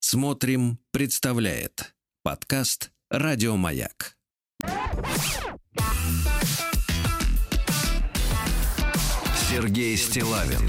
Смотрим, представляет подкаст «Радиомаяк». Сергей Стиллавин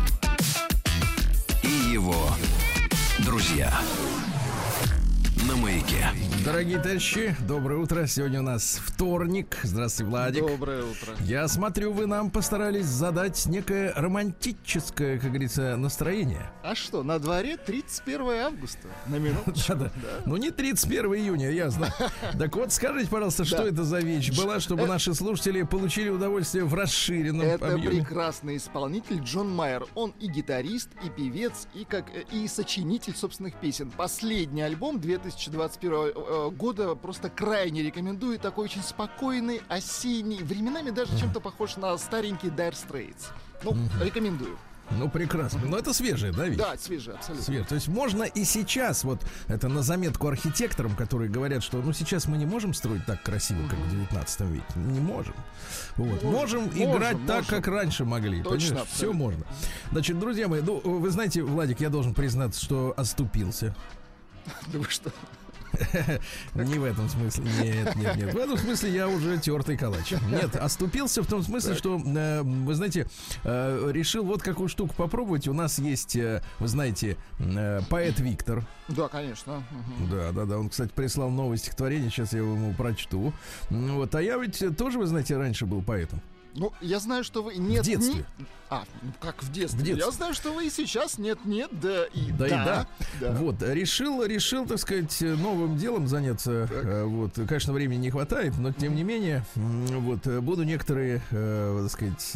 и его друзья на Маяке. Дорогие товарищи, доброе утро. Сегодня у нас вторник. Здравствуйте, Владик. Доброе утро. Я смотрю, вы нам постарались задать некое романтическое, как говорится, настроение. А что, на дворе 31 августа? На минуточку. Да. Ну, не 31 июня, я знаю. Так вот, скажите, пожалуйста, что это за вещь была, чтобы наши слушатели получили удовольствие в расширенном Это объеме? прекрасный исполнитель Джон Майер. Он и гитарист, и певец, и сочинитель собственных песен. Последний альбом 2021 года просто крайне рекомендую. Такой очень спокойный, осенний, временами даже чем-то похож на старенький Dire Straits. Ну, рекомендую. Ну, прекрасно. Но это свежее, да, ведь? Да, свежий, абсолютно. Свет. То есть можно и сейчас, вот это на заметку архитекторам, которые говорят, что ну сейчас мы не можем строить так красиво, как в 19 веке. Не можем. Вот. Можем играть так, как раньше могли. Точно. Все можно. Значит, друзья мои, ну, вы знаете, Владик, я должен признаться, что оступился. Да вы что? Не в этом смысле. Нет. В этом смысле я уже тертый калач. Нет, оступился в том смысле, что, вы знаете, решил вот какую штуку попробовать. У нас есть, вы знаете, поэт Виктор. Да, конечно. Да. Он, кстати, прислал новое стихотворение. Сейчас я ему прочту. Вот. А я ведь тоже, вы знаете, раньше был поэтом. Ну, я знаю, что вы... Нет, в детстве. Ну как в детстве? В детстве. Я знаю, что вы и сейчас нет, да и да. Да. Вот, решил, так сказать, новым делом заняться. Вот, конечно, времени не хватает, но тем не менее, вот, буду некоторые, так сказать,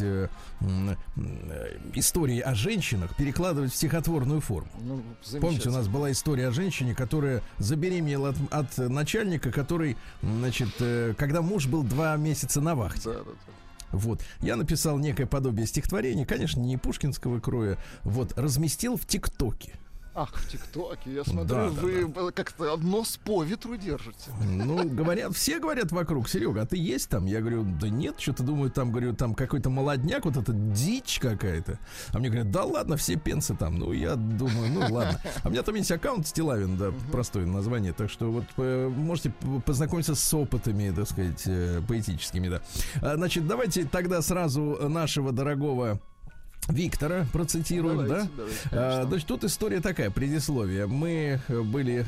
истории о женщинах перекладывать в стихотворную форму. Ну, помните, у нас была история о женщине, которая забеременела от начальника, который, значит, когда муж был 2 месяца на вахте. Да. Вот. Я написал некое подобие стихотворения, конечно, не пушкинского кроя. Вот, разместил в ТикТоке. Ах, в ТикТоке, я смотрю, вы как-то нос по ветру держите. Ну, все говорят вокруг: Серега, а ты есть там? Я говорю, да нет, что-то думаю, там какой-то молодняк, вот это дичь какая-то. А мне говорят, да ладно, все пенсы там. Ну, я думаю, ну ладно. А у меня там есть аккаунт Стиллавин, да, простое название. Так что вот можете познакомиться с опытами, так сказать, поэтическими, да. Значит, давайте тогда сразу нашего дорогого Виктора процитируем, давайте, значит, тут история такая, предисловие. Мы были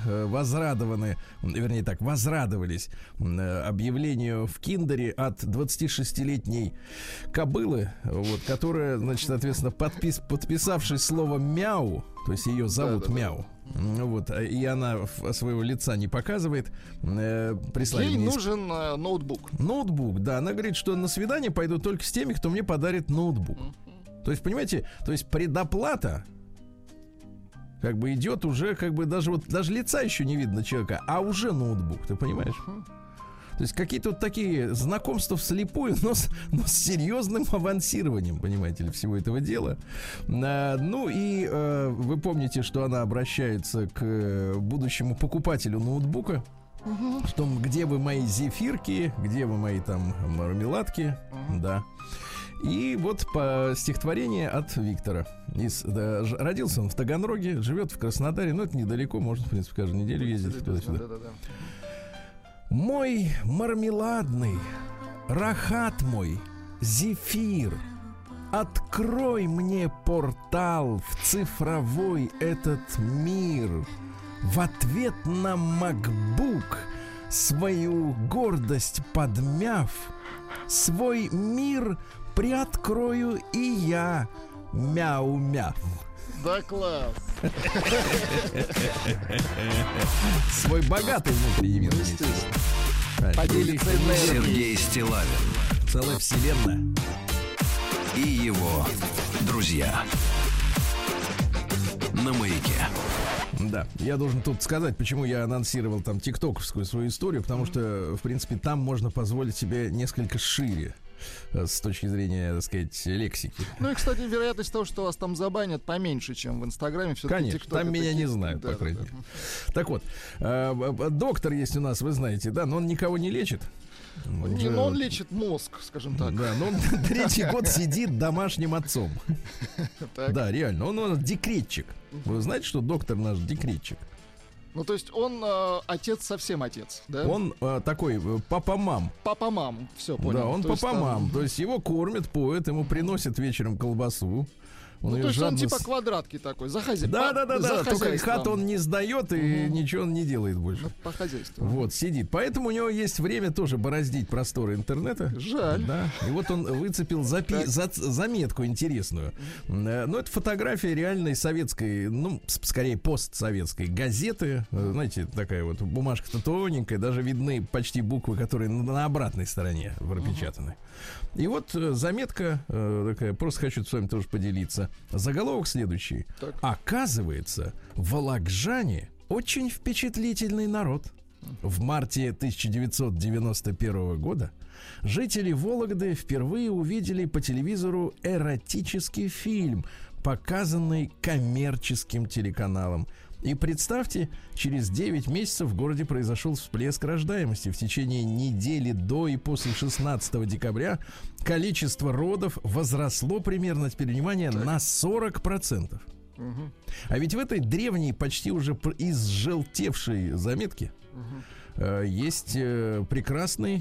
возрадовались объявлению в Киндере от 26-летней кобылы, вот, которая, значит, соответственно, подписавшись словом «мяу», то есть ее зовут Мяу, вот, и она своего лица не показывает, прислали ей мне... нужен ноутбук. Ноутбук, да, она говорит, что на свидание пойду только с теми, кто мне подарит ноутбук. То есть, понимаете, предоплата как бы идет уже, как бы даже лица еще не видно человека, а уже ноутбук, ты понимаешь? То есть какие-то вот такие знакомства вслепую, но с серьезным авансированием, понимаете ли, всего этого дела. Ну и вы помните, что она обращается к будущему покупателю ноутбука. Что, где вы мои зефирки, где вы мои там мармеладки, да. И вот по стихотворение от Виктора. Родился он в Таганроге, живет в Краснодаре, но это недалеко, можно, в принципе, каждую неделю ездить туда-сюда. Мой мармеладный, рахат мой, зефир, открой мне портал в цифровой этот мир. В ответ на MacBook, свою гордость подмяв, свой мир приоткрою и я, мяу-мяу. Да, класс. Свой богатый внутренний мир. Поделиться энергией. Сергей Стиллавин, целая вселенная. и его друзья на Маяке. Да, я должен тут сказать, почему я анонсировал там тиктоковскую свою историю, потому что, в принципе, там можно позволить себе несколько шире с точки зрения, так сказать, лексики. Ну и, кстати, вероятность того, что вас там забанят, поменьше, чем в Инстаграме. Конечно, там меня не знают, по крайней мере. Так вот, доктор есть у нас, вы знаете, да, но он никого не лечит. Но он лечит мозг, скажем так. Да, но он 3-й год сидит домашним отцом. Да, реально, он декретчик. Вы знаете, что доктор наш декретчик? Ну, то есть он отец совсем отец, да? Он такой папа-мам. Папа-мам, все понял. Да, он папа-мам. То есть его кормят, поют, ему приносят вечером колбасу. Ну, то есть он типа квадратки такой, за хозяйством. Да. Только хату он не сдает и ничего он не делает больше. По хозяйству. Вот, сидит. Поэтому у него есть время тоже бороздить просторы интернета. Жаль. Да. И вот он выцепил заметку интересную. Ну, это фотография реальной советской, ну, скорее постсоветской газеты. Знаете, такая вот бумажка-то тоненькая, даже видны почти буквы, которые на обратной стороне пропечатаны. И вот заметка такая, просто хочу с вами тоже поделиться. Заголовок следующий. Так. Оказывается, вологжане очень впечатлительный народ. В марте 1991 года жители Вологды впервые увидели по телевизору эротический фильм, показанный коммерческим телеканалом. И представьте, через 9 месяцев в городе произошел всплеск рождаемости. В течение недели до и после 16 декабря количество родов возросло примерно, теперь внимание, на 40%. А ведь в этой древней, почти уже изжелтевшей заметке есть прекрасное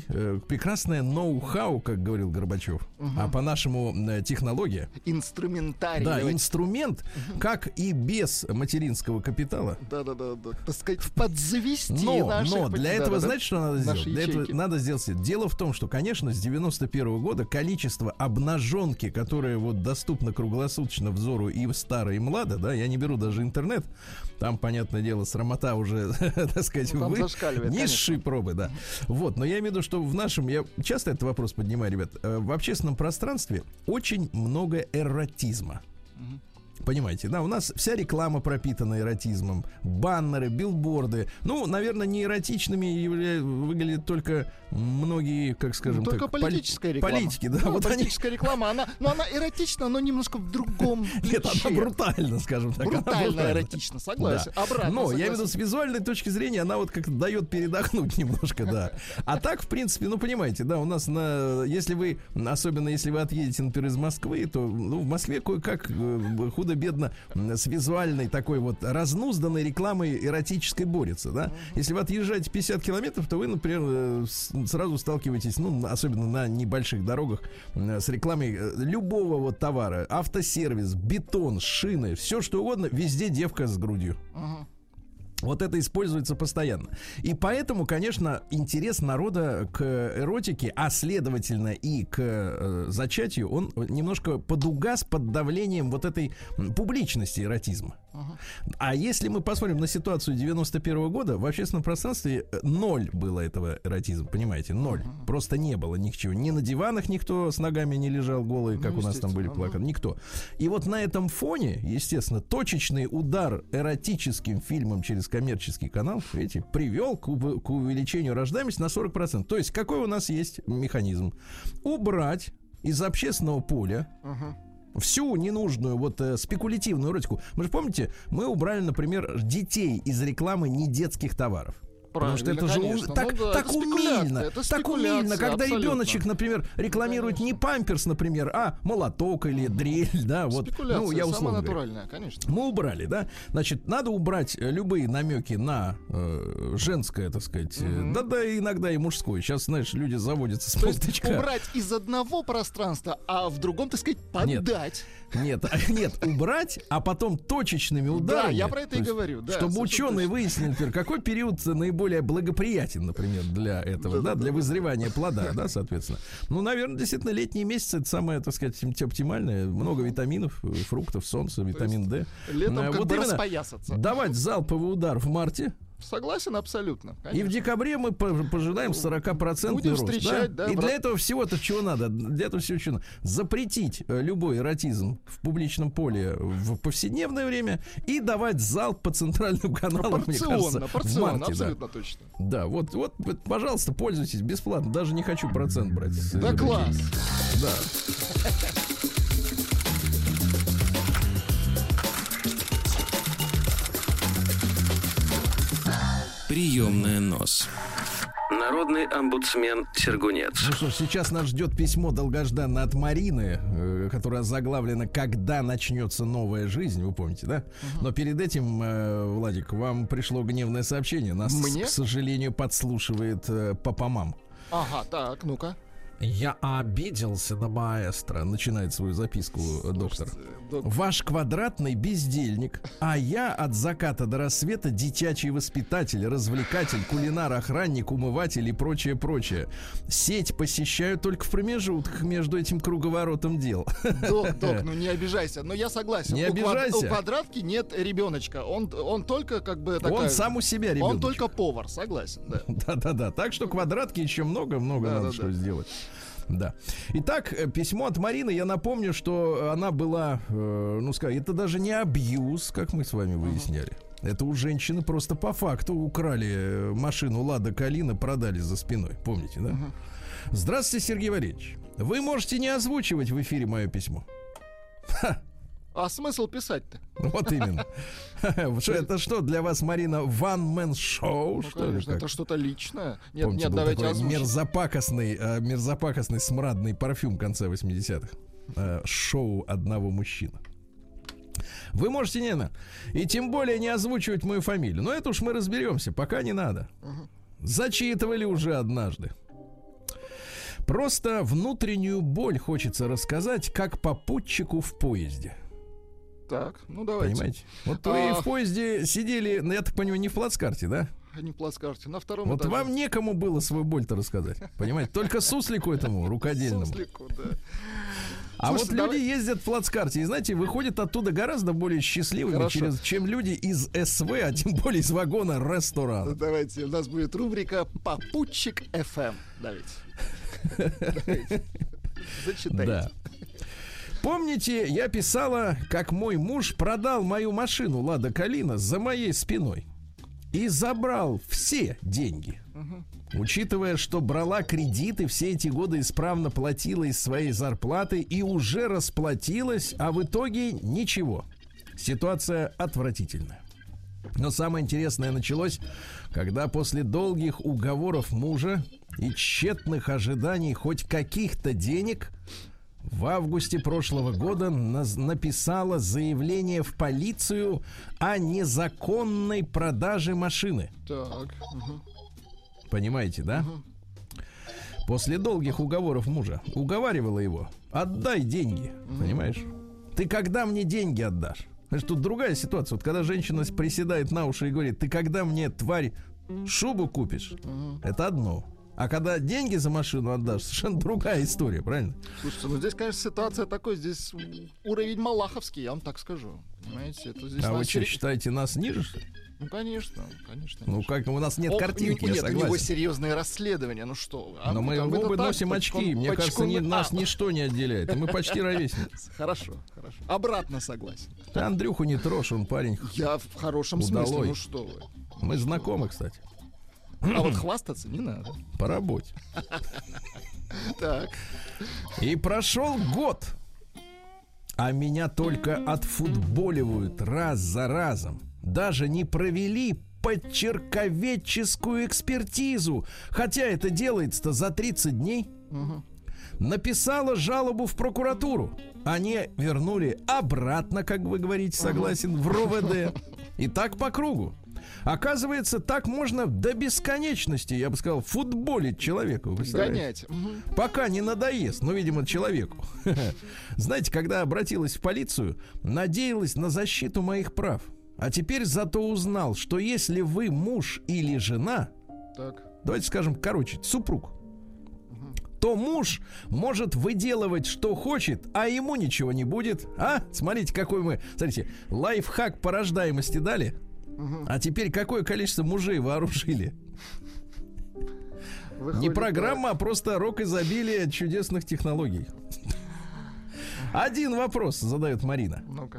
ноу-хау, как говорил Горбачев, а по-нашему технология. Инструментарий. Да, инструмент, как и без материнского капитала. Да. Так сказать, подзавести но для этого, знаете, что надо сделать? Для этого надо сделать. Дело в том, что, конечно, с 91 года количество обнаженки, которое вот доступно круглосуточно взору и старо, и младо, да, я не беру даже интернет, там, понятное дело, срамота уже, так сказать, низшие пробы, да. Вот, но я имею в виду, что в нашем, я часто этот вопрос поднимаю, ребят, в общественном пространстве очень много эротизма. Понимаете, да, у нас вся реклама пропитана эротизмом, баннеры, билборды. Ну, наверное, не эротичными выглядят только многие, как скажем, только так, политическая реклама. Политики, да, ну, вот политическая реклама, она эротична, но немножко в другом ключе. Нет, она брутальна, скажем так. Брутально эротична, согласен. Да. Обратно, но согласен. я имею в виду, с визуальной точки зрения, она вот как-то дает передохнуть немножко, да. А так, в принципе, ну, понимаете, да, у нас особенно если вы отъедете, например, из Москвы, то в Москве кое-как худо-бедно с визуальной такой вот разнузданной рекламой эротической борется, да. Если вы отъезжаете 50 километров, то вы, например, сразу сталкиваетесь, ну, особенно на небольших дорогах, с рекламой любого вот товара. Автосервис, бетон, шины, все что угодно, везде девка с грудью. Вот это используется постоянно. И поэтому, конечно, интерес народа к эротике, а следовательно и к зачатию, он немножко подугас под давлением вот этой публичности эротизма. А если мы посмотрим на ситуацию 91 года, в общественном пространстве ноль было этого эротизма, понимаете, ноль. Просто не было ничего. Ни на диванах никто с ногами не лежал голый, как у нас там были плакаты, никто. И вот на этом фоне, естественно, точечный удар эротическим фильмом через коммерческий канал, видите, привел к увеличению рождаемости на 40%. То есть какой у нас есть механизм? Убрать из общественного поля всю ненужную вот спекулятивную эротику. Вы же помните, мы убрали, например, детей из рекламы недетских товаров. Потому что это же так умильно, когда ребеночек, например, рекламирует не памперс, например, а молоток или дрель, да, вот. Ну, я условно натуральная, конечно. Мы убрали, да. Значит, надо убрать любые намеки на женское, так сказать, да, иногда и мужское. Сейчас, знаешь, люди заводятся с полтычка. Убрать из одного пространства, а в другом, так сказать, поддать. Нет, убрать, а потом точечными ударами. Да, я про это и говорю. Да, чтобы ученые выяснили, например, какой период наиболее благоприятен, например, для этого, да, для вызревания плода, да, соответственно. Ну, наверное, действительно, летние месяцы — это самое, так сказать, оптимальное. Много витаминов, фруктов, солнца, витамин D. Летом как бы распоясаться. Давать залповый удар в марте. Согласен абсолютно. Конечно. И в декабре мы пожидаем 40% рост. Встречать, да? И для этого всего-то чего надо? Для этого всего чего надо? Запретить любой эротизм в публичном поле в повседневное время и давать залп по центральным каналам, мне кажется, в марте. Абсолютно точно. Да, вот, пожалуйста, пользуйтесь бесплатно. Даже не хочу процент брать. Да, класс. Да. Приемная нос. Народный омбудсмен Сергунец. Ну что ж, сейчас нас ждет письмо долгожданное от Марины, которое заглавлено «Когда начнется новая жизнь», вы помните, да? Но перед этим, Владик, вам пришло гневное сообщение. Нас, Мне? к сожалению, подслушивает Папа-мам. Ага, так, ну-ка. Я обиделся на маэстро, начинает свою записку доктор. Ваш квадратный бездельник, а я от заката до рассвета дитячий воспитатель, развлекатель, кулинар, охранник, умыватель и прочее. Сеть посещаю только в промежутках между этим круговоротом дел. Док, ну не обижайся, но я согласен. Не обижайся. У квадратки нет ребеночка, он только как бы такая... Он сам у себя ребенок. Он только повар, согласен, да. Да. Так что квадратки еще много надо что сделать. Да. Итак, письмо от Марины. Я напомню, что она была, это даже не абьюз, как мы с вами выясняли. Это у женщины просто по факту украли машину Лада Калина, продали за спиной. Помните, да? Здравствуйте, Сергей Валерьевич. Вы можете не озвучивать в эфире мое письмо. А смысл писать-то? Вот именно. Это что, для вас, Марина, one-man show? Ну, конечно, это что-то личное. Помните, был давайте такой мерзопакостный смрадный парфюм конца 80-х. Шоу одного мужчины. Вы можете и тем более не озвучивать мою фамилию. Но это уж мы разберемся, пока не надо. Зачитывали уже однажды. Просто внутреннюю боль хочется рассказать, как попутчику в поезде. Так, ну давайте. Понимаете? Вот вы в поезде сидели, я так понимаю, не в плацкарте, да? Не в плацкарте, на втором вот этаже. Вам некому было свою боль-то рассказать, понимаете? Только суслику этому, рукодельному. Суслику, да. А слушайте, вот люди ездят в плацкарте, и, знаете, выходят оттуда гораздо более счастливыми, чем люди из СВ, а тем более из вагона ресторана. Ну, давайте, у нас будет рубрика «Попутчик ФМ». Давайте. Зачитайте. Да. Помните, я писала, как мой муж продал мою машину Лада Калина за моей спиной и забрал все деньги. Учитывая, что брала кредиты, все эти годы исправно платила из своей зарплаты и уже расплатилась, а в итоге ничего. Ситуация отвратительная. Но самое интересное началось, когда после долгих уговоров мужа и тщетных ожиданий хоть каких-то денег в августе прошлого года написала заявление в полицию о незаконной продаже машины. Так. Понимаете, да? После долгих уговоров мужа уговаривала его: отдай деньги, понимаешь? Ты когда мне деньги отдашь? Значит, тут другая ситуация. Вот когда женщина приседает на уши и говорит: ты когда мне, тварь, шубу купишь? Это одно. А когда деньги за машину отдашь, совершенно другая история, правильно? Слушайте, ну здесь, конечно, ситуация такой, здесь уровень малаховский, я вам так скажу. Понимаете, это здесь... А вы что, считаете нас ниже, что ли? Ну, конечно. Ну, как у нас нет картинки, я согласен. Нет, у него серьезное расследование, ну что. Но мы оба носим очки, мне кажется, нас ничто не отделяет, и мы почти ровесники. Хорошо. Обратно согласен. Ты Андрюху не трожь, он парень. Я в хорошем смысле, ну что вы. Мы знакомы, кстати. А вот хвастаться не надо. По работе. Так. И прошел год, а меня только отфутболивают раз за разом. Даже не провели почерковедческую экспертизу, хотя это делается-то за 30 дней. Написала жалобу в прокуратуру. Они вернули обратно, как вы говорите, согласен, в РОВД. И так по кругу. Оказывается, так можно до бесконечности, я бы сказал, футболить человека. Гонять. Пока не надоест, ну, видимо, человеку. Знаете, когда обратилась в полицию, надеялась на защиту моих прав. А теперь зато узнал, что если вы муж или жена, давайте скажем, супруг, то муж может выделывать, что хочет, а ему ничего не будет. Смотрите, смотрите, лайфхак по рождаемости дали. А теперь какое количество мужей вооружили? Выходит, не программа, а просто рок изобилия чудесных технологий. Один вопрос задает Марина. Ну-ка.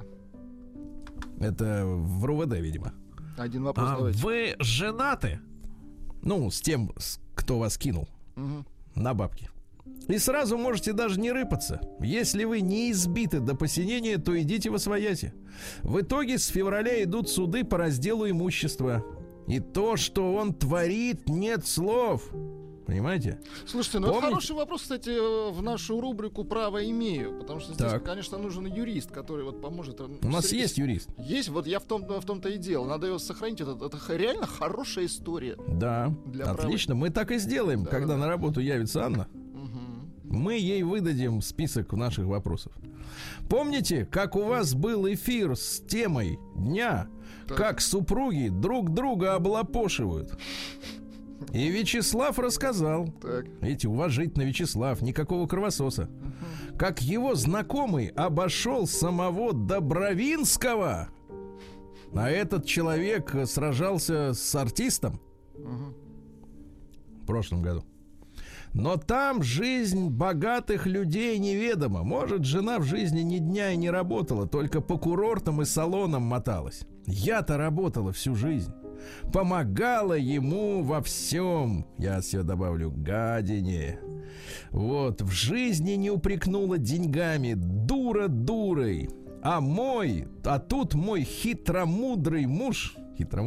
Это в РУВД, видимо. Один вопрос, давайте. Вы женаты? Ну, с тем, кто вас кинул на бабки. И сразу можете даже не рыпаться. Если вы не избиты до посинения, то идите восвояси. В итоге с февраля идут суды по разделу имущества. И то, что он творит, нет слов. Понимаете? Слушайте, ну это хороший вопрос, кстати, в нашу рубрику «Право имею». Потому что здесь, конечно, нужен юрист, который вот поможет. У нас есть юрист. Есть, вот я в том-то и дело. Надо его сохранить. Это реально хорошая история. Да, отлично. Мы так и сделаем, Да, когда да. на работу явится Анна. Мы ей выдадим список наших вопросов. Помните, как у вас был эфир с темой дня, как супруги друг друга облапошивают? И Вячеслав рассказал, видите, уважительно Вячеслав, никакого кровососа, как его знакомый обошел самого Добровинского, а этот человек сражался с артистом в прошлом году. Но там жизнь богатых людей неведома. Может, жена в жизни ни дня и не работала, только по курортам и салонам моталась. Я-то работала всю жизнь. Помогала ему во всем. Я все добавлю, гадине. Вот, в жизни не упрекнула деньгами. Дура дурой. А тут мой хитромудрый муж,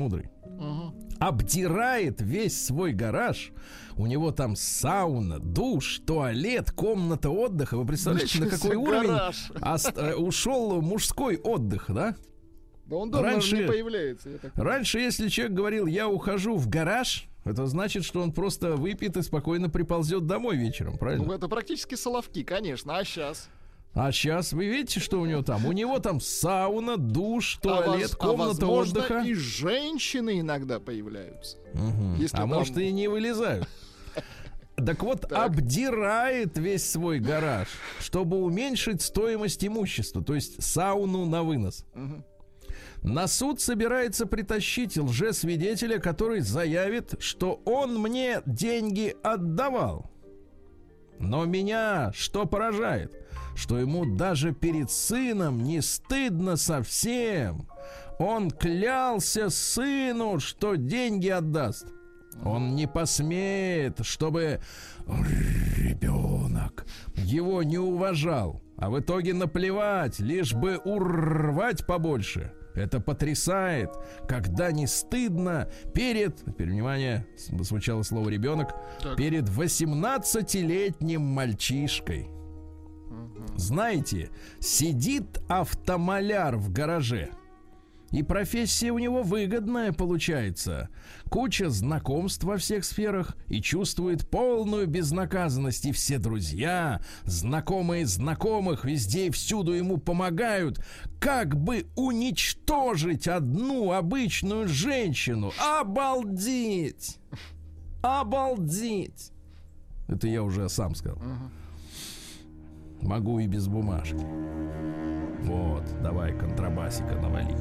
обдирает весь свой гараж. У него там сауна, душ, туалет, комната отдыха. Вы представляете, на какой уровень ушел мужской отдых, да? Да он давно не появляется. Раньше, если человек говорил, я ухожу в гараж, это значит, что он просто выпьет и спокойно приползет домой вечером, правильно? Ну, это практически Соловки, конечно. А сейчас? А сейчас вы видите, что у него там? У него там сауна, душ, туалет, комната отдыха. И женщины иногда появляются. А может, и не вылезают. Так вот, обдирает весь свой гараж, чтобы уменьшить стоимость имущества, то есть сауну на вынос. На суд собирается притащить лжесвидетеля, который заявит, что он мне деньги отдавал. Но меня что поражает? Что ему даже перед сыном не стыдно совсем. Он клялся сыну, что деньги отдаст. Он не посмеет, чтобы ребенок его не уважал. А в итоге наплевать, лишь бы урвать побольше. Это потрясает, когда не стыдно перед, теперь внимание, звучало слово ребенок, перед 18-летним мальчишкой. Знаете, сидит автомаляр в гараже, и профессия у него выгодная получается. Куча знакомств во всех сферах, и чувствует полную безнаказанность. И все друзья, знакомые знакомых, везде и всюду ему помогают. Как бы уничтожить одну обычную женщину? Обалдеть! Обалдеть! Это я уже сам сказал. Могу и без бумажки. Вот, давай контрабасика навали.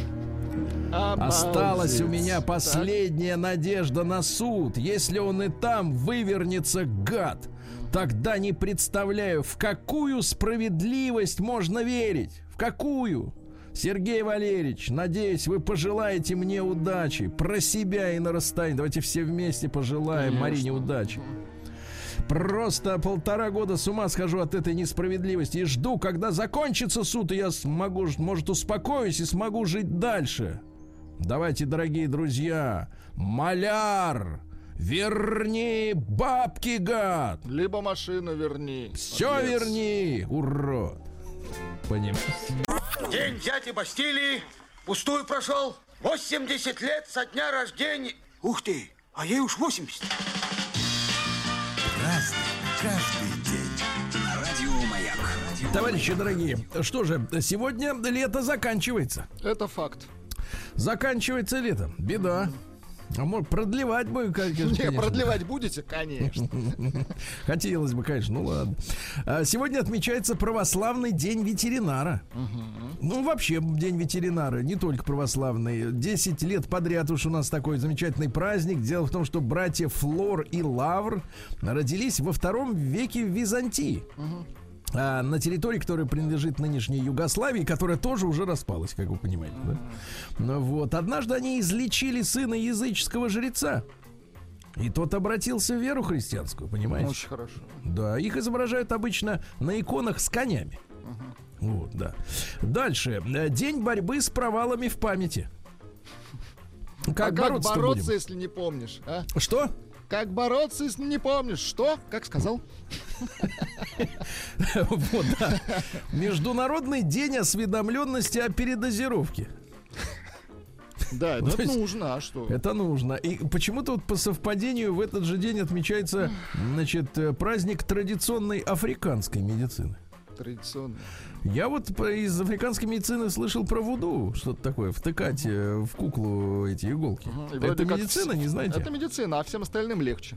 Осталась у меня последняя надежда на суд. Если он и там вывернется, гад, тогда не представляю, в какую справедливость можно верить. В какую? Сергей Валерьевич, надеюсь, вы пожелаете мне удачи. Про себя и на расстоянии. Давайте все вместе пожелаем Марине удачи. Просто 1,5 года с ума схожу от этой несправедливости и жду, когда закончится суд, и я смогу, может, успокоюсь и смогу жить дальше. Давайте, дорогие друзья, маляр, верни бабки, гад. Либо машину верни. Все верни, урод. Понимаешь? День дяди Бастилии пустую прошел. 80 лет со дня рождения. Ух ты, а ей уж 80. Каждый день на радио Маяк. Товарищи дорогие, что же, сегодня лето заканчивается. Это факт. Заканчивается лето. Беда. А может, продлевать будем, конечно. Не, продлевать будете? Конечно. Хотелось бы, конечно, ну ладно. Сегодня отмечается православный день ветеринара. Ну, вообще, день ветеринара, не только православный. 10 лет подряд уж у нас такой замечательный праздник. Дело в том, что братья Флор и Лавр родились во 2 веке в Византии. На территории, которая принадлежит нынешней Югославии, которая тоже уже распалась, как вы понимаете. Да? Ну, вот. Однажды они излечили сына языческого жреца. И тот обратился в веру христианскую, понимаете? Очень хорошо. Да, их изображают обычно на иконах с конями. Вот, да. Дальше. День борьбы с провалами в памяти. Как бороться будем? если не помнишь, а? Что? Как бороться, если не помнишь? Что? Как сказал? Вот, да. Международный день осведомленности о передозировке. Да, Ну, это то есть нужно, а что? Это нужно. И почему-то вот по совпадению в этот же день отмечается, значит, праздник традиционной африканской медицины. Традиционно. Я вот из африканской медицины слышал про вуду, что-то такое, втыкать в куклу эти иголки. И Это вроде как медицина, не знаете? Это медицина, а всем остальным легче.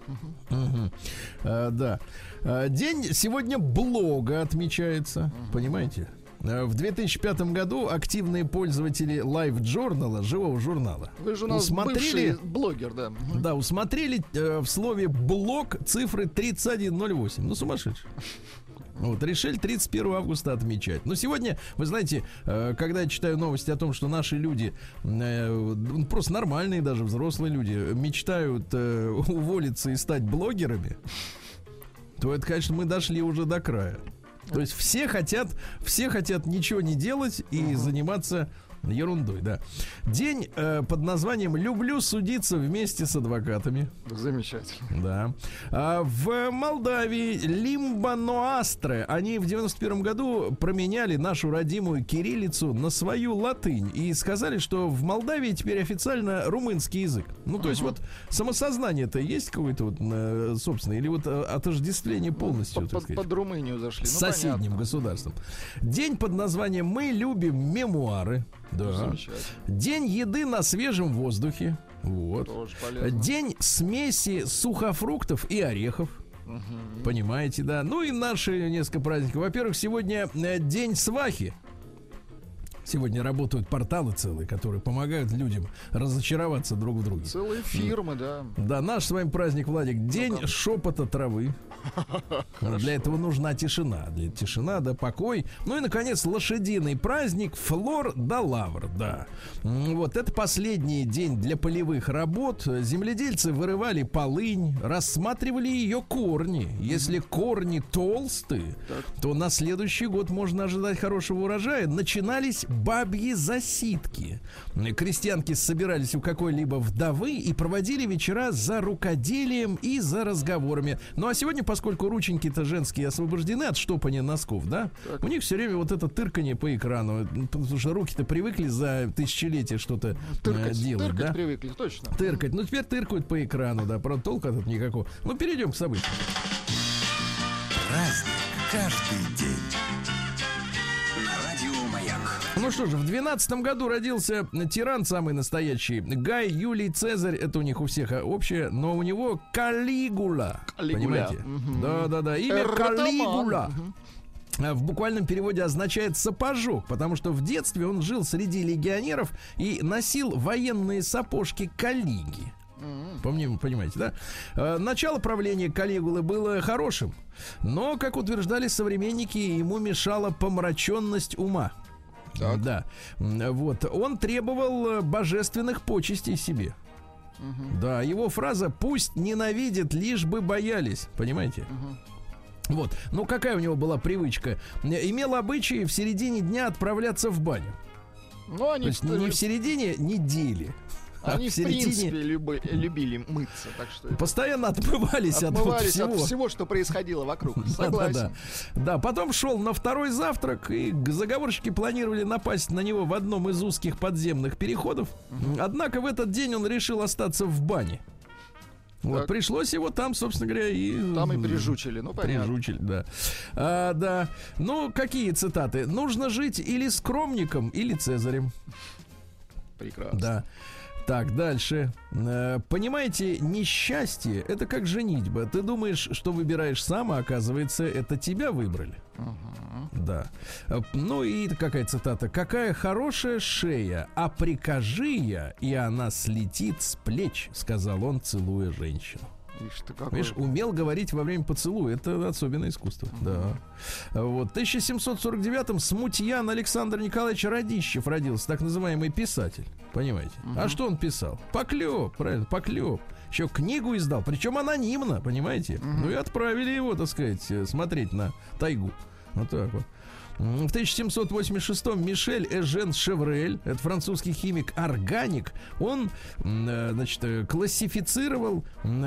Да. День сегодня блога отмечается, понимаете? В 2005 году активные пользователи LiveJournal, живого журнала, Вы же у нас бывший блогер, да. Да, усмотрели в слове блог цифры 3108. Ну, сумасшедший. Вот, решили 31 августа отмечать. Но сегодня, вы знаете, когда я читаю новости о том, что наши люди, просто нормальные даже взрослые люди, мечтают уволиться и стать блогерами, то это, конечно, мы дошли уже до края. То есть все хотят ничего не делать и заниматься ерундой, да. День под названием «Люблю судиться вместе с адвокатами». Замечательно. Да. В Молдавии Лимбаноастре они в 91 году променяли нашу родимую кириллицу на свою латынь и сказали, что в Молдавии теперь официально румынский язык. Ну, то есть вот самосознание-то есть какое-то вот собственное или вот отождествление полностью, так сказать, под Румынию зашли. с соседним государством. День под названием «Мы любим мемуары». Да. День еды на свежем воздухе. Вот. День смеси сухофруктов и орехов. Понимаете, да. Ну и наши несколько праздников. Во-первых, сегодня день свахи. Сегодня работают порталы целые, которые помогают людям разочароваться друг в друге. Целые фирмы, да. Да, наш с вами праздник, Владик. День шепота травы. Для этого нужна тишина. Да, покой. Ну и, наконец, лошадиный праздник Флор да Лавр. Да. Вот, это последний день для полевых работ. Земледельцы вырывали полынь, рассматривали ее корни. Если корни толстые, то на следующий год можно ожидать хорошего урожая. Начинались бабьи засидки. Крестьянки собирались у какой-либо вдовы и проводили вечера за рукоделием и за разговорами. Ну а сегодня, поскольку рученьки-то женские освобождены от штопания носков, да, у них все время вот это тырканье по экрану, потому что руки-то привыкли за тысячелетия что-то делать, тыркать да? Привыкли, точно. Тыркать. Ну теперь тыркают по экрану, да, правда, толка тут никакого. Ну перейдем к событиям. Праздник каждый день. Ну что же, в 12 году родился тиран самый настоящий. Гай Юлий Цезарь, это у них у всех общее, но у него Калигула. Понимаете? Да. Имя Калигула. В буквальном переводе означает сапожок, потому что в детстве он жил среди легионеров и носил военные сапожки Калиги. Понимаете, да? Начало правления Калигулы было хорошим, но, как утверждали современники, ему мешала помраченность ума. Так. Да. Вот. Он требовал божественных почестей себе. Да, его фраза «пусть ненавидят, лишь бы боялись». Понимаете? Вот. Ну, какая у него была привычка? Имел обычай в середине дня отправляться в баню. Ну, они то есть не в середине недели. Они, в принципе, любили мыться, так что... Постоянно отмывались от всего, что происходило вокруг. Согласен. Да, потом шел на второй завтрак, и заговорщики планировали напасть на него в одном из узких подземных переходов. Однако в этот день он решил остаться в бане. Вот, пришлось его там, собственно говоря, и... Там и прижучили, ну, понятно. Прижучили, да. Да. Ну, какие цитаты? «Нужно жить или скромником, или Цезарем». Прекрасно. Да. Так, дальше. Понимаете, несчастье — это как женитьба. Ты думаешь, что выбираешь сам, а оказывается, это тебя выбрали. Да. Ну и какая цитата? «Какая хорошая шея, а прикажи я, и она слетит с плеч», — сказал он, целуя женщину. Видишь, умел говорить во время поцелуя. Это особенное искусство. Да. Вот. В 1749-м Смутьян Александр Николаевич Радищев родился, так называемый писатель. Понимаете? А что он писал? Поклёп, правильно, поклёп. Еще книгу издал, причем анонимно, понимаете? Ну и отправили его, так сказать, смотреть на тайгу. Вот так вот. В 1786-м Мишель Эжен Шеврель, это французский химик-органик, он, значит, классифицировал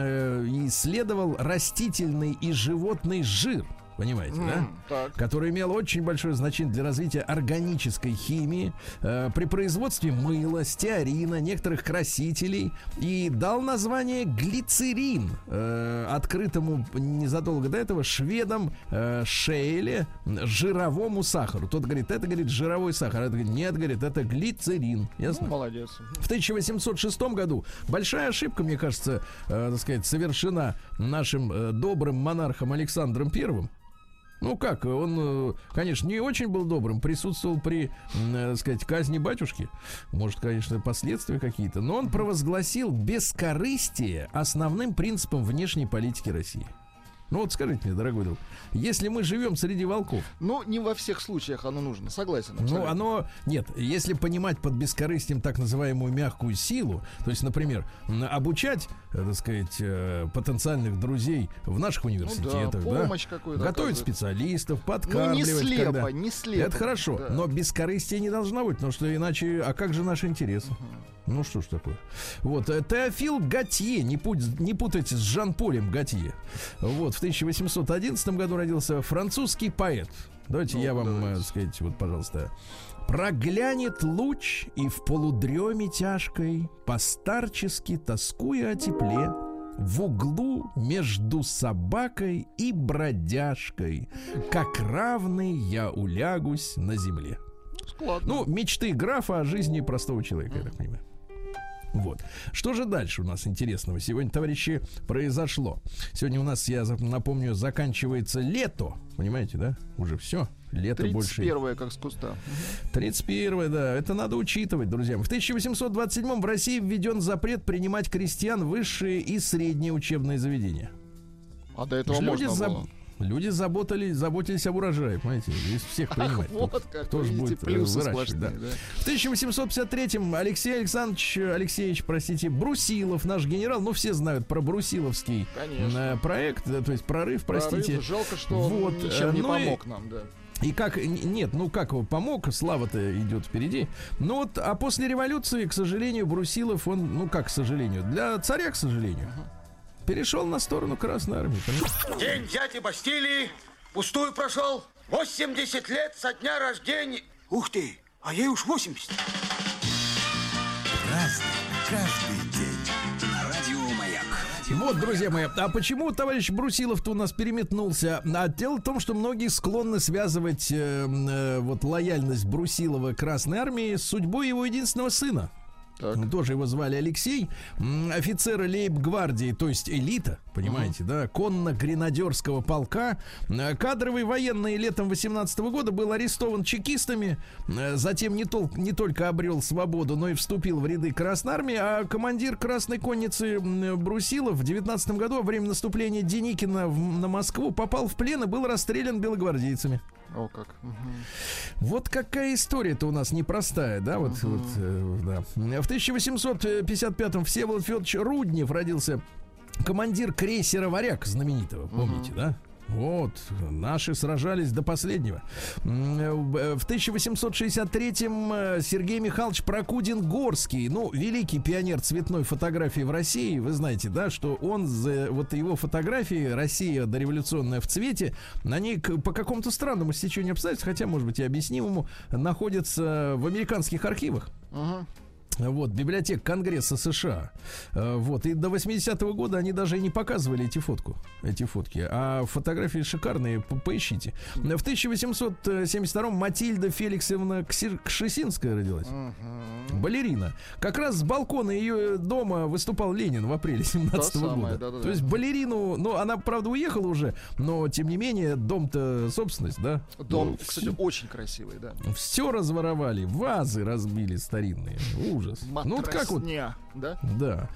и исследовал растительный и животный жир. Понимаете, да? Так. Который имел очень большое значение для развития органической химии при производстве мыла, стеарина, некоторых красителей, и дал название глицерин открытому незадолго до этого шведом Шейле жировому сахару. Тот говорит, это, говорит, жировой сахар. Это говорит, нет, говорит, это глицерин. Ясно? Ну, молодец. В 1806 году большая ошибка, мне кажется, так сказать, совершена нашим добрым монархом Александром Первым. Ну как, он, конечно, не очень был добрым, присутствовал при, так сказать, казни батюшки. Может, конечно, последствия какие-то. Но он провозгласил бескорыстие основным принципом внешней политики России. Ну вот скажите мне, дорогой друг, если мы живем среди волков... Ну, не во всех случаях оно нужно, согласен. Ну, абсолютно. оно... Нет, если понимать под бескорыстием так называемую мягкую силу, то есть, например, обучать, так сказать, потенциальных друзей в наших университетах, да, помощь какую-то готовить оказывать. специалистов, Ну, подкармливать. не слепо, когда... не слепо. Это хорошо, Да. но бескорыстие не должно быть, потому что иначе... А как же наши интересы? Ну, что ж такое. Вот, Теофил Готье, не путайте с Жан-Полем Готье. Вот, в 1811 году родился французский поэт. Давайте я вам, так сказать, вот, пожалуйста. «Проглянет луч, и в полудреме тяжкой, постарчески тоскуя о тепле, в углу между собакой и бродяжкой, как равный я улягусь на земле». Складно. Ну, мечты графа о жизни простого человека, я так понимаю. Вот. Что же дальше у нас интересного сегодня, товарищи, произошло? Сегодня у нас, я напомню, заканчивается лето. Понимаете, да? Уже все. Лето больше. 31-е, как с куста. 31-е, да. Это надо учитывать, друзья. В 1827-м в России введен запрет принимать крестьян в высшие и средние учебные заведения. А до этого можно было. Люди заботились об урожае, понимаете, из всех принимать. Вот как, Кто же видите, будет плюсы выращивать, да. сплошные, да. В 1853-м Алексей Алексеевич, Брусилов, наш генерал, ну все знают про Брусиловский проект, то есть прорыв, простите. Жалко, что он вот, ничем не ну помог нам, да. И как, нет, ну как его помог, слава-то идет впереди. Ну вот, а после революции, к сожалению, Брусилов, он, ну как, к сожалению, для царя, к сожалению, перешел на сторону Красной Армии. Понимаете? День дяди Бастилии пустую прошел. 80 лет со дня рождения. Ух ты, а ей уж 80. Разный, каждый день. Радио Маяк. Вот, друзья мои, а почему товарищ Брусилов-то у нас переметнулся? А дело в том, что многие склонны связывать вот лояльность Брусилова Красной Армии с судьбой его единственного сына. Так. Тоже его звали Алексей, офицера лейб-гвардии, то есть элита, понимаете, да, конно-гренадерского полка. Кадровый военный летом 18 года был арестован чекистами, затем не только обрел свободу, но и вступил в ряды Красной Армии, а командир Красной конницы Брусилов в 19 году во время наступления Деникина на Москву попал в плен и был расстрелян белогвардейцами. О, как. Вот какая история-то у нас непростая, да? Вот, да. В 1855-м Всеволод Федорович Руднев родился, командир крейсера «Варяг» знаменитого, помните, да? Вот, наши сражались до последнего. В 1863-м Сергей Михайлович Прокудин-Горский, ну, великий пионер цветной фотографии в России, вы знаете, да, что он, вот его фотографии «Россия дореволюционная в цвете», они по какому-то странному стечению обстоятельств, хотя, может быть, и объяснимому, находятся в американских архивах. Вот, библиотека Конгресса США. Вот, и до 80-го года они даже и не показывали эти фотки. А фотографии шикарные, поищите. В 1872-м Матильда Феликсовна Кшесинская родилась. Балерина. Как раз с балкона ее дома выступал Ленин в апреле 17 года. Да. То есть балерину, ну, она, правда, уехала уже, но, тем не менее, дом-то собственность, да? Дом, кстати, очень красивый, да. Все разворовали, вазы разбили старинные. Ужас. Матросня, ну вот как вот, да? Да.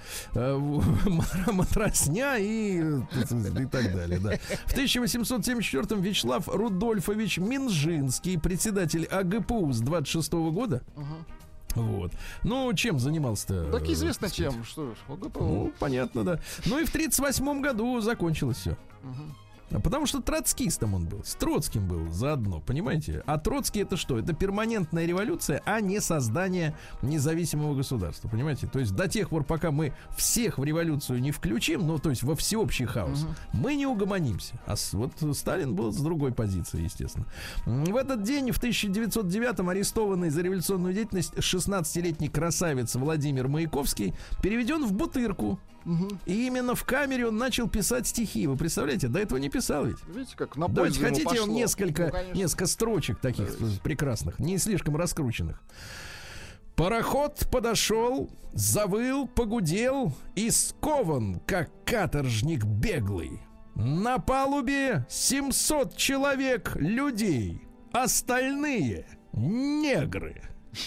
Матросня и так далее, да. В 1874-м Вячеслав Рудольфович Минжинский, председатель АГПУ с 26-го года. Вот. Ну, чем занимался-то? Так известно чем. Что ж, ОГПУ. Ну, понятно, да. Ну и в 38-м году закончилось все. Потому что троцкистом он был. С Троцким был заодно, понимаете? А Троцкий это что? Это перманентная революция, а не создание независимого государства, понимаете? То есть до тех пор, пока мы всех в революцию не включим, ну, то есть во всеобщий хаос, мы не угомонимся. А вот Сталин был с другой позиции, естественно. В этот день, в 1909-м, арестованный за революционную деятельность 16-летний красавец Владимир Маяковский переведен в Бутырку. И именно в камере он начал писать стихи. Вы представляете, до этого не писал ведь. Видите, как на Давайте, пользу ему хотите, я вам пошло? несколько строчек таких прекрасных, не слишком раскрученных. Пароход подошел, завыл, погудел и скован, как каторжник беглый. На палубе 700 человек людей, остальные негры.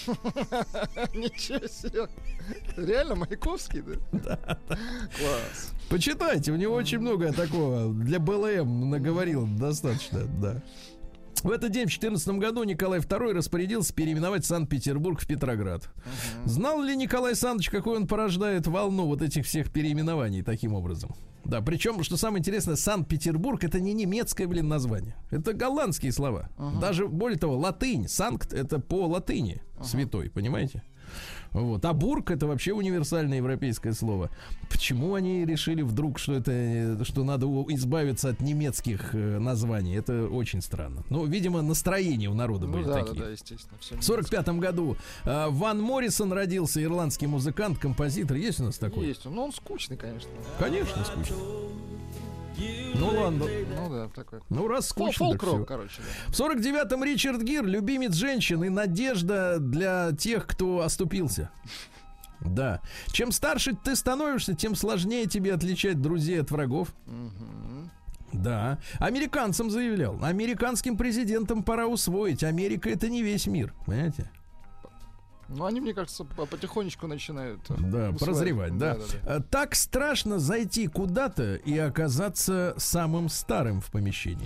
Ничего себе. Реально Маяковский, да? Да. Класс. Почитайте, у него очень много такого для БЛМ наговорил достаточно, да. В этот день, в 2014 году, Николай II распорядился переименовать Санкт-Петербург в Петроград. Знал ли Николай Александрович, какой он порождает волну вот этих всех переименований таким образом? Да, причем, что самое интересное, Санкт-Петербург — это не немецкое, название. Это голландские слова. Даже, более того, латынь. Санкт — это по латыни святой, понимаете? Вот. А бург — это вообще универсальное европейское слово. Почему они решили вдруг, что надо избавиться от немецких названий? Это очень странно. Ну, видимо, настроения у народа были такие. Да, естественно. В 1945 году Ван Моррисон родился, ирландский музыкант, композитор. Есть у нас такой? Есть. Но он скучный, конечно. Конечно, скучный. Ну ладно. Ну да, такой. Ну раз скучно, фолк-рок, короче. Да. В 49-м Ричард Гир, любимец женщин и надежда для тех, кто оступился. Да. Чем старше ты становишься, тем сложнее тебе отличать друзей от врагов. Да. Американцам заявлял. Американским президентам пора усвоить. Америка — это не весь мир. Понимаете? Ну, они, мне кажется, потихонечку начинают прозревать, да. Так страшно зайти куда-то и оказаться самым старым в помещении.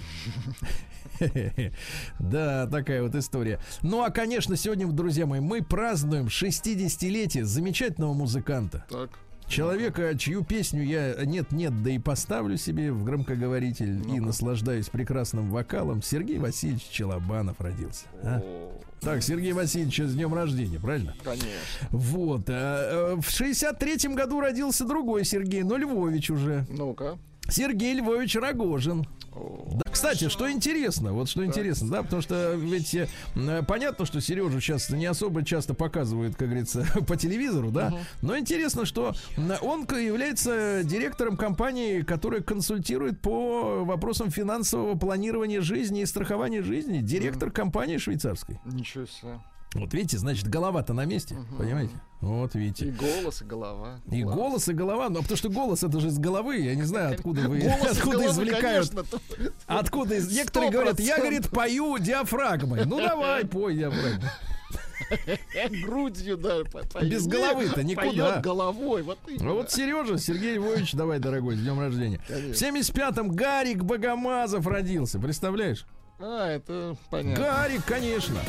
Да, такая вот история. Ну, а, конечно, сегодня, друзья мои, мы празднуем 60-летие замечательного музыканта. Так. Человека, чью песню я нет-нет, да и поставлю себе в громкоговоритель и наслаждаюсь прекрасным вокалом. Сергей Васильевич Челобанов родился. Так, Сергей Васильевич, с днем рождения, правильно? Конечно. Вот. В 63-м году родился другой Сергей, но Львович уже. Ну-ка. Сергей Львович Рогожин. Да, кстати, что интересно, вот что интересно, да, потому что ведь понятно, что Сережу сейчас не особо часто показывают, как говорится, по телевизору, да, но интересно, что он является директором компании, которая консультирует по вопросам финансового планирования жизни и страхования жизни, директор компании швейцарской. Ничего себе. Вот видите, значит, голова-то на месте, понимаете? Вот видите. И голос, и голова. И голос, и голова. Ну, потому что голос — это же из головы. Я не знаю, откуда вы извлекают. Откуда некоторые говорят, я, говорит, пою диафрагмой. Ну, давай, пой диафрагмой. Грудью, да. Без головы-то никуда. Поет головой. Вот Сережа, Сергей Львович, давай, дорогой, с днем рождения. В 75-м Гарик Богомазов родился. Представляешь? Это понятно. Гарик, конечно.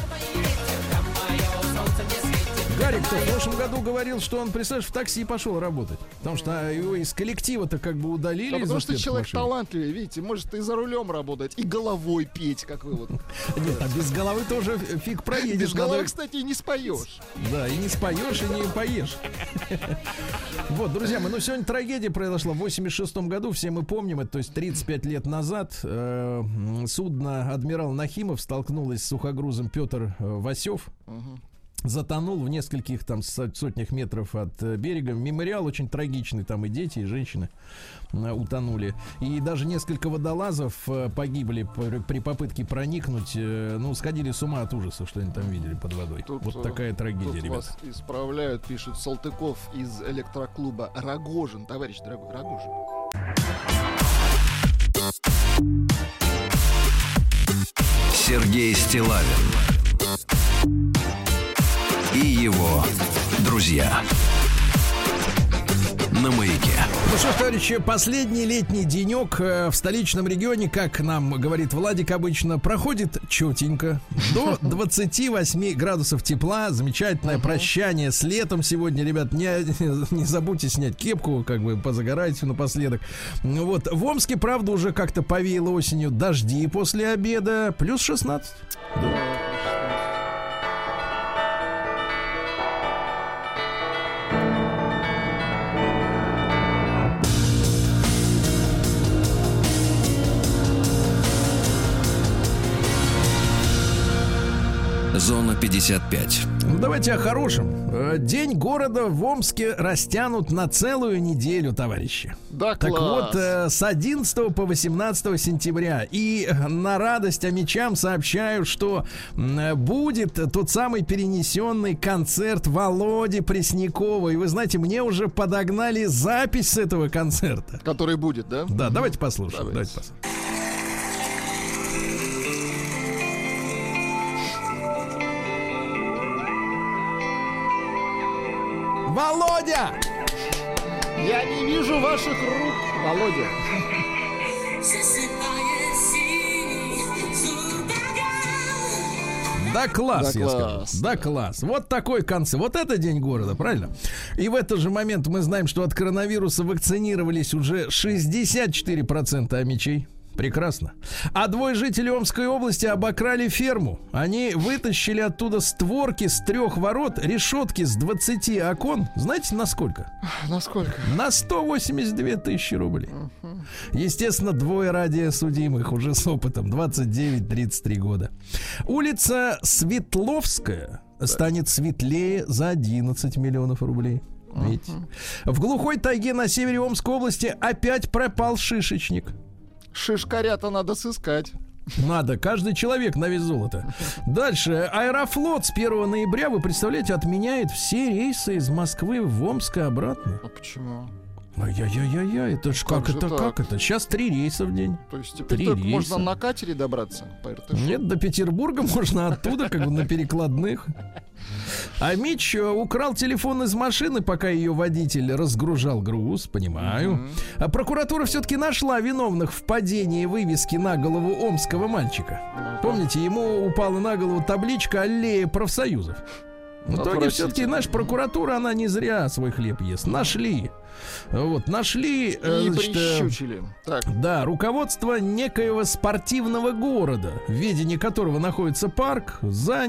Гарик-то в прошлом году говорил, что он, представляешь, в такси пошел работать. Потому что его из коллектива-то как бы удалили. Да, потому что человек талантливый, видите, может и за рулем работать, и головой петь, как вы вот. Нет, а без головы тоже фиг проедешь. Без головы, кстати, и не споешь. Да, и не споешь, и не поешь. Вот, друзья мои, ну сегодня трагедия произошла в 86-м году, все мы помним это, то есть 35 лет назад судно «Адмирал Нахимов» столкнулось с сухогрузом «Петр Васев». Затонул в нескольких там сотнях метров от берега. Мемориал очень трагичный, там и дети, и женщины утонули. И даже несколько водолазов погибли при попытке проникнуть. Ну, сходили с ума от ужаса, что они там видели под водой. Тут, вот такая трагедия, ребята. Вас исправляют, пишут Салтыков из электроклуба Рогожин. Товарищ дорогой, Рогожин. Сергей Стиллавин и его друзья на Маяке. Ну что ж, товарищи, последний летний денек в столичном регионе, как нам говорит Владик обычно, проходит четенько. До 28 градусов тепла. Замечательное прощание с летом сегодня. Ребят, не забудьте снять кепку, как бы позагорайте напоследок. Вот. В Омске, правда, уже как-то повеяло осенью. Дожди после обеда. Плюс 16. Зона 55. Ну, давайте о хорошем. День города в Омске растянут на целую неделю, товарищи. Да, Так класс. вот, с 11 по 18 сентября. И на радость омичам сообщаю, что будет тот самый перенесенный концерт Володи Преснякова. И вы знаете, мне уже подогнали запись с этого концерта. Который будет, да? Да, давайте послушаем. Давайте. Давайте послушаем. Володя! Я не вижу ваших рук, Володя. Да класс, Да я класс. скажу. Да класс. Вот такой концерт. Вот это день города, правильно? И в этот же момент мы знаем, что от коронавируса вакцинировались уже 64% омичей. Прекрасно. А двое жителей Омской области обокрали ферму. Они вытащили оттуда створки с 3 ворот, решетки с 20 окон. Знаете, на сколько? Насколько? На 182 тысячи рублей. Естественно, двое радиосудимых уже с опытом. 29-33 года. Улица Светловская станет светлее за 11 миллионов рублей. Видите? В глухой тайге на севере Омской области опять пропал шишечник. Шишкаря-то надо сыскать. Надо, каждый человек на вес золота. Дальше. Аэрофлот с 1 ноября, вы представляете, отменяет все рейсы из Москвы в Омск и обратно. А почему? Ай-яй-яй-яй, это ж Как как же это, так? как это? Сейчас 3 рейса в день. То есть теперь 3 только рейса. можно на катере добраться по РТШ? Нет, до Петербурга можно оттуда, как бы на перекладных. А Мич украл телефон из машины, пока ее водитель разгружал груз, понимаю. А прокуратура все-таки нашла виновных в падении вывески на голову омского мальчика. Помните, ему упала на голову табличка «Аллея профсоюзов». В итоге все-таки наша прокуратура, она не зря свой хлеб ест. Нашли. Вот, нашли... И значит, прищучили. Так. да, руководство некоего спортивного города, в ведении которого находится парк, за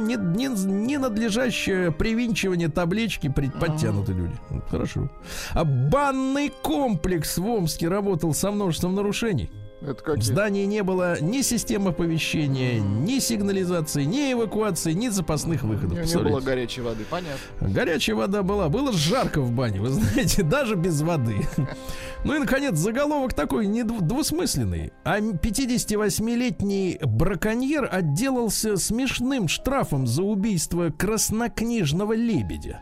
ненадлежащее привинчивание таблички подтянуты люди. Хорошо. А банный комплекс в Омске работал со множеством нарушений. Это В какие? здании не было ни системы оповещения, ни сигнализации, ни эвакуации, ни запасных выходов. Не было Представляете? горячей воды, понятно. Горячая вода была. Было жарко в бане, вы знаете, даже без воды. Ну и, наконец, заголовок такой недвусмысленный. А 58-летний браконьер отделался смешным штрафом за убийство краснокнижного лебедя.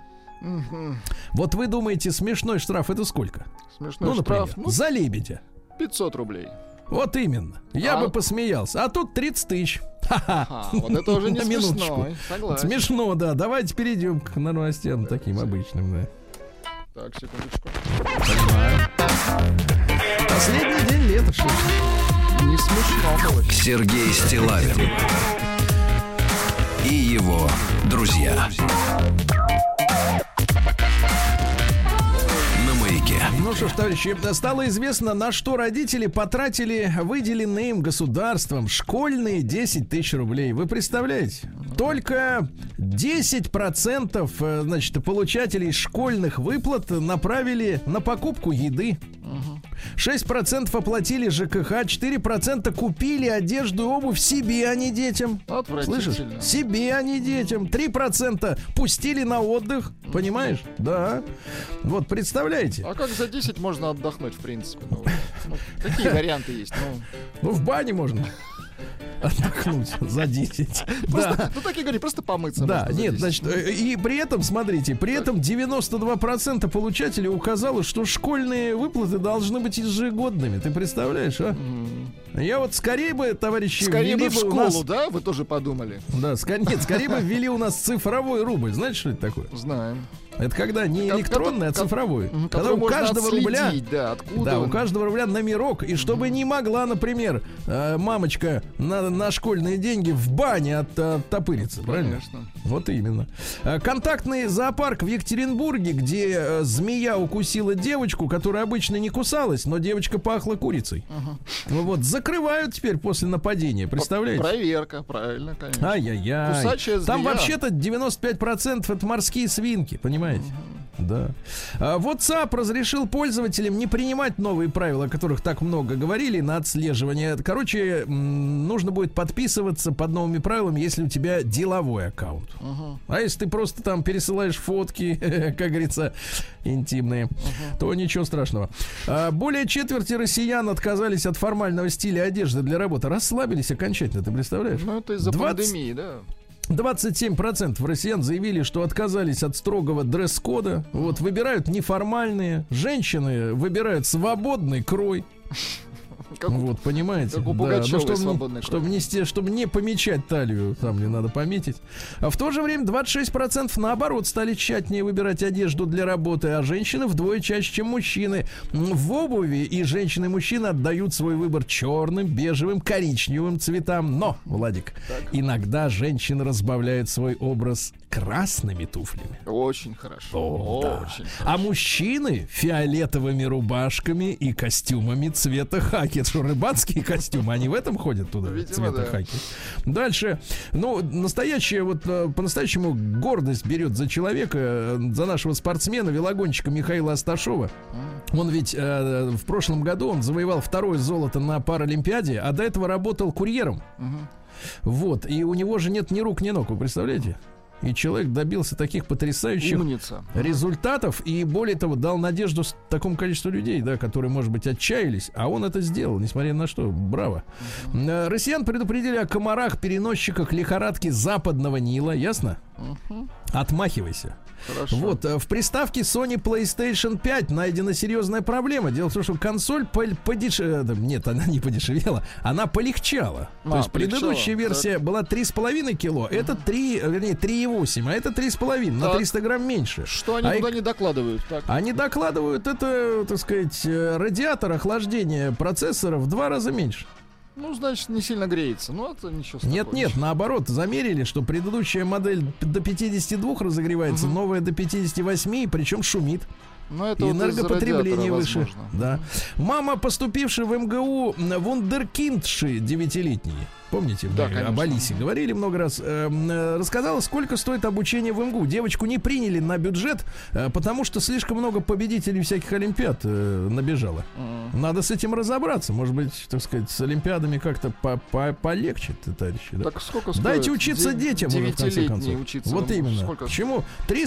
Вот вы думаете, смешной штраф это сколько? Смешной Ну, например, штраф. Ну, за лебедя. 500 рублей. Вот именно. Я А? бы посмеялся. А тут 30 тысяч. Ха-ха. Вот это уже не На минуточку. смешно. Согласен. Смешно, да. Давайте перейдем к новостям таким обычным, да. Так, секундочку. Последний день лета, что ли? Не смешно было. Сергей Стиллавин и его друзья. На маяке. Ну что ж, товарищи, стало известно, на что родители потратили выделенные им государством школьные 10 тысяч рублей. Вы представляете? Только 10% значит, получателей школьных выплат направили на покупку еды. 6% оплатили ЖКХ, 4% купили одежду и обувь себе, а не детям. Слышишь? Отвратительно. Себе, а не детям. 3% пустили на отдых. Понимаешь? Да. Вот, представляете? А как за 10 можно отдохнуть, в принципе? Какие варианты есть? Ну, в бане можно отдохнуть за 10. Да. Ну, так и говори, просто помыться. Да, можно за нет, 10. значит, и при этом, смотрите, при этом 92% получателей указало, что школьные выплаты должны быть ежегодными. Ты представляешь, а? Я вот скорее бы, товарищи, Скорее бы в ввели бы школу, у нас... да? Вы тоже подумали? Да, нет, скорее бы ввели у нас цифровой рубль. Знаете, что это такое? Знаем. Это когда не электронный, а цифровой. Когда у каждого рубля, да, откуда да, он? у каждого рубля номерок, и чтобы не могла, например, мамочка на школьные деньги в бане оттопыриться, правильно? Конечно. Вот именно. Контактный зоопарк в Екатеринбурге, где змея укусила девочку, которая обычно не кусалась, но девочка пахла курицей. Вот, закрывают теперь после нападения, представляете? Проверка, правильно, конечно. Ай-яй-яй. Кусачая Там змея. вообще-то 95% это морские свинки, понимаете? Да. WhatsApp разрешил пользователям не принимать новые правила, о которых так много говорили, на отслеживание. Короче, нужно будет подписываться под новыми правилами, если у тебя деловой аккаунт. А если ты просто там пересылаешь фотки, как говорится, интимные, то ничего страшного. Более четверти россиян отказались от формального стиля одежды для работы. Расслабились окончательно, ты представляешь? Ну, это из-за пандемии, да. 27% россиян заявили, что отказались от строгого дресс-кода. Вот, выбирают неформальные. Женщины выбирают свободный крой. Вот, понимаете? Как у Да, Пугачёвой свободный крой. чтобы не помечать талию, там не надо пометить. А в то же время 26% наоборот стали тщательнее выбирать одежду для работы, а женщины вдвое чаще, чем мужчины. В обуви и женщины, и мужчины отдают свой выбор черным, бежевым, коричневым цветам. Но, Владик, иногда женщины разбавляют свой образ красными туфлями. Очень хорошо. Очень хорошо. А мужчины фиолетовыми рубашками и костюмами цвета хаки. Это что, рыбацкие костюмы? Они в этом ходят туда? Видимо, цвета да. хаки. Дальше. Ну, настоящая, вот по-настоящему гордость берет за человека, за нашего спортсмена, велогонщика Михаила Асташова. Он ведь в прошлом году он завоевал 2-е золото на Паралимпиаде, а до этого работал курьером. Вот. И у него же нет ни рук, ни ног. Вы представляете? И человек добился таких потрясающих результатов и, более того, дал надежду такому количеству людей, да, которые, может быть, отчаялись, а он это сделал, несмотря на что. Браво. Россиян предупредили о комарах-переносчиках лихорадки западного Нила, ясно? Отмахивайся. Хорошо. Вот, в приставке Sony PlayStation 5 найдена серьезная проблема. Дело в том, что консоль подешевела. Нет, она не подешевела, она полегчала. То есть предыдущая версия была 3,5 кило, это 3,8, а это 3,5, на 300 грамм меньше. Что они туда не докладывают? Так. Они докладывают, это, так сказать, радиатор охлаждения процессора в 2 раза меньше. Ну, значит, не сильно греется. Ну, это ничего страшного. Нет, наоборот, замерили, что предыдущая модель до 52 разогревается, новая до 58, причем шумит. Но это и вот энергопотребление выше. возможно. Да. Мама, поступившая в МГУ вундеркиндши 9-летней, помните, Да, мы об Алисе говорили много раз, рассказала, сколько стоит обучение в МГУ. Девочку не приняли на бюджет, потому что слишком много победителей всяких олимпиад набежало. Надо с этим разобраться. Может быть, так сказать, с олимпиадами как-то полегче, товарищи. Да? Так сколько стоит? Дайте учиться детям уже, в конце концов. Учиться. Вот именно. Сколько? Почему?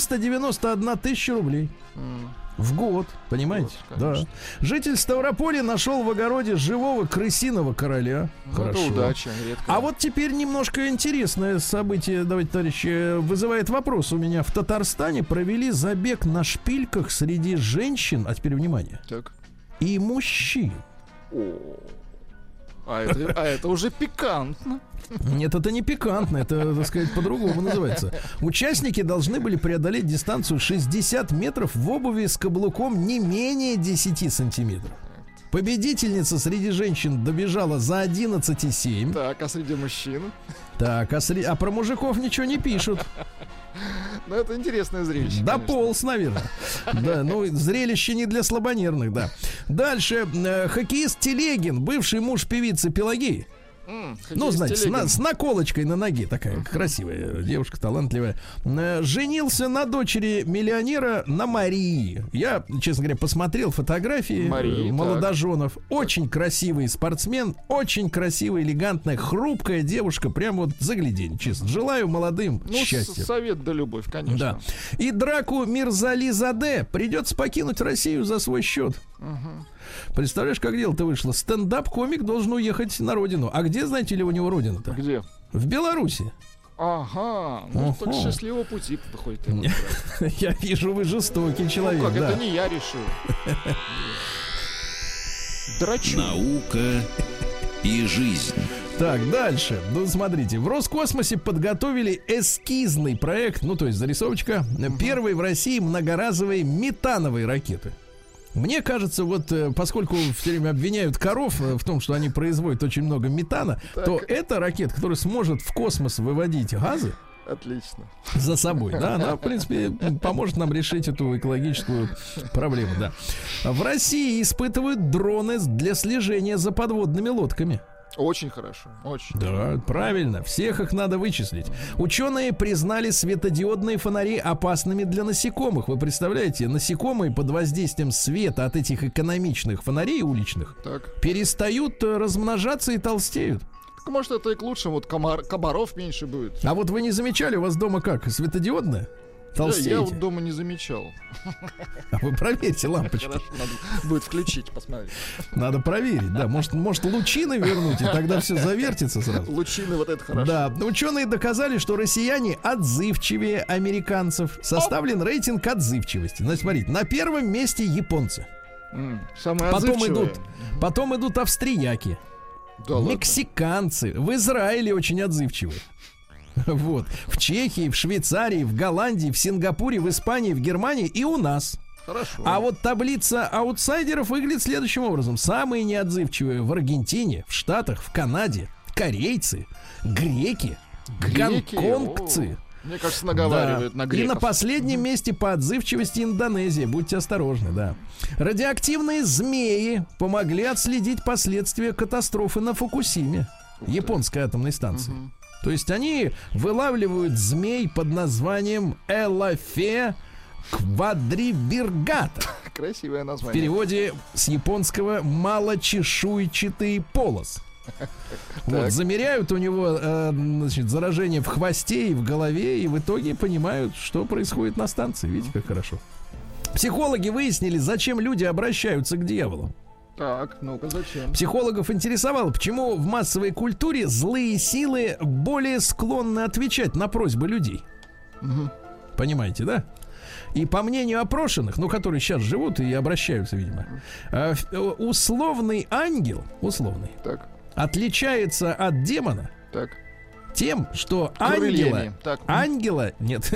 391 тысяча рублей. В год, понимаете? Вот, да. конечно. Житель Ставрополя нашел в огороде живого крысиного короля. Ну, Хорошо. это удача, редко. А вот теперь немножко интересное событие, давайте, товарищи, вызывает вопрос у меня. В Татарстане провели забег на шпильках среди женщин, а теперь внимание, Так. и мужчин. А это уже пикантно. Нет, это не пикантно, это, так сказать, по-другому называется. Участники должны были преодолеть дистанцию 60 метров в обуви с каблуком не менее 10 сантиметров. Победительница среди женщин добежала за 11,7. Так, а среди мужчин? Так, а про мужиков ничего не пишут. Ну, это интересное зрелище. Дополз, наверное. Да, ну, зрелище не для слабонервных, да. Дальше. Хоккеист Телегин, бывший муж певицы Пелагеи. Ну, знаете, с наколочкой на ноге. Такая красивая девушка, талантливая. Женился на дочери миллионера, на Марии. Я, честно говоря, посмотрел фотографии Марии, молодоженов. Очень красивый спортсмен, очень красивая, элегантная, хрупкая девушка. Прям вот загляденье, честно. Желаю молодым счастья. Совет да любовь, конечно. Да. И Драку Мирзализаде придется покинуть Россию за свой счет. Представляешь, как дело-то вышло? Стендап-комик должен уехать на родину. А где, знаете ли, у него родина-то? Где? В Беларуси. Ага, ну так счастливого пути выходит. Я вижу, вы жестокий человек. Как да. это не я решил. Драчу. Наука и жизнь. Так, дальше. Ну, смотрите, в Роскосмосе подготовили эскизный проект, ну, то есть зарисовочка, первой в России многоразовой метановой ракеты. Мне кажется, вот поскольку все время обвиняют коров в том, что они производят очень много метана, то эта ракета, которая сможет в космос выводить газы, Отлично. за собой, да, она, в принципе, поможет нам решить эту экологическую проблему, да. В России испытывают дроны для слежения за подводными лодками. Очень хорошо, очень. Да, правильно, всех их надо вычислить. Ученые признали светодиодные фонари опасными для насекомых. Вы представляете, насекомые под воздействием света от этих экономичных фонарей уличных перестают размножаться и толстеют. Так, может, это и к лучшему, вот комаров меньше будет. А вот вы не замечали, у вас дома как, светодиодная? Толстеете? Я вот дома не замечал. А вы проверьте лампочку. Хорошо, надо будет включить, посмотреть. Надо проверить, да. Может лучины вернуть, и тогда все завертится сразу. Лучины, вот это хорошо. Да, ученые доказали, что россияне отзывчивее американцев. Составлен рейтинг отзывчивости. Значит, смотрите, на первом месте японцы. Самые Потом идут австрияки, мексиканцы. В Израиле очень отзывчивые. Вот. В Чехии, в Швейцарии, в Голландии, в Сингапуре, в Испании, в Германии и у нас. Хорошо. А вот таблица аутсайдеров выглядит следующим образом. Самые неотзывчивые в Аргентине, в Штатах, в Канаде, корейцы, греки, гонконгцы. Мне кажется, наговаривают на греков. И на последнем месте по отзывчивости Индонезия. Будьте осторожны, да. Радиоактивные змеи помогли отследить последствия катастрофы на Фукусиме, японской атомной станции. То есть они вылавливают змей под названием Элафе квадрибергата. Красивое название. В переводе с японского малочешуйчатый полос. Вот, замеряют у него заражение в хвосте и в голове, и в итоге понимают, что происходит на станции. Видите, как хорошо. Психологи выяснили, зачем люди обращаются к дьяволу. Так, ну-ка, зачем? Психологов интересовало, почему в массовой культуре злые силы более склонны отвечать на просьбы людей. Понимаете, да? И по мнению опрошенных, ну, которые сейчас живут и обращаются, видимо, условный ангел, отличается от демона тем, что ангела, нет,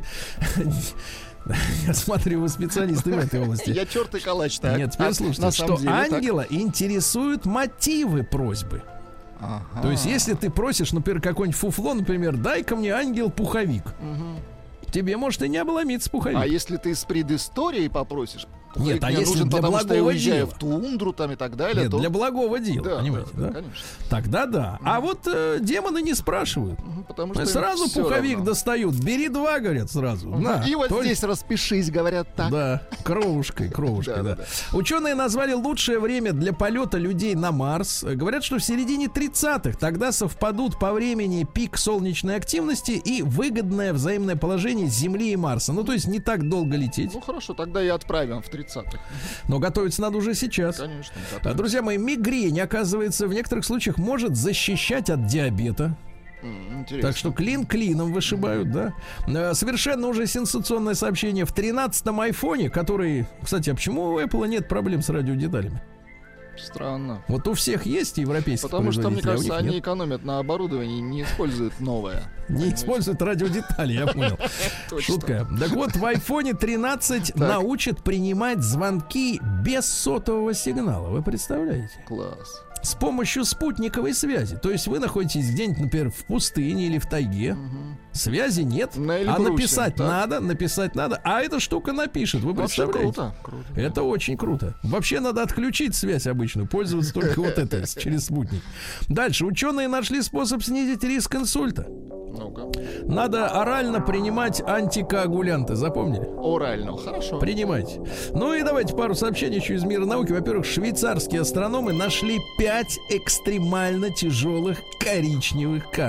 я смотрю, вы специалисты в этой области. Я тертый калач, так. Нет, теперь слушайте, что ангела интересуют мотивы просьбы. То есть, если ты просишь, например, какое-нибудь фуфло, например, дай-ка мне, ангел, пуховик. Тебе, может, и не обломиться пуховик. А если ты с предысторией попросишь? Нет, а если для благого дела? В тундру там и так далее. Нет, то... для благого дела, понимаете, да? Конечно. Тогда да. А вот демоны не спрашивают. Потому что сразу пуховик достают. Бери 2, говорят, сразу. На, и вот здесь распишись, говорят так. Да, кровушкой, да. Ученые назвали лучшее время для полета людей на Марс. Говорят, что в середине 30-х. Тогда совпадут по времени пик солнечной активности и выгодное взаимное положение Земли и Марса. Ну, то есть не так долго лететь. Ну, хорошо, тогда и отправим в 30-х. Но готовиться надо уже сейчас. Конечно. Друзья мои, мигрень, оказывается, в некоторых случаях может защищать от диабета. Интересно. Так что клин клином вышибают, да. Совершенно уже сенсационное сообщение. В 13-м айфоне, который... Кстати, а почему у Apple нет проблем с радиодеталями? Странно. Вот у всех есть европейские потому что, мне кажется, они нет. экономят на оборудовании, не используют новое. Не используют радиодетали, я понял. Шутка. Так вот, в iPhone 13 научат принимать звонки без сотового сигнала. Вы представляете? Класс. С помощью спутниковой связи. То есть вы находитесь где-нибудь, например, в пустыне или в тайге. Связи нет, а написать надо, а эта штука напишет. Вы представляете? Круто. Это очень круто. Вообще надо отключить связь обычную, пользоваться только вот этой через спутник. Дальше. Ученые нашли способ снизить риск инсульта. Ну-ка. Надо орально принимать антикоагулянты. Запомнили? Орально. Хорошо. Принимайте. Ну и давайте пару сообщений еще из мира науки. Во-первых, швейцарские астрономы нашли 5 экстремально тяжелых коричневых карликов.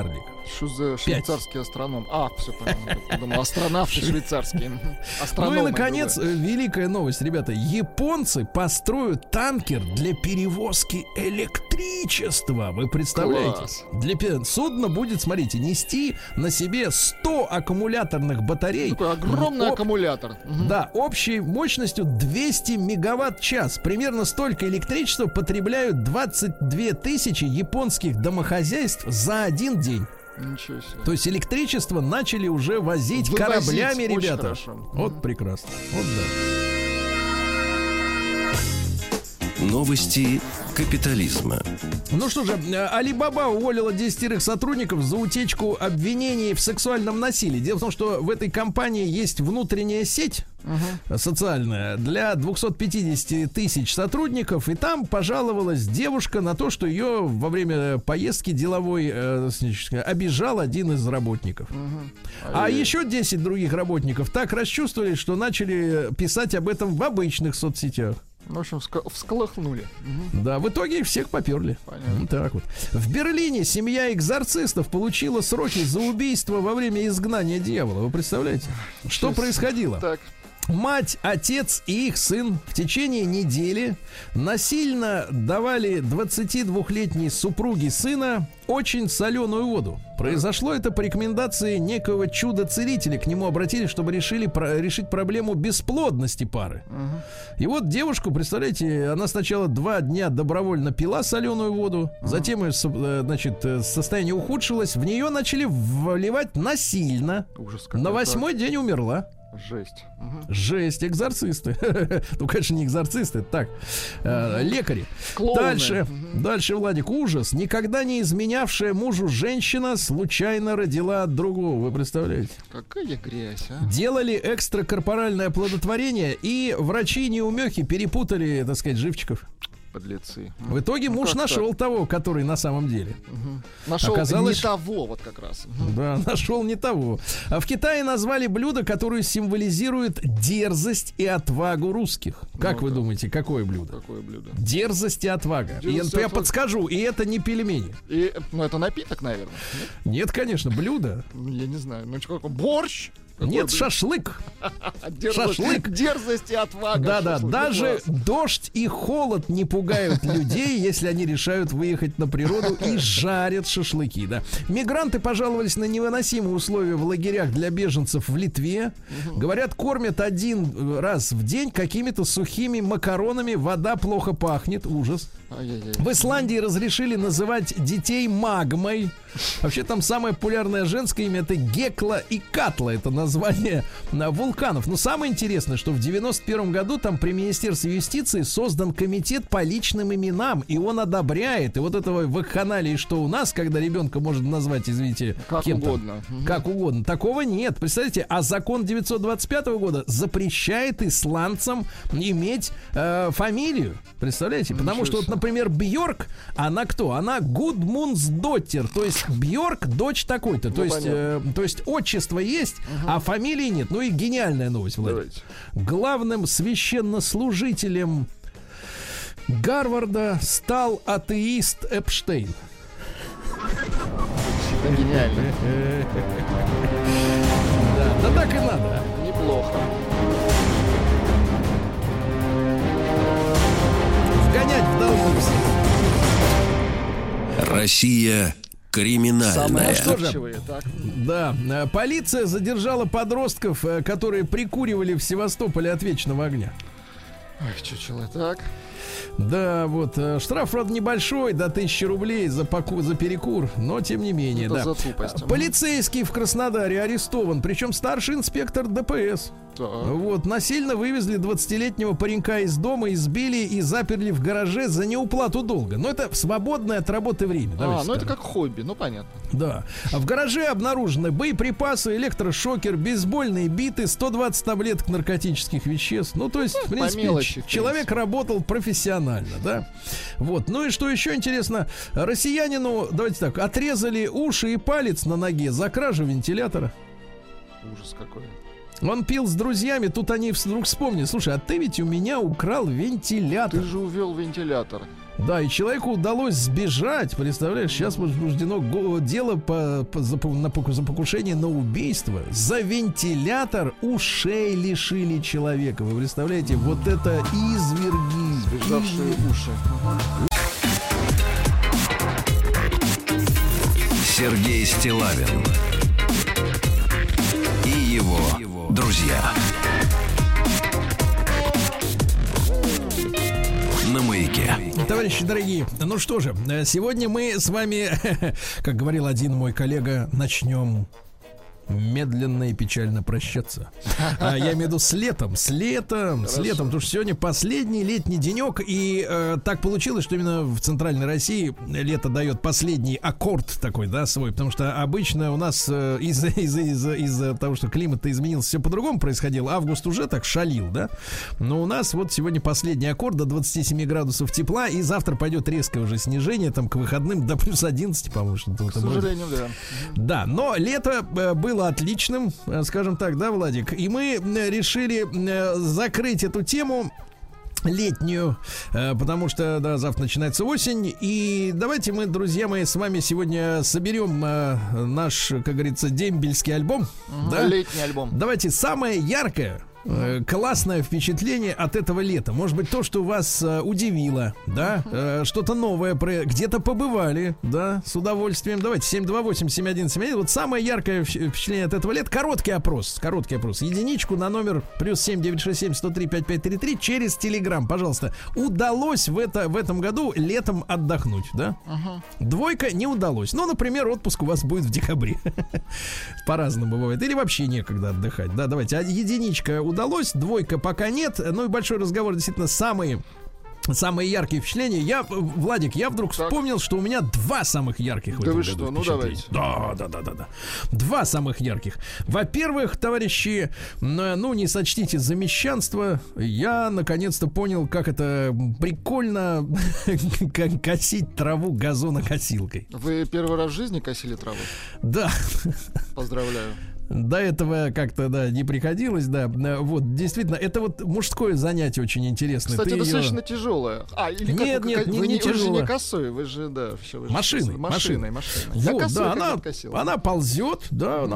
Что за швейцарский астроном? Все понятно. Я думал, астронавты швейцарские. Ну и, наконец, великая новость, ребята. Японцы построят танкер для перевозки электричества. Вы представляете? Судно будет, смотрите, нести на себе 100 аккумуляторных батарей. Такой огромный аккумулятор. Да, общей мощностью 200 мегаватт-час. Примерно столько электричества потребляют 22 тысячи японских домохозяйств за один день. Ничего себе. То есть электричество начали уже возить кораблями, ребята. Вот прекрасно. Вот да. Новости капитализма. Ну что же, Alibaba уволила 10 сотрудников за утечку обвинений в сексуальном насилии. Дело в том, что в этой компании есть внутренняя сеть социальная для 250 тысяч сотрудников, и там пожаловалась девушка на то, что ее во время поездки деловой обижал один из работников. А еще 10 других работников так расчувствовали, что начали писать об этом в обычных соцсетях. В общем, всколыхнули. Да, в итоге их всех поперли. Понятно. Так вот. В Берлине семья экзорцистов получила сроки за убийство во время изгнания дьявола. Вы представляете? Что происходило? Так. Мать, отец и их сын в течение недели насильно давали 22-летней супруге сына очень соленую воду. Произошло это по рекомендации некого чудо-целителя. К нему обратились, чтобы решить проблему бесплодности пары. И вот девушку, представляете, она сначала 2 дня добровольно пила соленую воду, затем ее, значит, состояние ухудшилось, в нее начали вливать насильно. Ужас, на 8-й день умерла. Жесть. Жесть, экзорцисты. Ну, конечно, не экзорцисты, так, лекари. Клоуны. Дальше, Владик, ужас. Никогда не изменявшая мужу женщина случайно родила от другого. Вы представляете? Какая грязь, а? Делали экстракорпоральное оплодотворение, и врачи-неумехи перепутали, так сказать, живчиков. Подлецы. В итоге муж нашел того, который на самом деле. Нашел Оказалось, не того, вот как раз. Да, нашел не того. А в Китае назвали блюдо, которое символизирует дерзость и отвагу русских. Как вы думаете, какое блюдо? Какое блюдо? Дерзость и отвага. Я подскажу, и это не пельмени. Это напиток, наверное. Нет, конечно, блюдо. Я не знаю. Ну, какой борщ? Нет, шашлык. Шашлык. Дерзость и отвага. Да-да, даже дождь и холод не пугают людей, если они решают выехать на природу и жарят шашлыки, да. Мигранты пожаловались на невыносимые условия в лагерях для беженцев в Литве. Говорят, кормят 1 раз в день какими-то сухими макаронами, вода плохо пахнет, ужас. В Исландии разрешили называть детей магмой. Вообще там самое популярное женское имя — это Гекла и Катла. Это название вулканов. Но самое интересное, что в 91 году там при Министерстве юстиции создан комитет по личным именам, и он одобряет. И вот этого вакханалии, что у нас, когда ребенка можно назвать, извините, как кем-то, угодно. как угодно. Такого нет. Представляете, а закон 925 года запрещает исландцам иметь фамилию. Представляете? Потому что, вот, например, Бьорк, она кто? Она Гудмунсдоттер, то есть Бьорк, дочь такой-то. То есть отчество есть, а фамилии нет. Ну и гениальная новость, Владимир. Главным священнослужителем Гарварда стал атеист Эпштейн. Это гениально. Да так и надо. Неплохо. Вгонять в долгу. Россия криминальная. Да, полиция задержала подростков, которые прикуривали в Севастополе от вечного огня. Ой, чучело, так. Да, вот, штраф, правда, небольшой, до 1000 рублей за перекур, но тем не менее, это да. За тупость. Полицейский в Краснодаре арестован, причем старший инспектор ДПС. Вот, насильно вывезли 20-летнего паренька из дома, избили и заперли в гараже за неуплату долга. Но это в свободное от работы время. Ну это как хобби, ну понятно. Да. А в гараже обнаружены боеприпасы, электрошокер, бейсбольные биты, 120 таблеток наркотических веществ. Ну, то есть, в принципе, человек работал профессионально, да. Вот. Ну и что еще интересно, россиянину, давайте так, отрезали уши и палец на ноге за кражу вентилятора. Ужас какой. Он пил с друзьями, тут они вдруг вспомнили: слушай, а ты ведь у меня украл вентилятор. Ты же увел вентилятор. Да, и человеку удалось сбежать, представляешь, сейчас возбуждено дело за покушение на убийство. За вентилятор ушей лишили человека. Вы представляете, вот это изверги. Сбежавшие уши. Сергей Стиллавин и его друзья. На маяке. Товарищи дорогие, ну что же, сегодня мы с вами, как говорил один мой коллега, начнем медленно и печально прощаться. Я имею в виду с летом, потому что сегодня последний летний денек, и так получилось, что именно в Центральной России лето дает последний аккорд такой, да, свой, потому что обычно у нас из-за того, что климат-то изменился, все по-другому происходило, август уже так шалил, да, но у нас вот сегодня последний аккорд до 27 градусов тепла, и завтра пойдет резкое уже снижение, там, к выходным до плюс 11, по-моему, что-то в этом роде. К сожалению, да. Да, но лето было отличным, скажем так, да, Владик? И мы решили закрыть эту тему летнюю, потому что, да, завтра начинается осень. И давайте мы, друзья мои, с вами сегодня соберем наш, как говорится, дембельский альбом. Да? Летний альбом. Давайте самое яркое, классное впечатление от этого лета. Может быть, то, что вас удивило, да, что-то новое, где-то побывали, да, с удовольствием. Давайте, 728-7171. Вот самое яркое впечатление от этого лета. Короткий опрос. Единичку на номер +7 967 103 5533 через Телеграм. Пожалуйста. Удалось в этом году летом отдохнуть, да? Двойка не удалось. Ну, например, отпуск у вас будет в декабре. По-разному бывает. Или вообще некогда отдыхать. Да, давайте. Единичка удалось, двойка пока нет. Ну и большой разговор, действительно, самые яркие впечатления. Владик, я вдруг вспомнил, что у меня два самых ярких в этом году впечатления. Ну давайте. Да. Два самых ярких. Во-первых, товарищи, ну не сочтите за мещанство, я наконец-то понял, как это прикольно косить траву газонокосилкой. Вы первый раз в жизни косили траву? Да. Поздравляю. До этого как-то, да, не приходилось, да. Вот, действительно, это вот мужское занятие очень интересное. Кстати, достаточно тяжелое. Нет, не тяжелое. Вы же не косой, вы же, да. Машиной. Вот, да, она ползет,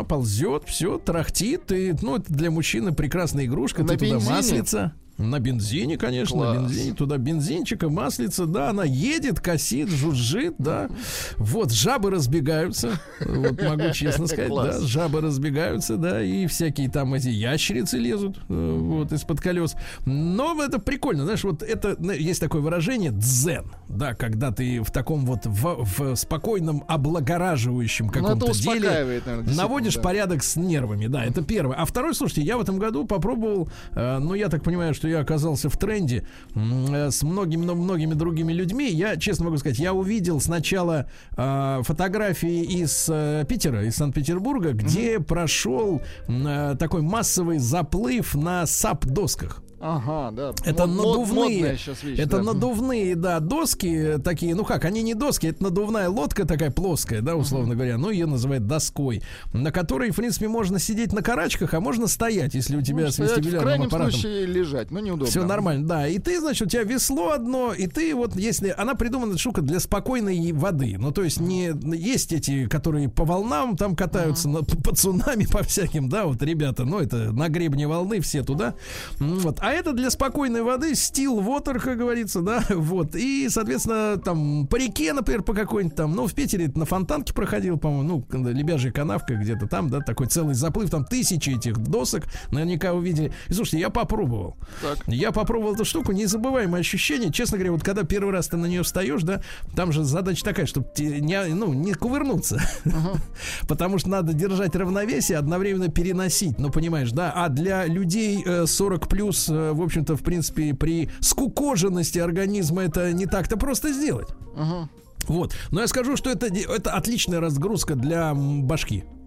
все, трахтит. И, ну, это для мужчины прекрасная игрушка. Ты туда маслица. На бензине, конечно, Класс. на бензине. Туда бензинчика, маслица, да, она едет, косит, жужжит, да. Вот, жабы разбегаются, вот могу честно сказать, да, жабы разбегаются, да, и всякие там эти ящерицы лезут, вот, из-под колес. Но это прикольно, знаешь, вот это, есть такое выражение дзен, да, когда ты в таком вот, в спокойном, облагораживающем каком-то деле наводишь порядок с нервами, да, это первое. А второе, слушайте, я в этом году попробовал, ну, я так понимаю, что я оказался в тренде с многими другими людьми. Я, честно могу сказать, я увидел сначала фотографии из Питера, из Санкт-Петербурга, где прошел такой массовый заплыв на САП-досках. Ага, да. Это надувные, вещь, это надувные, да, доски такие, ну как, они не доски, это надувная лодка такая плоская, да, условно говоря, ну ее называют доской, на которой, в принципе, можно сидеть на карачках, а можно стоять, если у тебя с вестибулярным аппаратом. В крайнем случае лежать, но неудобно. Все нормально, да, и ты, значит, у тебя весло одно, и ты вот, если, она придумана, штука для спокойной воды, ну то есть не, есть эти, которые по волнам там катаются, по цунами, по всяким, да, вот ребята, ну это на гребне волны, все туда, вот. А это для спокойной воды, still water, как говорится, да, вот. И, соответственно, там, по реке, например, по какой-нибудь там, ну, в Питере на Фонтанке проходил, по-моему, ну, Лебяжья канавка где-то там, да, такой целый заплыв, там тысячи этих досок, наверняка увидели. И, слушайте, я попробовал. Я попробовал эту штуку, незабываемое ощущение. Честно говоря, вот когда первый раз ты на нее встаешь, да, там же задача такая, чтобы не кувырнуться. Потому что надо держать равновесие, одновременно переносить, ну, понимаешь, да, а для людей 40+, в общем-то, в принципе, при скукоженности организма это не так-то просто сделать. Вот. Но я скажу, что это отличная разгрузка для башки.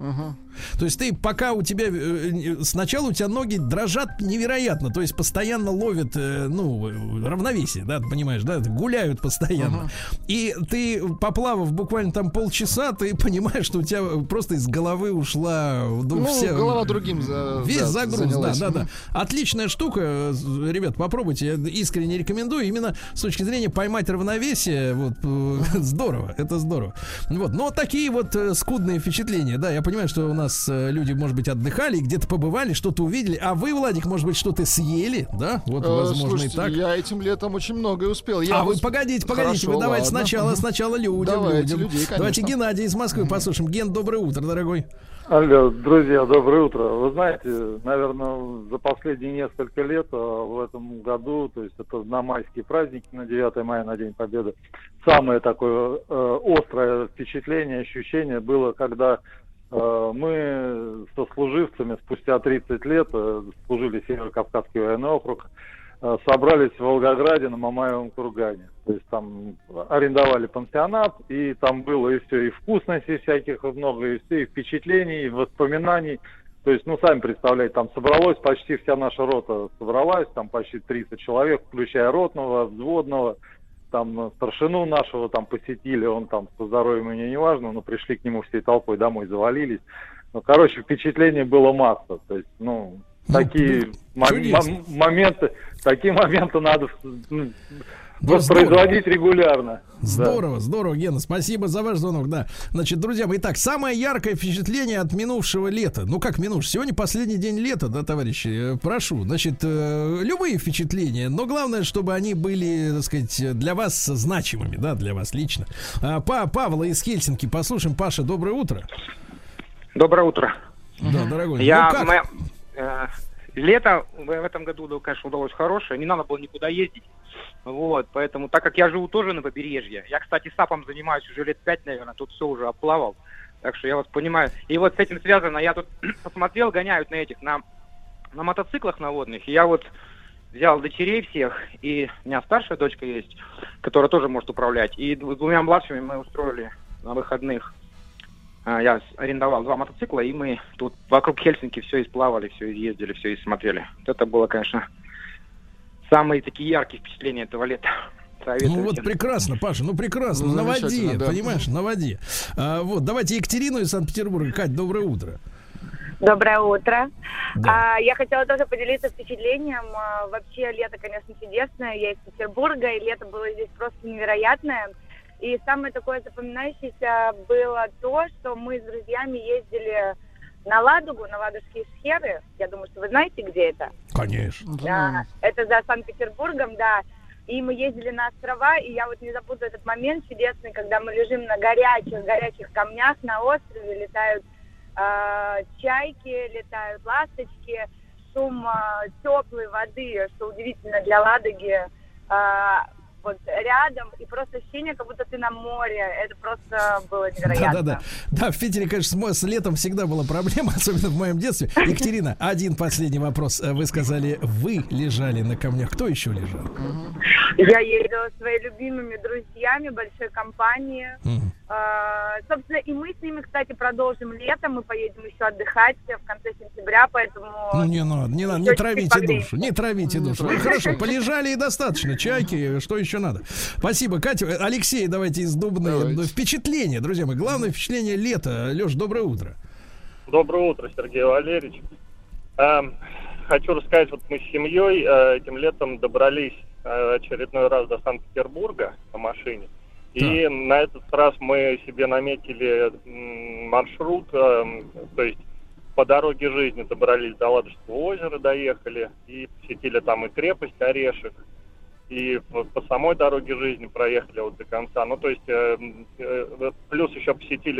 То есть ты пока у тебя сначала у тебя ноги дрожат невероятно, то есть постоянно ловят равновесие, да, ты понимаешь, да, гуляют постоянно. И ты, поплавав буквально там полчаса, ты понимаешь, что у тебя просто из головы ушла голова другим весь загруз, да. Отличная штука, ребят, попробуйте, я искренне рекомендую. Именно с точки зрения поймать равновесие, здорово, это здорово. Но такие вот скудные впечатления, да, я понимаю, что у нас люди, может быть, отдыхали, где-то побывали, что-то увидели, а вы, Владик, может быть, что-то съели, да? Вот, возможно, слушайте, и так. Я этим летом очень многое успел. Вы погодите, Хорошо, вы давайте ладно. сначала людям. Людей, давайте Геннадий из Москвы послушаем. Ген, доброе утро, дорогой. Алло, друзья, доброе утро. Вы знаете, наверное, за последние несколько лет в этом году, то есть это на майские праздники, на 9 мая, на День Победы, самое такое острое впечатление, ощущение было, когда мы со служивцами спустя 30 лет, служили Северо-Кавказский военный округ, собрались в Волгограде на Мамаевом кургане. То есть там арендовали пансионат, и там было и все, и вкусностей всяких много, и все, и впечатлений, и воспоминаний. То есть, сами представляете, там собралось почти вся наша рота собралась, там почти 30 человек, включая ротного, взводного, там старшину нашего там посетили, он там со здоровьем мне не важно, но пришли к нему всей толпой домой, завалились. Впечатлений было масса. То есть, такие моменты надо воспроизводить регулярно. Здорово, Гена, спасибо за ваш звонок, да. Значит, друзья мои, самое яркое впечатление от минувшего лета. Как минувшего? Сегодня последний день лета, да, товарищи? Прошу, значит, любые впечатления, но главное, чтобы они были, так сказать, для вас значимыми, да, для вас лично. Павла из Хельсинки послушаем. Паша, доброе утро. Доброе утро. Да, дорогой. Лето в этом году, конечно, удалось хорошее. Не надо было никуда ездить. Поэтому, так как я живу тоже на побережье, я, кстати, САПом занимаюсь уже лет 5, наверное, тут все уже обплавал. Так что я вас понимаю. И с этим связано, я тут посмотрел, гоняют на мотоциклах наводных. И я взял дочерей всех, и у меня старшая дочка есть, которая тоже может управлять. И двумя младшими мы устроили на выходных. Я арендовал 2 мотоцикла, и мы тут вокруг Хельсинки все исплавали, все изъездили, все исмотрели. Это было, конечно, самые такие яркие впечатления этого лета. Советую всем. Прекрасно, Паша, прекрасно. На воде, да. Понимаешь, на воде. Давайте Екатерину из Санкт-Петербурга. Кать, доброе утро. Доброе утро. Да. Я хотела тоже поделиться впечатлением. Вообще, лето, конечно, чудесное. Я из Петербурга, и лето было здесь просто невероятное. И самое такое запоминающееся было то, что мы с друзьями ездили на Ладогу, на Ладожские схеры. Я думаю, что вы знаете, где это? Конечно. Да, это за Санкт-Петербургом, да. И мы ездили на острова, и я не забуду этот момент чудесный, когда мы лежим на горячих камнях на острове, летают чайки, летают ласточки, шум теплой воды, что удивительно для Ладоги, рядом, и просто ощущение, как будто ты на море. Это просто было невероятно. Да, в Питере, конечно, с летом всегда была проблема, особенно в моем детстве. Екатерина, один последний вопрос. Вы сказали, вы лежали на камнях. Кто еще лежал? Я ездила со своими любимыми друзьями, большой компанией. Собственно, и мы с ними, кстати, продолжим летом. Мы поедем еще отдыхать в конце сентября, поэтому... Не надо, не травите душу. Не травите душу. Хорошо, полежали и достаточно. Чайки, что еще надо? Спасибо, Катя. Алексей, давайте из Дубны. Впечатление, друзья мои. Главное впечатление лета. Леш, доброе утро. Доброе утро, Сергей Валерьевич. Хочу рассказать, мы с семьей этим летом добрались очередной раз до Санкт-Петербурга на машине. И на этот раз мы себе наметили маршрут, то есть по дороге жизни добрались до Ладожского озера, доехали, и посетили там и крепость Орешек, и по самой дороге жизни проехали до конца. То есть плюс еще посетили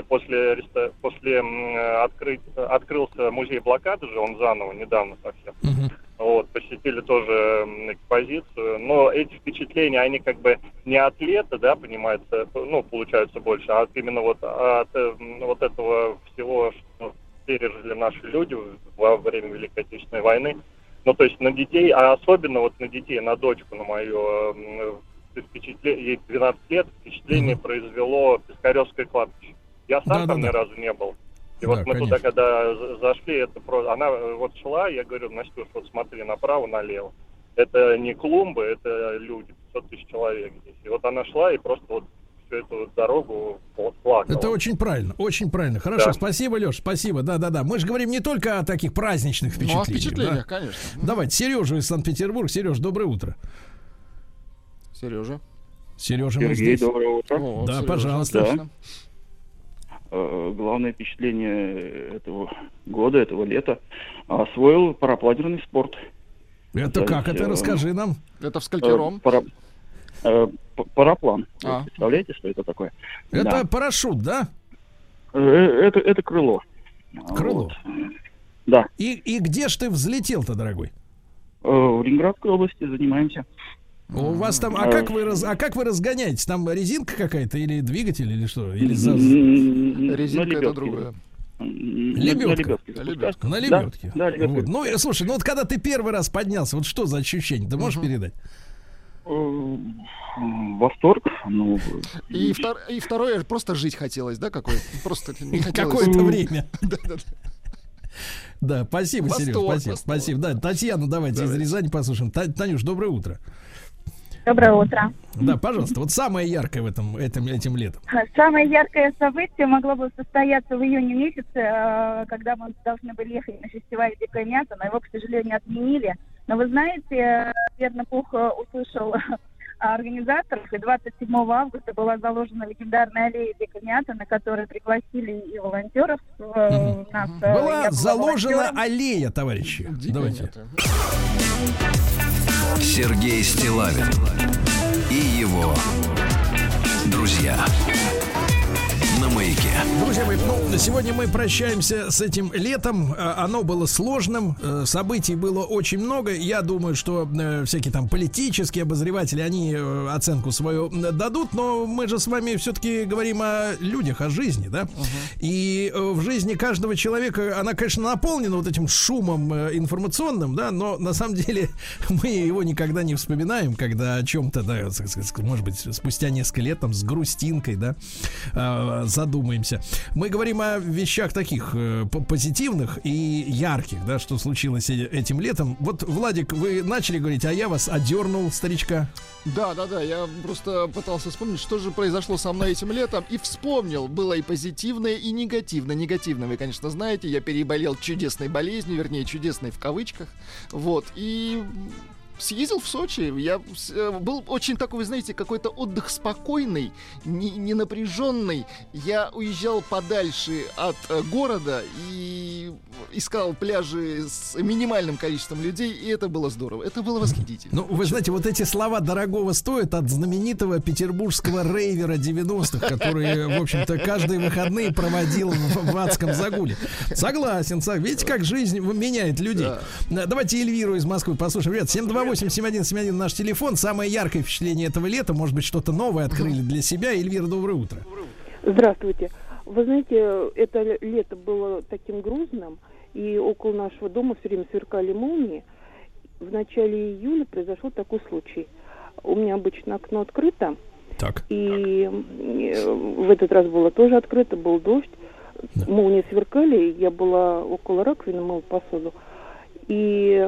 открылся музей блокады же, он заново, недавно совсем. Посетили тоже экспозицию, но эти впечатления, они не от лета, да, понимается, получаются больше, а именно от этого всего, что пережили наши люди во время Великой Отечественной войны. То есть на детей, а особенно на детей, на дочку, на мою, впечатление, ей 12 лет, впечатление произвело Пискаревское кладбище. Я сам там ни разу не был. И вот Да, мы конечно. туда, когда зашли, это просто... Она вот шла, я говорю, Настюш, вот смотри направо, налево. Это не клумбы, это люди, 500 тысяч человек здесь. И вот она шла и просто вот всю эту дорогу плакала. Это очень правильно, очень правильно. Хорошо, Да. спасибо, Леш, спасибо. Да. Мы же говорим не только о таких праздничных Ну, о впечатлениях. впечатлениях, да. конечно. Давайте, Сережа из Санкт-Петербурга. Сереж, доброе утро. Сережа. Сережа, мы Сергей, здесь. доброе утро. О, Да, Сережа, пожалуйста. отлично. Главное впечатление этого года, этого лета, освоил парапланерный спорт. Это как? Это расскажи нам. Это в скалькером. Параплан. А. Вы представляете, что это такое? Это Да. парашют, да? Это крыло. Крыло. Вот. Да. И где ж ты взлетел-то, дорогой? В Ленинградской области занимаемся. У вас там, а как вы разгоняетесь? Там резинка какая-то или двигатель или что? Или Резинка это другое. Лебедка. На лебедке. Да, лебедка. Вот. Ну, слушай, ну вот когда ты первый раз поднялся, вот что за ощущение? Ты можешь передать? Восторг. Ну, И второе, просто жить хотелось, да, какой? Просто не хотелось. Какое-то время. Да. Да, спасибо, Сереж, Восторг. спасибо. Да, Татьяну давайте из Рязани послушаем. Танюш, доброе утро. Доброе утро. Да, пожалуйста, вот самое яркое этим летом. Самое яркое событие могло бы состояться в июне месяце, когда мы должны были ехать на фестиваль «Дикое мясо», но его, к сожалению, отменили. Но вы знаете, верно, Пух услышал организаторов, и 27 августа была заложена легендарная аллея «Дикое мясо», на которой пригласили и волонтеров. Была заложена аллея, товарищи. Давайте. Сергей Стиллавин и его друзья на Маяке. Друзья мои, сегодня мы прощаемся с этим летом. Оно было сложным, событий было очень много. Я думаю, что всякие там политические обозреватели, они оценку свою дадут, но мы же с вами все-таки говорим о людях, о жизни, да? И в жизни каждого человека она, конечно, наполнена вот этим шумом информационным, да, но на самом деле мы его никогда не вспоминаем, когда о чем-то, да, может быть, спустя несколько лет там с грустинкой, да, задумаемся. Мы говорим о вещах таких позитивных и ярких, да, что случилось этим летом. Вот, Владик, вы начали говорить, а я вас одернул, старичка. Да, я просто пытался вспомнить, что же произошло со мной этим летом, и вспомнил, было и позитивное, и негативное. Негативное, вы, конечно, знаете, я переболел чудесной болезнью, вернее, чудесной в кавычках, вот, и съездил в Сочи. Я был очень такой, вы знаете, какой-то отдых спокойный, не напряженный. Я уезжал подальше от города и искал пляжи с минимальным количеством людей, и это было здорово. Это было восхитительно. Ну, вы знаете, вот эти слова дорогого стоят от знаменитого петербургского рейвера 90-х, который, в общем-то, каждые выходные проводил в адском загуле. Согласен. Видите, как жизнь меняет людей. Да. Давайте Эльвиру из Москвы послушаем. Ребят, 728-7171 наш телефон. Самое яркое впечатление этого лета. Может быть, что-то новое открыли для себя. Эльвира, доброе утро. Здравствуйте. Вы знаете, это лето было таким грузным, и около нашего дома все время сверкали молнии. В начале июля произошел такой случай. У меня обычно окно открыто, и в этот раз было тоже открыто, был дождь, молнии сверкали, я была около раковины, мыла посуду, и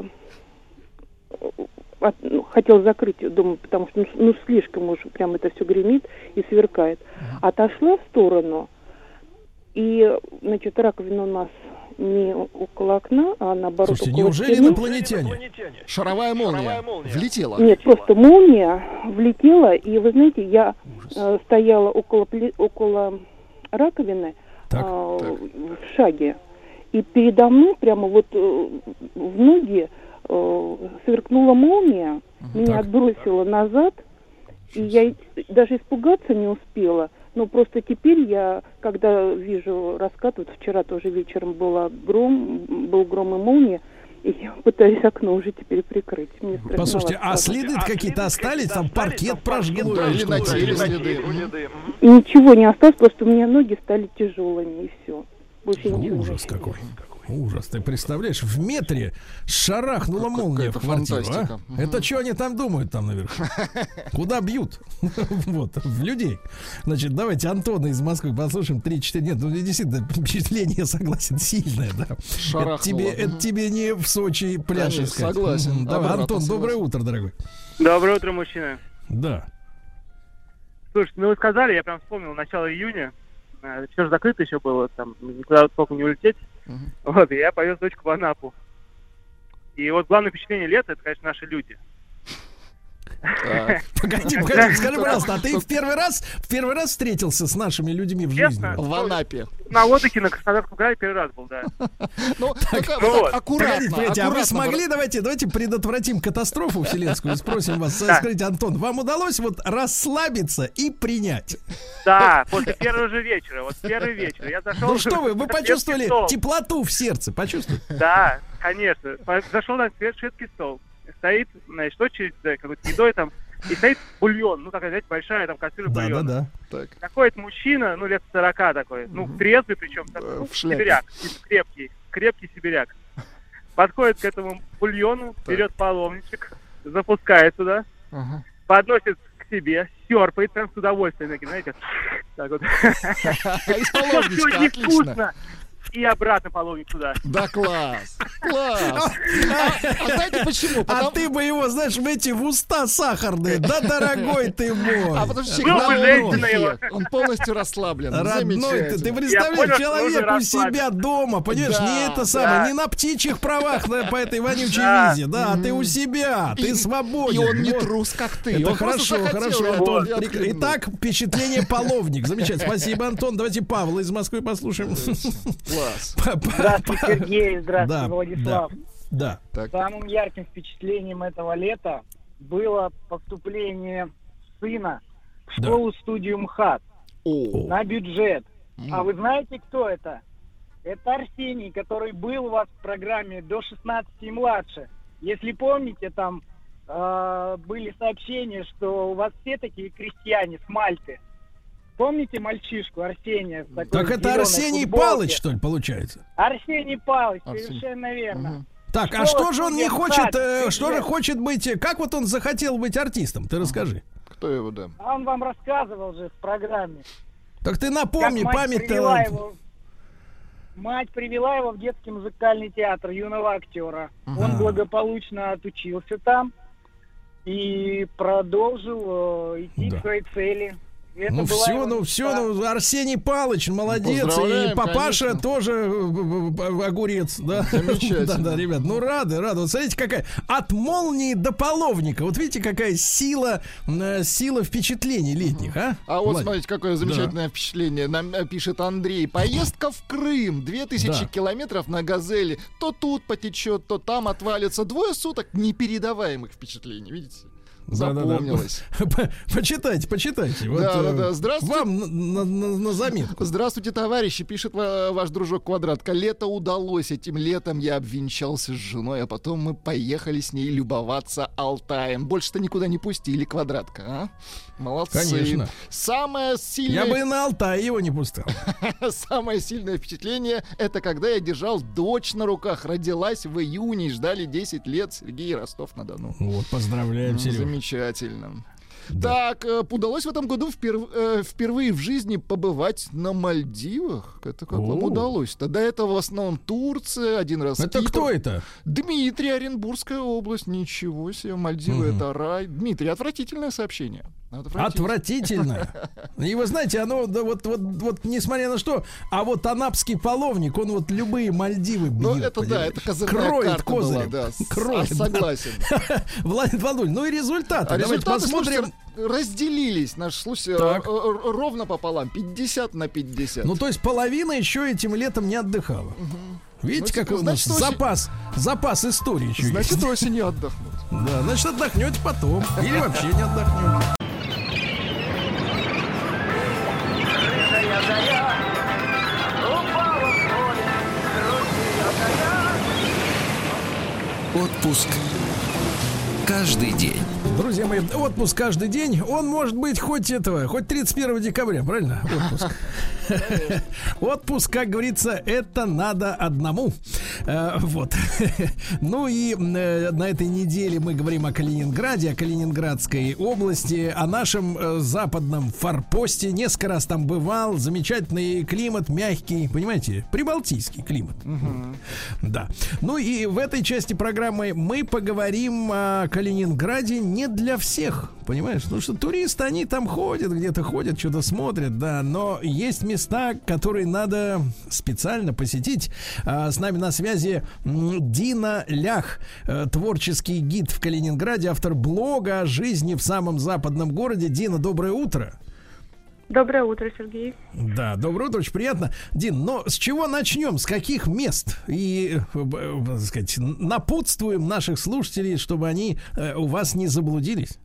хотела закрыть дом, потому что слишком уж прям это все гремит и сверкает. Отошла в сторону, и, значит, раковина у нас не около окна, а наоборот. Слушайте, около неужели стены. инопланетяне? Шаровая молния влетела? Нет, просто молния влетела, и вы знаете, я стояла около раковины в шаге, и передо мной прямо вот в ноги сверкнула молния, меня отбросила назад, и я даже испугаться не успела. Но просто теперь я, когда вижу раскат, вот вчера тоже вечером был гром и молния, и я пытаюсь окно уже теперь прикрыть. Мне послушайте, а следы какие-то остались? Там паркет прожгло? Да, или на теле следы. Ничего не осталось, просто у меня ноги стали тяжелыми, и все. Больше ничего. Ужас какой. Ужас, ты представляешь, в метре шарахнула молния в квартиру, а? Это что они там думают там наверху? Куда бьют? Вот, в людей. Значит, давайте Антона из Москвы послушаем. 3-4, нет, ну действительно, впечатление, согласен, сильное, да. Это тебе не в Сочи пляж искать. Согласен. Давай, Антон, доброе утро, дорогой. Доброе утро, мужчина. Да. Слушайте, ну вы сказали, я прям вспомнил начало июня. Все же закрыто еще было, там никуда толком не улететь. Вот, и я повез дочку в Анапу. И вот главное впечатление лета, это, конечно, наши люди. Погоди, скажи, пожалуйста, а ты в первый раз встретился с нашими людьми в жизни? В Анапе. На отдыхе на Краснодарском крае первый раз был, да. Ну, аккуратно. А вы смогли, давайте предотвратим катастрофу вселенскую, спросим вас, скажите, Антон, вам удалось вот расслабиться и принять? Да, после первого же вечера, вот первый вечер я зашел... Ну что вы почувствовали теплоту в сердце, почувствовали? Да, конечно, зашел на шведский стол. Стоит, значит, очередь за какой-то едой там, и стоит бульон, ну, такая, знаете, большая там кастрюля бульона. Да. Заходит мужчина, ну, лет 40 такой, ну, трезвый причем, такой, сибиряк, крепкий сибиряк. Подходит к этому бульону, берет половничек, запускает туда, подносит к себе, серпает прям с удовольствием, знаете, так вот. Из половничка, отлично. И обратно половник туда. Да, класс. А знаете почему? А ты бы его, знаешь, в уста сахарные. Да, дорогой ты мой. А потому что человек он полностью расслаблен. Родной ты представляешь, человек у себя дома, понимаешь, не это самое, не на птичьих правах по этой вонючей визе, да, а ты у себя, ты свободен. И он не трус, как ты. Это хорошо, Антон. Итак, впечатление половник. Замечательно. Спасибо, Антон. Давайте Павла из Москвы послушаем. Здравствуйте, Сергей, здравствуйте, Владислав. Да. Самым ярким впечатлением этого лета было поступление сына в школу-студию МХАТ на бюджет. А вы знаете, кто это? Это Арсений, который был у вас в программе до 16 и младше. Если помните, там были сообщения, что у вас все такие крестьяне с Мальты. Помните мальчишку Арсения? Так это Арсений Палыч, что ли, получается? Арсений Палыч, совершенно верно. Так, а что же он не хочет, что же хочет быть, как вот он захотел быть артистом? Ты расскажи. Кто его, да? А он вам рассказывал же в программе. Так ты напомни, память-то... Мать привела его в детский музыкальный театр юного актера. Он благополучно отучился там и продолжил идти к своей цели. Все, Арсений Палыч молодец, и папаша конечно. Тоже огурец, да. Замечательно. Да, ребят, рады. Вот смотрите, какая от молнии до половника. Вот видите, какая сила впечатлений летних, а? А вот смотрите, какое замечательное впечатление. Нам пишет Андрей. Поездка в Крым, 2000 километров на «Газели». То тут потечет, то там отвалится. 2 суток непередаваемых впечатлений, видите? Запомнилось. Почитайте. Да. Здравствуйте. Вам на заметку. Здравствуйте, товарищи, пишет ваш дружок Квадратка. Лето удалось. Этим летом я обвенчался с женой, а потом мы поехали с ней любоваться Алтаем. Больше-то никуда не пустили, Квадратка, а? Молодцы. Конечно. Самое сильное... Я бы и на Алтай его не пустил. Самое сильное впечатление — это когда я держал дочь на руках. Родилась в июне и ждали 10 лет. Сергей, Ростов-на-Дону. Вот, поздравляем, Серега. Замечательно. Да. Так, удалось в этом году впервые в жизни побывать на Мальдивах. Это как вам удалось-то? До этого в основном Турция, один раз Это Кипр. Кто это? Дмитрий, Оренбургская область. Ничего себе, Мальдивы это рай. Дмитрий, отвратительное сообщение. Отвратительно. И вы знаете, оно вот несмотря на что, а вот анапский половник, он вот любые Мальдивы бьет. Ну это да, это козырная карта козырем. Была, да. Кроет, согласен. Владимир, ну и результаты. Давайте посмотрим. Разделились, наш слушай, ровно пополам, 50/50. Ну то есть половина еще этим летом не отдыхала. Видите, как у нас запас истории еще есть. Значит, осенью отдохнуть. Да, значит, отдохнете потом. Или вообще не отдохнете. Отпуск каждый день. Друзья мои, отпуск каждый день, он может быть хоть 31 декабря, правильно? Отпуск. Отпуск, как говорится, это надо одному. Вот. Ну и на этой неделе мы говорим о Калининграде, о Калининградской области, о нашем западном форпосте. Несколько раз там бывал. Замечательный климат, мягкий, понимаете, прибалтийский климат. Да. Ну и в этой части программы мы поговорим о Калининграде не для всех, понимаешь? Потому что туристы, они там ходят, где-то ходят, что-то смотрят, да, но есть места, которые надо специально посетить. С нами на связи Дина Лях, творческий гид в Калининграде, автор блога о жизни в самом западном городе. Дина, доброе утро. Доброе утро, Сергей. Да, доброе утро, очень приятно. Дин, но с чего начнем? С каких мест? И, так сказать, напутствуем наших слушателей, чтобы они у вас не заблудились.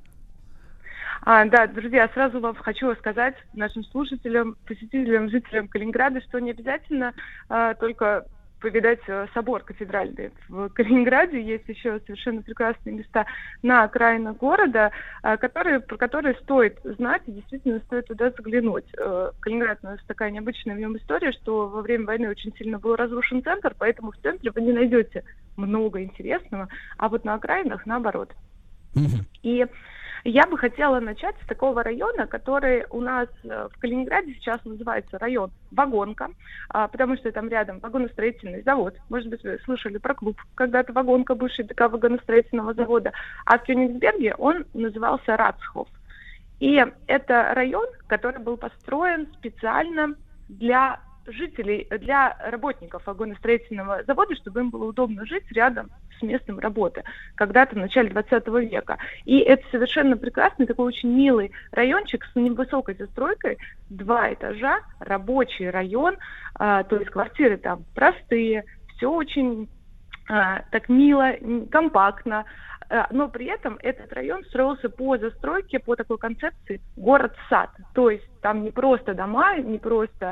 Да, друзья, сразу вам хочу сказать нашим слушателям, посетителям, жителям Калининграда, что не обязательно только повидать собор кафедральный. В Калининграде есть еще совершенно прекрасные места на окраинах города, про которые стоит знать и действительно стоит туда заглянуть. Калининград у нас такая необычная в нем история, что во время войны очень сильно был разрушен центр, поэтому в центре вы не найдете много интересного, а вот на окраинах наоборот. И я бы хотела начать с такого района, который у нас в Калининграде сейчас называется район Вагонка, потому что там рядом вагоностроительный завод. Может быть, вы слышали про клуб когда-то Вагонка, бывший ДК вагоностроительного завода. А в Кёнигсберге он назывался Рацхоф. И это район, который был построен специально для жителей, для работников вагоностроительного завода, чтобы им было удобно жить рядом с местом работы, когда-то в начале 20 века. И это совершенно прекрасный, такой очень милый райончик с невысокой застройкой, 2 этажа, рабочий район, то есть квартиры там простые, все очень так мило, компактно, но при этом этот район строился по застройке, по такой концепции город-сад. То есть там не просто дома, не просто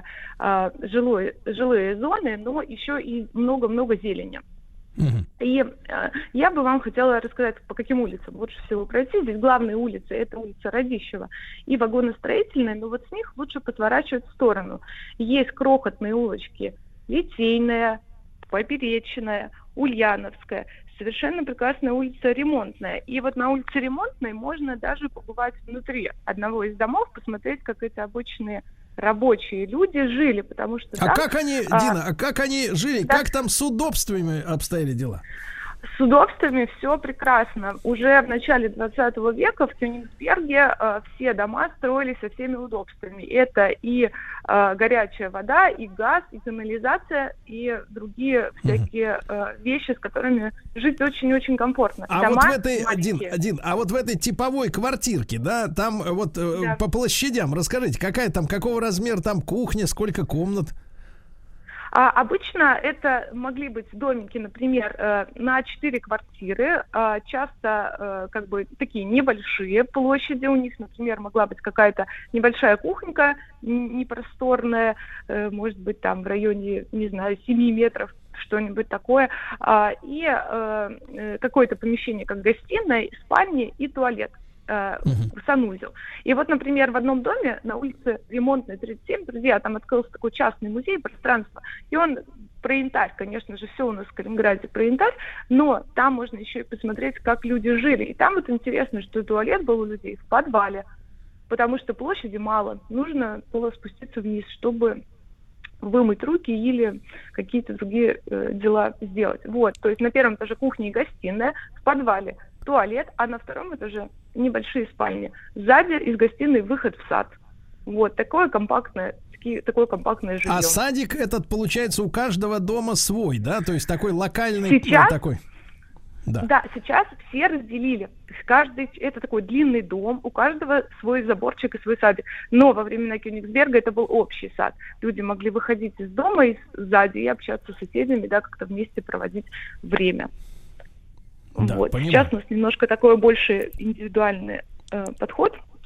жилые зоны, но еще и много-много зелени. И я бы вам хотела рассказать, по каким улицам лучше всего пройти. Здесь главные улицы — это улица Радищева и Вагоностроительная, но вот с них лучше подворачивать в сторону. Есть крохотные улочки: Литейная, Поперечная, Ульяновская. Совершенно прекрасная улица Ремонтная. И вот на улице Ремонтной можно даже побывать внутри одного из домов, посмотреть, как это обычные рабочие люди жили, потому что... Как они, Дина, как они жили? Да. Как там с удобствами обстояли дела? С удобствами все прекрасно. Уже в начале 20 века в Кёнигсберге все дома строились со всеми удобствами. Это и горячая вода, и газ, и канализация, и другие всякие вещи, с которыми жить очень-очень комфортно. А дома вот в этой, Дин, а вот в этой типовой квартирке, да, там вот по площадям расскажите, какая там, какого размера там кухня, сколько комнат? Обычно это могли быть домики, например, на 4 квартиры, часто как бы такие небольшие площади у них, например, могла быть какая-то небольшая кухонька, непросторная, может быть, там в районе, не знаю, 7 метров, что-нибудь такое, и какое-то помещение, как гостиная, спальня и туалет. Санузел. И вот, например, в одном доме на улице Ремонтной, 37, друзья, там открылся такой частный музей пространства, и он про янтарь, конечно же, все у нас в Калининграде про янтарь, но там можно еще и посмотреть, как люди жили. И там вот интересно, что туалет был у людей в подвале, потому что площади мало, нужно было спуститься вниз, чтобы вымыть руки или какие-то другие дела сделать. Вот, то есть на первом этаже кухня и гостиная, в подвале туалет, а на втором этаже небольшие спальни. Сзади из гостиной выход в сад. Вот, такое компактное жилье. А садик этот, получается, у каждого дома свой, да? То есть такой локальный... Сейчас, такой... Да, сейчас все разделили. Каждый, это такой длинный дом, у каждого свой заборчик и свой садик. Но во времена Кёнигсберга это был общий сад. Люди могли выходить из дома и сзади и общаться с соседями, да, как-то вместе проводить время. Да, вот. Сейчас у нас немножко такой больше индивидуальный подход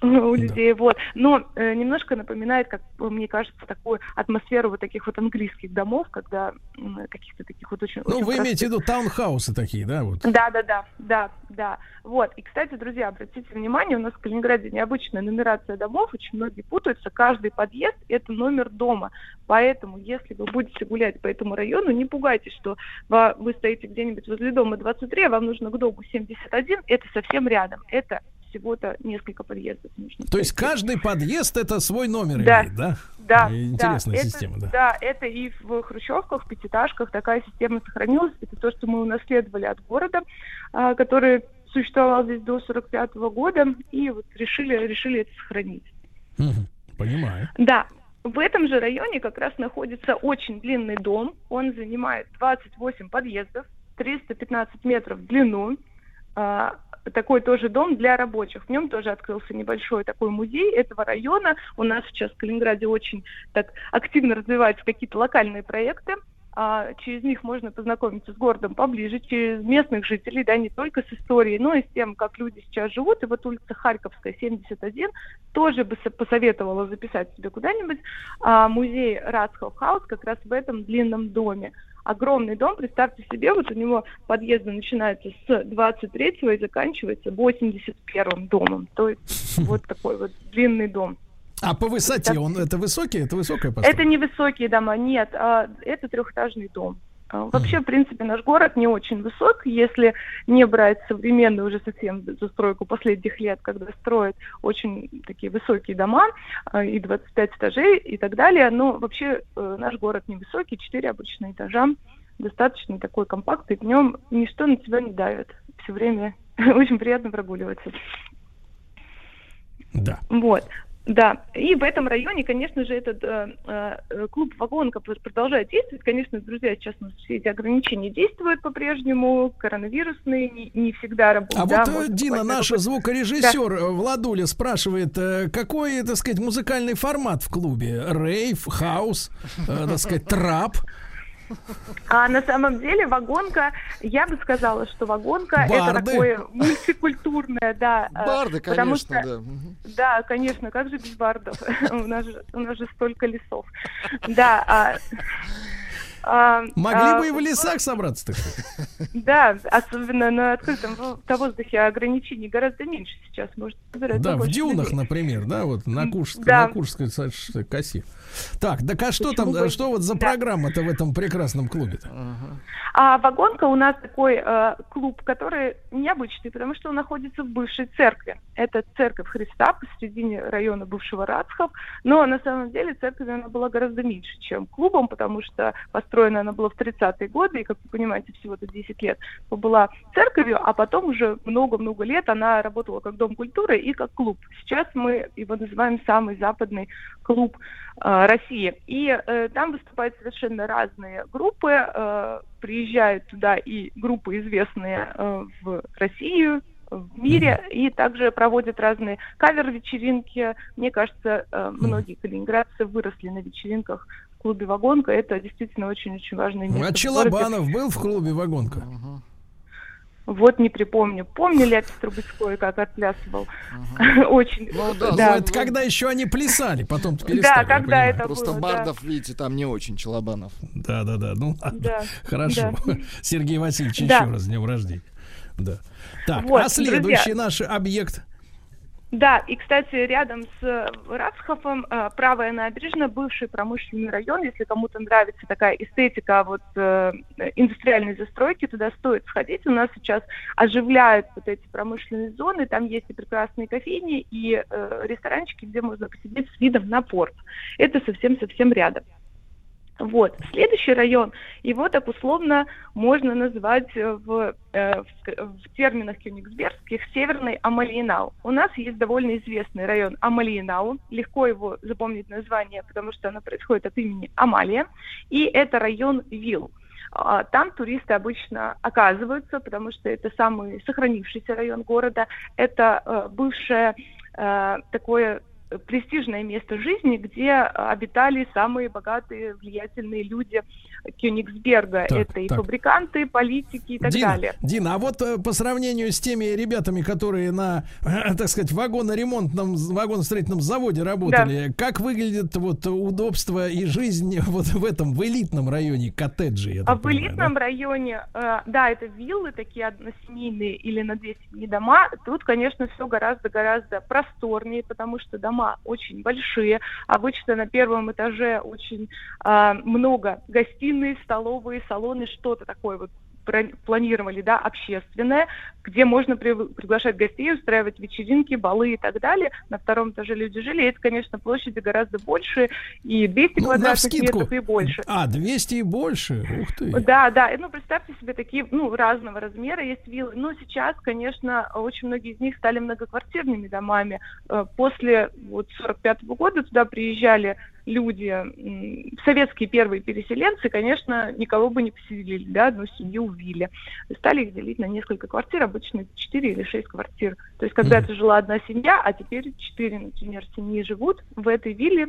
у людей, вот. Но немножко напоминает, как мне кажется, такую атмосферу вот таких вот английских домов, когда каких-то таких вот очень... Ну, очень вы имеете в виду таунхаусы такие, да? Вот. Да. Вот. И, кстати, друзья, обратите внимание, у нас в Калининграде необычная нумерация домов, очень многие путаются, каждый подъезд – это номер дома. Поэтому, если вы будете гулять по этому району, не пугайтесь, что вы стоите где-нибудь возле дома 23, а вам нужно к дому 71, это совсем рядом. Это всего-то несколько подъездов нужно. То есть каждый подъезд это свой номер да. имеет, да? Да. Интересная да, система, да. Да, это и в хрущевках, в пятиэтажках такая система сохранилась. Это то, что мы унаследовали от города, который существовал здесь до 1945 года, и вот решили это сохранить. Понимаю. Да. В этом же районе как раз находится очень длинный дом. Он занимает 28 подъездов, 315 метров в длину. Такой тоже дом для рабочих. В нем тоже открылся небольшой такой музей этого района. У нас сейчас в Калининграде очень так активно развиваются какие-то локальные проекты. Через них можно познакомиться с городом поближе, через местных жителей, да, не только с историей, но и с тем, как люди сейчас живут. И вот улица Харьковская, 71, тоже бы посоветовала записать себе куда-нибудь. Музей Рацхов Хаус как раз в этом длинном доме. Огромный дом, представьте себе, вот у него подъезды начинаются с 23-го и заканчивается 81-м домом. То есть вот такой вот длинный дом. А по высоте это высокая постройка? Это не высокие дома, нет, это трехэтажный дом. Вообще, в принципе, наш город не очень высок, если не брать современную уже совсем застройку последних лет, когда строят очень такие высокие дома, и 25 этажей и так далее. Но вообще наш город невысокий, 4 обычных этажа, достаточно такой компактный, в нем ничто на тебя не давит. Все время очень приятно прогуливаться. Да. Вот. Да, и в этом районе, конечно же, этот клуб «Вагонка» продолжает действовать. Конечно, друзья, сейчас у нас все эти ограничения действуют по-прежнему, коронавирусные, не всегда работают. А да, вот, Дина, наш звукорежиссер Владуля спрашивает, какой, так сказать, музыкальный формат в клубе? Рейв, хаус, так сказать, трап? А на самом деле «Вагонка», я бы сказала, что «Вагонка» это такое мультикультурное, да. Барды, потому конечно, что, да, конечно, как же без бардов? У нас же столько лесов. Да. Могли бы и в лесах собраться, так сказать. Да, особенно на открытом воздухе ограничений гораздо меньше сейчас. Может собирать. Да, в дюнах, людей. Например, да, вот на Куршской косе. Так, так а что там, что вот за программа-то в этом прекрасном клубе-то? «Вагонка» у нас такой клуб, который необычный, потому что он находится в бывшей церкви. Это церковь Христа посередине района бывшего Рацхов, но на самом деле церковь она была гораздо меньше, чем клубом, потому что построена она была в 30-е годы, и, как вы понимаете, всего-то 10 лет была церковью, а потом уже много-много лет она работала как дом культуры и как клуб. Сейчас мы его называем самый западный клуб России. И там выступают совершенно разные группы, приезжают туда и группы известные в Россию, в мире, и также проводят разные кавер-вечеринки. Мне кажется, многие калининградцы выросли на вечеринках в клубе «Вагонка». Это действительно очень-очень важное место. А Челобанов был в клубе «Вагонка»? Вот не припомню. Помню Ляпис Трубецкой, как отплясывал. Очень. Ну, да, это когда еще они плясали, потом перестали. Да, когда это просто было, бардов, видите, там не очень Челобанов. Да. Ну, да. Хорошо. Да. Сергей Васильевич, еще раз с днем рождения. Да. Так, вот, а следующий наш объект? Да, и, кстати, рядом с Рацховом правая набережная, бывший промышленный район. Если кому-то нравится такая эстетика вот индустриальной застройки, туда стоит сходить. У нас сейчас оживляют вот эти промышленные зоны, там есть и прекрасные кофейни, и ресторанчики, где можно посидеть с видом на порт. Это совсем-совсем рядом. Вот. Следующий район, его так условно можно назвать в терминах кёнигсбергских северный Амалиенау. У нас есть довольно известный район Амалиенау, легко его запомнить название, потому что оно происходит от имени Амалия, и это район вилл. Там туристы обычно оказываются, потому что это самый сохранившийся район города, это бывшее такое престижное место жизни, где обитали самые богатые, влиятельные люди Кёнигсберга. Это и фабриканты, политики и так далее. Дина, а вот по сравнению с теми ребятами, которые на, так сказать, вагоностроительном заводе работали, как выглядит вот удобство и жизнь вот в этом, в элитном районе коттеджи? В элитном районе, да, это виллы, такие односемейные или на 2 семьи дома. Тут, конечно, все гораздо просторнее, потому что дома очень большие. Обычно на первом этаже очень много гостиной, столовые, салоны, что-то такое вот планировали, да, общественное, где можно приглашать гостей, устраивать вечеринки, балы и так далее. На 2-м этаже люди жили, и это, конечно, площади гораздо больше, и 200 квадратных метров и больше. 200 и больше? Ух ты! Да, представьте себе такие, разного размера есть виллы. Но сейчас, конечно, очень многие из них стали многоквартирными домами. После 45-го года туда приезжали люди, советские первые переселенцы, конечно, никого бы не поселили, да, одну семью в вилле. Стали их делить на несколько квартир, обычно 4 или 6 квартир. То есть когда-то жила одна семья, а теперь 4, например, семьи живут в этой вилле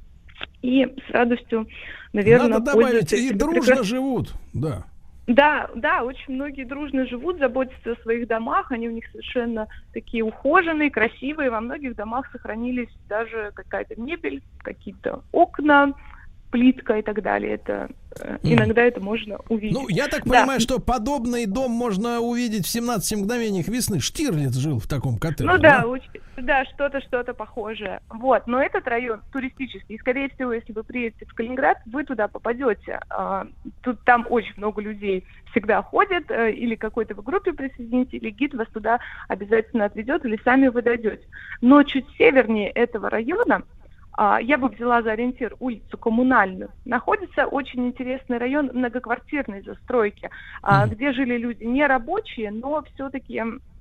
и с радостью, наверное, надо добавить, и дружно живут, да. Да, очень многие дружно живут, заботятся о своих домах, они у них совершенно такие ухоженные, красивые, во многих домах сохранились даже какая-то мебель, какие-то окна, плитка и так далее. Это иногда это можно увидеть. Я так понимаю, что подобный дом можно увидеть в 17 мгновениях весны. Штирлиц жил в таком коттедже. Да, что-то похожее. Вот, но этот район туристический, и, скорее всего, если вы приедете в Калининград, вы туда попадете. Там очень много людей всегда ходят, или какой-то вы группе присоединитесь, или гид вас туда обязательно отведет, или сами вы дойдете. Но чуть севернее этого района, я бы взяла за ориентир улицу Коммунальную. Находится очень интересный район многоквартирной застройки, где жили люди не рабочие, но все-таки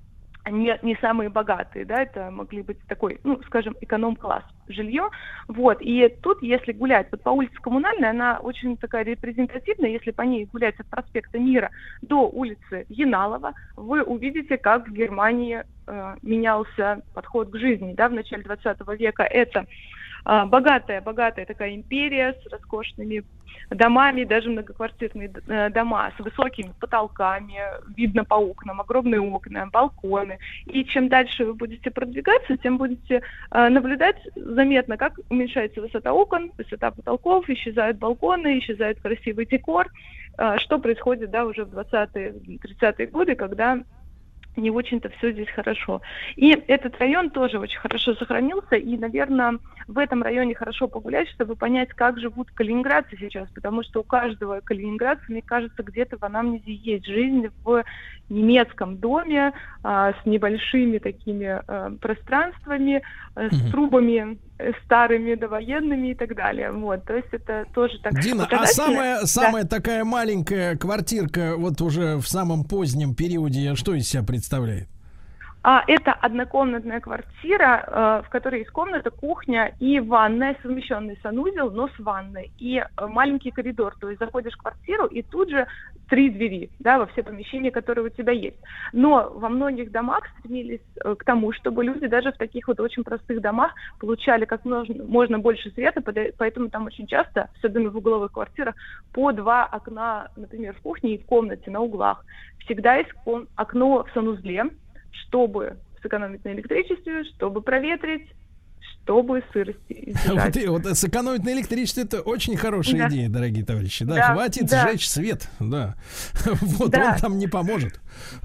не самые богатые, да, это могли быть такой, скажем, эконом-класс жилье. Вот, и тут, если гулять вот по улице Коммунальной, она очень такая репрезентативная, если по ней гулять от проспекта Мира до улицы Яналова, вы увидите, как в Германии менялся подход к жизни, да, в начале 20 века. Это богатая такая империя с роскошными домами, даже многоквартирные дома с высокими потолками, видно по окнам, огромные окна, балконы. И чем дальше вы будете продвигаться, тем будете наблюдать заметно, как уменьшается высота окон, высота потолков, исчезают балконы, исчезает красивый декор, что происходит, да, уже в 20-е, 30-е годы, когда не очень-то все здесь хорошо. И этот район тоже очень хорошо сохранился, и, наверное, в этом районе хорошо погулять, чтобы понять, как живут калининградцы сейчас, потому что у каждого калининградца, мне кажется, где-то в анамнезе есть жизнь в немецком доме с небольшими такими пространствами, с трубами старыми довоенными и так далее. Вот, то есть это тоже так. Дина, а самая такая маленькая квартирка вот уже в самом позднем периоде, что из себя представляет? Это однокомнатная квартира, в которой есть комната, кухня и ванная, совмещенный санузел, но с ванной, и маленький коридор. То есть заходишь в квартиру, и тут же 3 двери, да, во все помещения, которые у тебя есть. Но во многих домах стремились к тому, чтобы люди даже в таких вот очень простых домах получали как можно больше света, поэтому там очень часто, особенно в угловых квартирах, по 2 окна, например, в кухне и в комнате на углах. Всегда есть окно в санузле, чтобы сэкономить на электричестве, чтобы проветрить, чтобы сырости избежать. Вот сэкономить на электричестве — это очень хорошая идея, дорогие товарищи. Да, хватит сжечь свет. Да. Вот он там не поможет.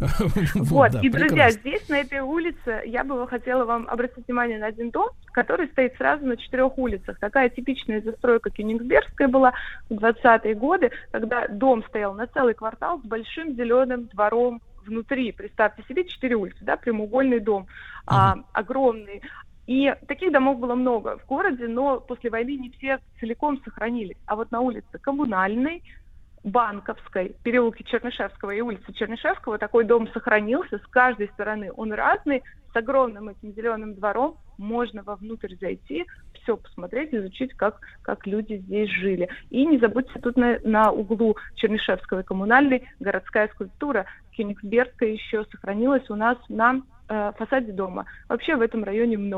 Вот, и, друзья, здесь, на этой улице, я бы хотела вам обратить внимание на один дом, который стоит сразу на 4 улицах. Такая типичная застройка кёнигсбергская была в 20-е годы, когда дом стоял на целый квартал с большим зеленым двором внутри. Представьте себе 4 улицы, да, прямоугольный дом, огромный. И таких домов было много в городе, но после войны не все целиком сохранились. А вот на улице Коммунальной, Банковской, переулке Чернышевского и улице Чернышевского такой дом сохранился. С каждой стороны он разный, с огромным этим зеленым двором. Можно вовнутрь зайти, все посмотреть, изучить, как люди здесь жили. И не забудьте, тут на углу Чернышевского и Коммунальной городская скульптура Кёнигсбергская еще сохранилась у нас на фасаде дома. Вообще в этом районе много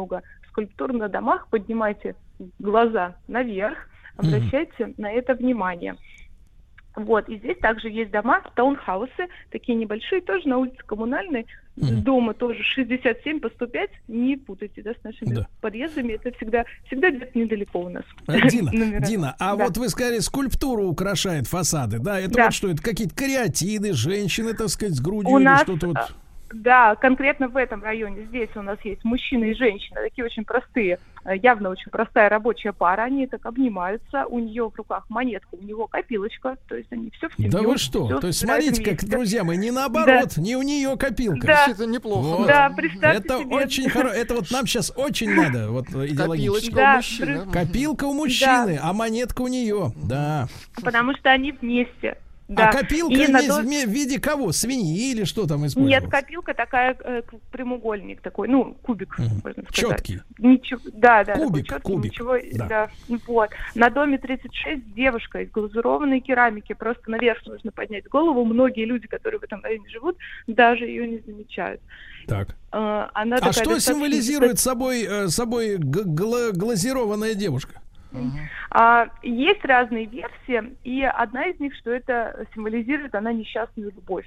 скульптур на домах, поднимайте глаза наверх, обращайте на это внимание. Вот, и здесь также есть дома, таунхаусы, такие небольшие, тоже на улице Коммунальной, дома тоже 67 по 105, не путайте, да, с нашими подъездами, это всегда где-то недалеко у нас. Дина, вот вы сказали, скульптуру украшает фасады, да, это вот что, это какие-то кариатиды, женщины, так сказать, с грудью или что-то вот... Да, конкретно в этом районе здесь у нас есть мужчина и женщина, такие очень простые, явно очень простая рабочая пара, они так обнимаются, у нее в руках монетка, у него копилочка, то есть они все в семью. Да вы что? То есть смотрите, как, друзья мои, не наоборот, не у нее копилка. Да. Это неплохо. Вот. Да, представьте это себе. очень хорошо, это вот нам сейчас очень надо, вот идеологически. Копилочка у мужчины. Копилка у мужчины, а монетка у нее, да. Потому что они вместе. Да. А копилка в виде кого? Свиньи или что там использовалось? Нет, копилка такая, прямоугольник такой, ну, кубик, можно сказать. Четкий. Ничего, да, кубик, четкий, кубик. Ничего, да. Вот. На доме 36 девушка из глазурованной керамики. Просто наверх нужно поднять голову. Многие люди, которые в этом районе живут, даже ее не замечают. Так. Она а что символизирует собой глазированная девушка? Есть разные версии, и одна из них, что это символизирует она несчастную любовь.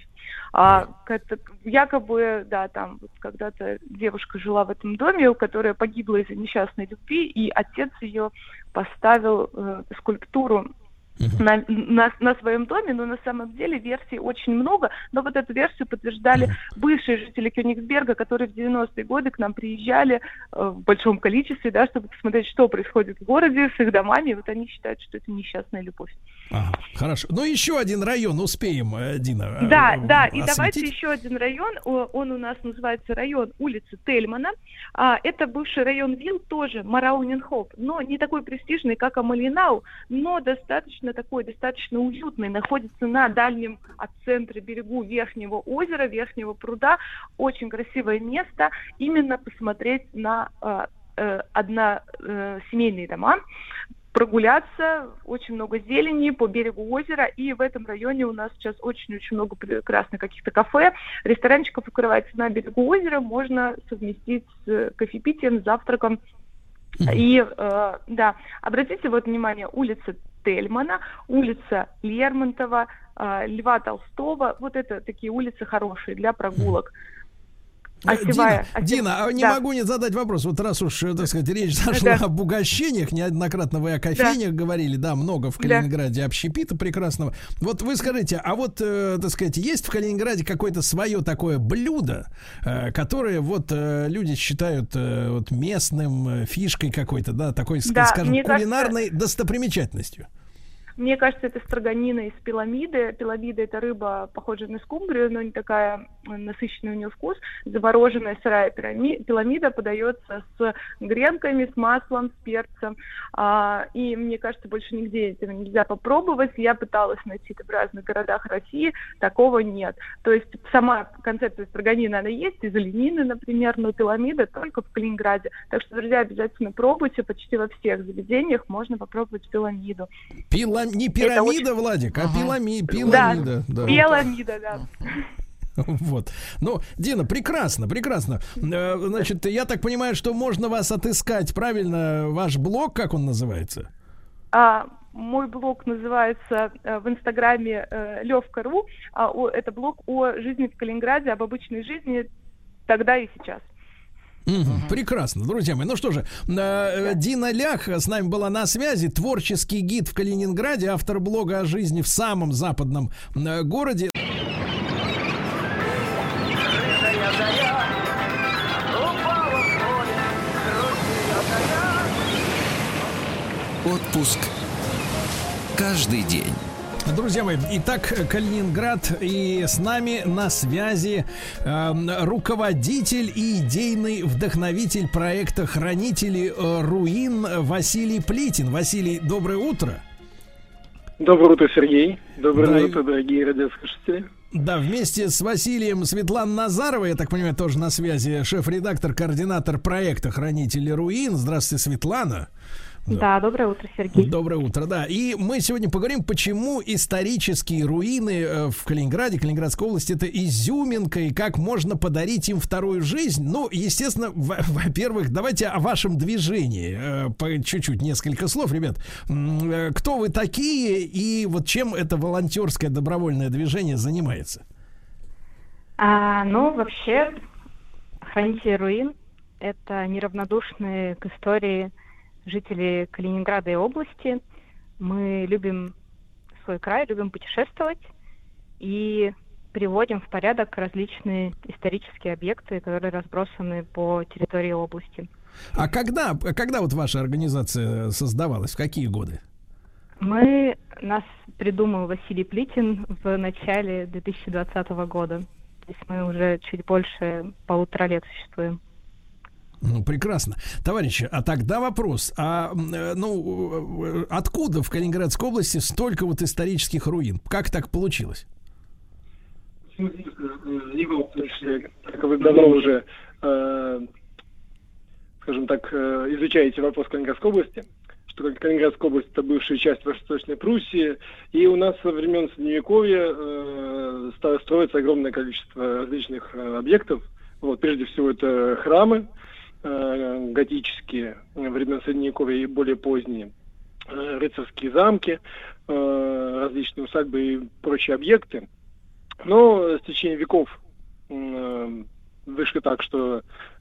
Якобы, да, там вот когда-то девушка жила в этом доме, которая погибла из-за несчастной любви, и отец ее поставил скульптуру на своем доме, но на самом деле версий очень много, но вот эту версию подтверждали бывшие жители Кёнигсберга, которые в 90-е годы к нам приезжали в большом количестве, да, чтобы посмотреть, что происходит в городе с их домами, и вот они считают, что это несчастная любовь. Ага, хорошо. Ну, еще один район успеем, Дина. Да, и давайте еще один район, он у нас называется район улицы Тельмана. Это бывший район вилл, тоже Мараунингхоп, но не такой престижный, как Амалинау, но достаточно уютный, находится на дальнем от центра берегу Верхнего озера, Верхнего пруда. Очень красивое место, именно посмотреть на односемейные дома, прогуляться, очень много зелени по берегу озера, и в этом районе у нас сейчас очень-очень много прекрасных каких-то кафе, ресторанчиков открывается на берегу озера, можно совместить с кофепитием, с завтраком. И, да, обратите вот внимание, улица Тельмана, улица Лермонтова, Льва Толстого, вот это такие улицы хорошие для прогулок. Дина, не могу не задать вопрос. Вот раз уж, так сказать, речь зашла об угощениях, неоднократно вы о кофейнях говорили, да, много в Калининграде общепита прекрасного. Вот вы скажите, а вот, так сказать, есть в Калининграде какое-то свое такое блюдо, которое вот люди считают вот местным, фишкой какой-то, да, такой, скажем, кулинарной достопримечательностью? Мне кажется, это строганина из пиламиды. Пиламида — это рыба, похожая на скумбрию, но не такая насыщенная у нее вкус. Замороженная сырая пиламида подается с гренками, с маслом, с перцем. И мне кажется, больше нигде этого нельзя попробовать. Я пыталась найти это в разных городах России, такого нет. То есть сама концепция строганины, она есть, из оленины, например, но пиламида только в Калининграде. Так что, друзья, обязательно пробуйте. Почти во всех заведениях можно попробовать пиламиду. Не пирамида, очень... Владик, а пиламида. Да, пиламида, да. Вот. Ну, Дина, прекрасно. Значит, я так понимаю, что можно вас отыскать, правильно, ваш блог, как он называется? Мой блог называется в Инстаграме Левка.ру. Это блог о жизни в Калининграде, об обычной жизни тогда и сейчас. Прекрасно, друзья мои. Ну что же, Дина Лях с нами была на связи, творческий гид в Калининграде, автор блога о жизни в самом западном городе. Отпуск каждый день. Друзья мои, итак, Калининград, и с нами на связи руководитель и идейный вдохновитель проекта «Хранители руин» Василий Плитин. Василий, доброе утро. Доброе утро, Сергей. Доброе утро, дорогие радиослушатели. Да, вместе с Василием Светлана Назарова, я так понимаю, тоже на связи, шеф-редактор, координатор проекта «Хранители руин». Здравствуйте, Светлана. Да, доброе утро, Сергей. Доброе утро, да. И мы сегодня поговорим, почему исторические руины в Калининграде, Калининградской области, это изюминка, и как можно подарить им вторую жизнь. Ну, естественно, во-первых, давайте о вашем движении. Чуть-чуть, несколько слов, ребят. Кто вы такие и вот чем это волонтерское добровольное движение занимается? Вообще, хранители руин — это неравнодушные к истории жители Калининграда и области. Мы любим свой край, любим путешествовать и приводим в порядок различные исторические объекты, которые разбросаны по территории области. А когда вот ваша организация создавалась? В какие годы? Нас придумал Василий Плитин в начале 2020 года. То есть мы уже чуть больше 1,5 лет существуем. Ну, прекрасно. Товарищи, а тогда вопрос. Откуда в Калининградской области столько вот исторических руин? Как так получилось? Как вы давно уже, скажем так, изучаете вопрос Калининградской области, что Калининградская область — это бывшая часть Восточной Пруссии, и у нас со времен Средневековья стало строиться огромное количество различных объектов. Вот, прежде всего, это храмы готические, времен Средневековья и более поздние, рыцарские замки, различные усадьбы и прочие объекты. Но с течением веков вышло так, что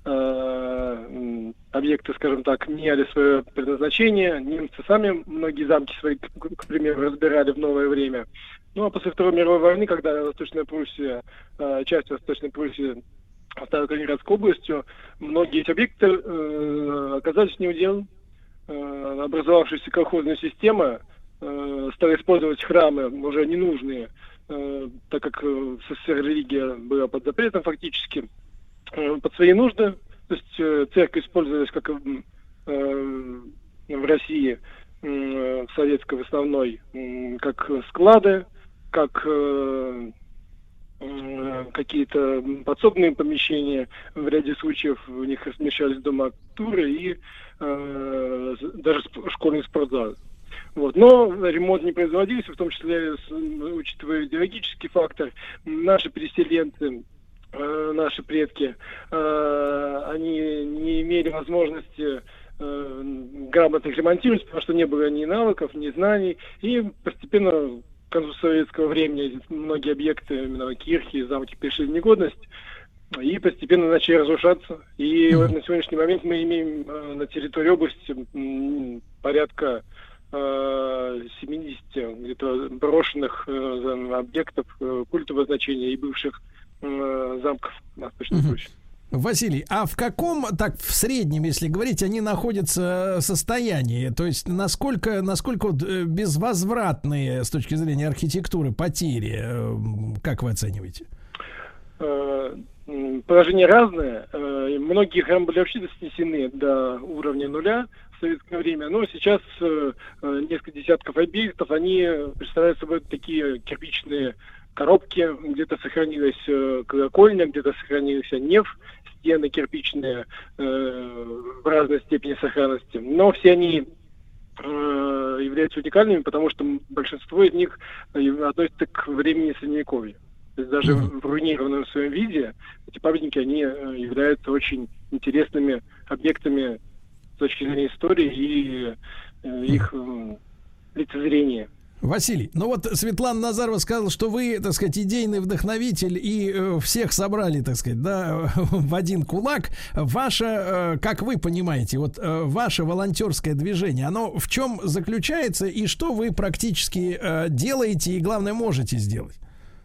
объекты, скажем так, меняли свое предназначение. Немцы сами многие замки свои, к примеру, разбирали в новое время. Ну а после Второй мировой войны, когда Восточная Пруссия, часть Восточной Пруссии стала Калининградской областью, многие эти объекты оказались неудел. Образовавшаяся колхозная система стала использовать храмы уже ненужные, так как в СССР религия была под запретом фактически, под свои нужды. То есть церковь использовалась как в России, в советской в основной, как склады, как какие-то подсобные помещения. В ряде случаев в них размещались дома культуры и даже школьные спортзалы. Вот. Но ремонт не производился, в том числе учитывая идеологический фактор. Наши переселенцы, наши предки, они не имели возможности грамотно их ремонтировать, потому что не было ни навыков, ни знаний, и постепенно к концу советского времени многие объекты, именно кирхи, замки, пришли в негодность и постепенно начали разрушаться. И на сегодняшний момент мы имеем на территории области порядка 70 где-то брошенных объектов культового значения и бывших замков на Восточной Пруссии. Василий, а в каком, так в среднем, если говорить, они находятся состоянии? То есть насколько вот безвозвратные с точки зрения архитектуры потери, как вы оцениваете? Положение разное. Многие храмы были вообще снесены до уровня нуля в советское время, но сейчас несколько десятков объектов, они представляют собой такие кирпичные коробки, где-то сохранилась колокольня, где-то сохранился неф, стены кирпичные в разной степени сохранности. Но все они являются уникальными, потому что большинство из них относятся к времени Средневековья. То есть даже в руинированном своем виде эти памятники, они являются очень интересными объектами с точки зрения истории и их лицезрения. Василий, ну вот Светлана Назарова сказала, что вы, так сказать, идейный вдохновитель и всех собрали, так сказать, да, в один кулак. Ваше, как вы понимаете, вот ваше волонтерское движение, оно в чем заключается и что вы практически делаете и, главное, можете сделать?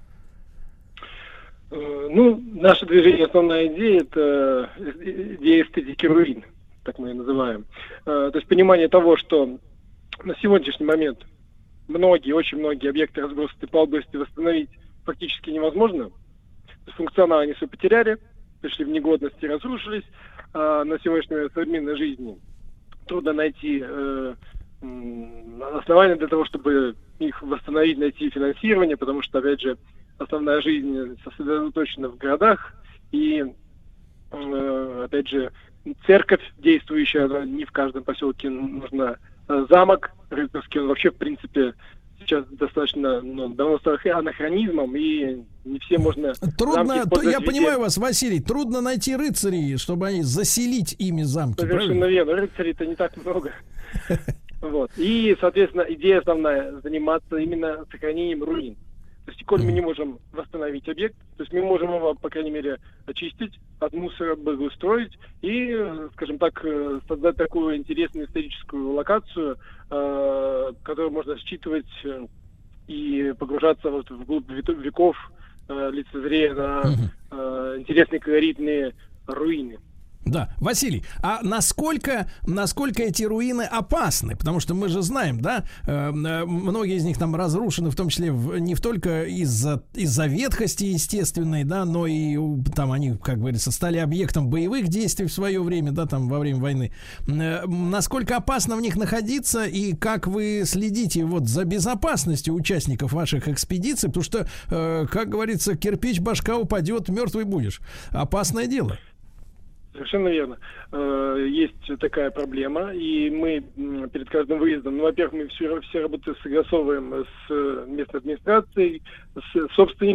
Ну, наше движение, основная идея, это идея эстетики руин, так мы ее называем. То есть понимание того, что на сегодняшний момент очень многие объекты разбросаны по области, восстановить фактически невозможно. То есть функционал они все потеряли, пришли в негодность и разрушились. А на сегодняшней современной жизни трудно найти основания для того, чтобы их восстановить, найти финансирование, потому что, опять же, основная жизнь сосредоточена в городах, и, опять же, церковь действующая, не в каждом поселке нужна. Замок рыцарский, он вообще, в принципе, сейчас достаточно давно стал анахронизмом, и не все можно... Трудно, я понимаю вас, Василий, трудно найти рыцарей, чтобы они заселить ими замки. Совершенно верно, рыцарей-то не так много. Вот. И, соответственно, идея основная — заниматься именно сохранением руин. То есть, коль мы не можем восстановить объект, то есть мы можем его, по крайней мере, очистить, от мусора благоустроить и, скажем так, создать такую интересную историческую локацию, которую можно считывать и погружаться вот вглубь веков, лицезрея на интересные колоритные руины. Да, Василий, а насколько эти руины опасны? Потому что мы же знаем, да, многие из них там разрушены, в том числе не только из-за ветхости естественной, да, но и там они, как говорится, стали объектом боевых действий в свое время, да, там во время войны. Насколько опасно в них находиться и как вы следите вот за безопасностью участников ваших экспедиций? Потому что, как говорится, кирпич башка упадет, мертвый будешь. Опасное дело. Совершенно верно. Есть такая проблема, и мы перед каждым выездом, во-первых, мы все работы согласовываем с местной администрацией, с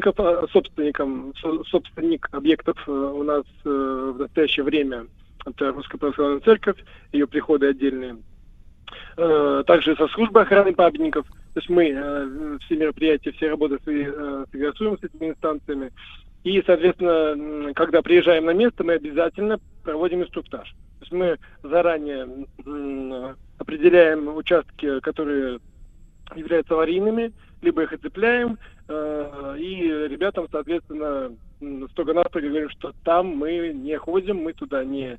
собственник объектов у нас в настоящее время это Русская Православная Церковь, ее приходы отдельные, также со службой охраны памятников. То есть мы все мероприятия, все работы согласуем с этими инстанциями. И, соответственно, когда приезжаем на место, мы обязательно проводим инструктаж. То есть мы заранее определяем участки, которые являются аварийными, либо их оцепляем, и ребятам, соответственно, строго-настрого говорим, что там мы не ходим, мы туда не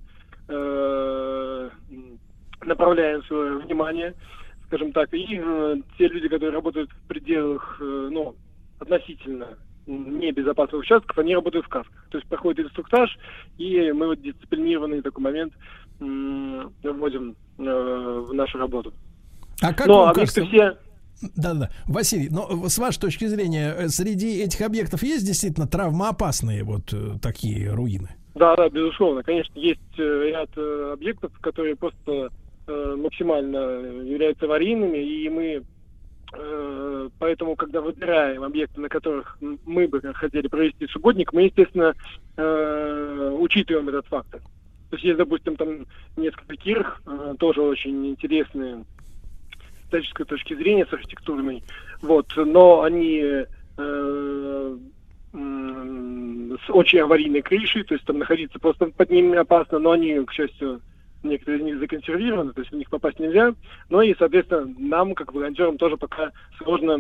направляем свое внимание, скажем так. И те люди, которые работают в пределах, относительно небезопасных участков, они работают в касках. То есть проходит инструктаж, и мы вот дисциплинированный такой момент вводим в нашу работу. А как вам кажется... все... Да. Василий, но с вашей точки зрения, среди этих объектов есть действительно травмоопасные вот такие руины? Да, безусловно. Конечно, есть ряд объектов, которые просто максимально являются аварийными, и мы поэтому, когда выбираем объекты, на которых мы бы хотели провести субботник, мы, естественно, учитываем этот фактор. То есть, есть, допустим, там несколько кирх, тоже очень интересные с исторической точки зрения, с архитектурной, но они с очень аварийной крышей, то есть там находиться просто под ними опасно, но они, к счастью, некоторые из них законсервированы, то есть в них попасть нельзя. Ну и, соответственно, нам, как волонтерам, тоже пока сложно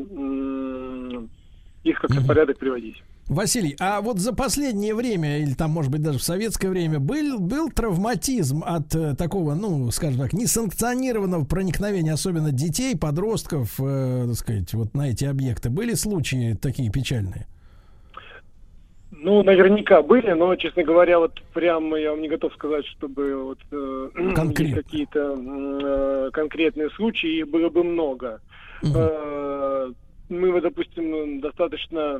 их как-то в порядок приводить. Василий, а вот за последнее время, или там, может быть, даже в советское время, был травматизм от такого, скажем так, несанкционированного проникновения, особенно детей, подростков, так сказать, вот на эти объекты? Были случаи такие печальные? Наверняка были, но, честно говоря, вот прямо я вам не готов сказать, чтобы какие-то конкретные случаи, было бы много. Мы, допустим, достаточно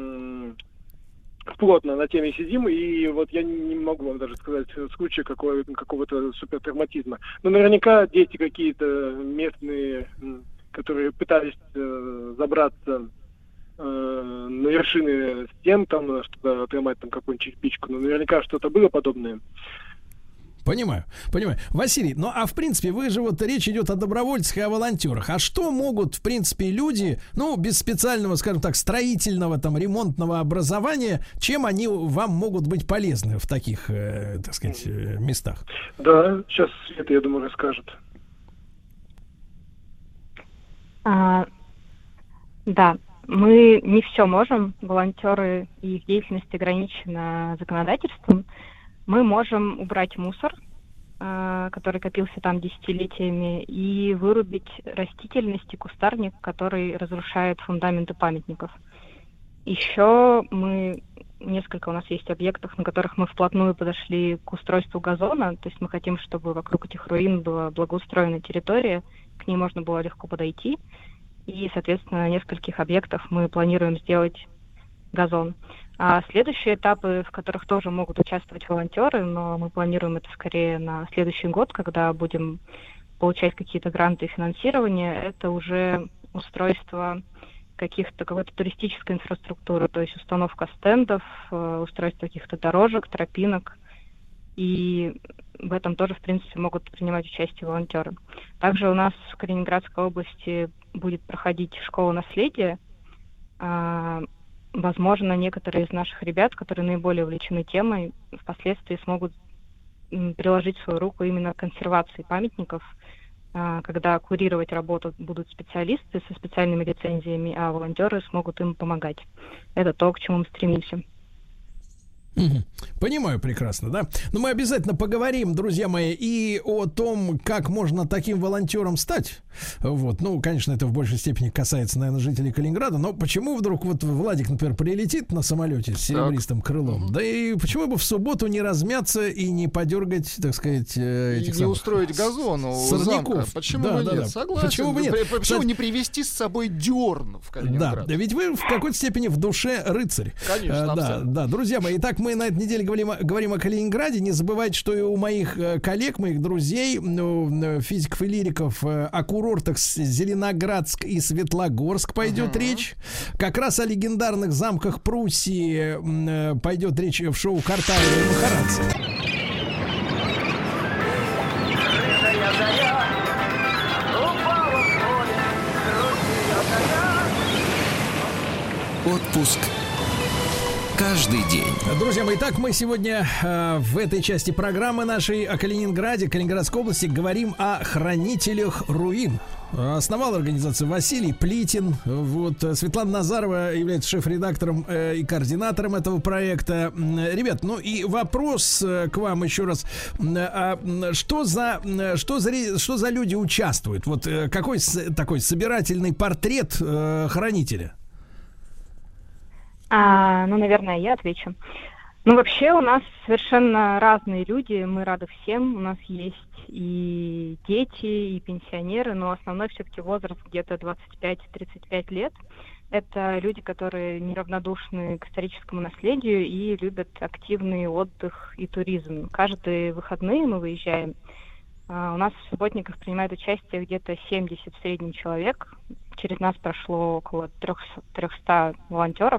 плотно на теме сидим, и вот я не могу вам даже сказать случая какого-то супертравматизма. Но наверняка дети какие-то местные, которые пытались забраться на вершины стен, там, чтобы отломать там какую-нибудь черепичку, наверняка что-то было подобное. Понимаю. Василий, в принципе, вы же речь идет о добровольцах и о волонтерах. А что могут, в принципе, люди, без специального, скажем так, строительного, ремонтного образования, чем они вам могут быть полезны в таких, так сказать, местах? Да, сейчас Света, я думаю, расскажет. Да. Мы не все можем, волонтеры и их деятельность ограничена законодательством. Мы можем убрать мусор, который копился там десятилетиями, и вырубить растительность и кустарник, который разрушает фундаменты памятников. Еще несколько у нас есть объектов, на которых мы вплотную подошли к устройству газона, то есть мы хотим, чтобы вокруг этих руин была благоустроена территория, к ней можно было легко подойти. И, соответственно, на нескольких объектах мы планируем сделать газон. А следующие этапы, в которых тоже могут участвовать волонтеры, но мы планируем это скорее на следующий год, когда будем получать какие-то гранты и финансирование, это уже устройство какой-то туристической инфраструктуры, то есть установка стендов, устройство каких-то дорожек, тропинок. И в этом тоже, в принципе, могут принимать участие волонтеры. Также у нас в Калининградской области будет проходить школа наследия. Возможно, некоторые из наших ребят, которые наиболее увлечены темой, впоследствии смогут приложить свою руку именно к консервации памятников, когда курировать работу будут специалисты со специальными лицензиями, а волонтеры смогут им помогать. Это то, к чему мы стремимся. Понимаю прекрасно, да? Но мы обязательно поговорим, друзья мои, и о том, как можно таким волонтером стать. Вот, ну, конечно, это в большей степени касается, наверное, жителей Калининграда. Но почему вдруг вот Владик, например, прилетит на самолете с серебристым крылом? Да и почему бы в субботу не размяться и не подергать, так сказать, этих и не устроить газон у замка? Почему бы нет? Согласен. Почему бы нет? Почему не привезти с собой дерн в Калининград? Да, ведь вы в какой-то степени в душе рыцарь. Конечно, да, друзья мои. Итак, мы на этой неделе говорим о Калининграде. Не забывайте, что и у моих коллег, моих друзей, физиков и лириков, о курортах Зеленоградск и Светлогорск пойдет речь. Как раз о легендарных замках Пруссии пойдет речь в шоу Картавия и Махарадзе. Отпуск каждый день. Друзья мои, итак, мы сегодня в этой части программы нашей о Калининграде, Калининградской области говорим о хранителях руин. Основал организацию Василий Плитин. Вот, Светлана Назарова является шеф-редактором и координатором этого проекта. Ребят, ну и вопрос к вам еще раз. Что за люди участвуют? Вот какой такой собирательный портрет хранителя? Ну, наверное, я отвечу. Ну, вообще у нас совершенно разные люди, мы рады всем. У нас есть и дети, и пенсионеры, но основной все-таки возраст где-то 25-35 лет. Это люди, которые неравнодушны к историческому наследию и любят активный отдых и туризм. Каждые выходные мы выезжаем. У нас в субботниках принимает участие где-то 70 в среднем человек. Через нас прошло около 300 волонтеров.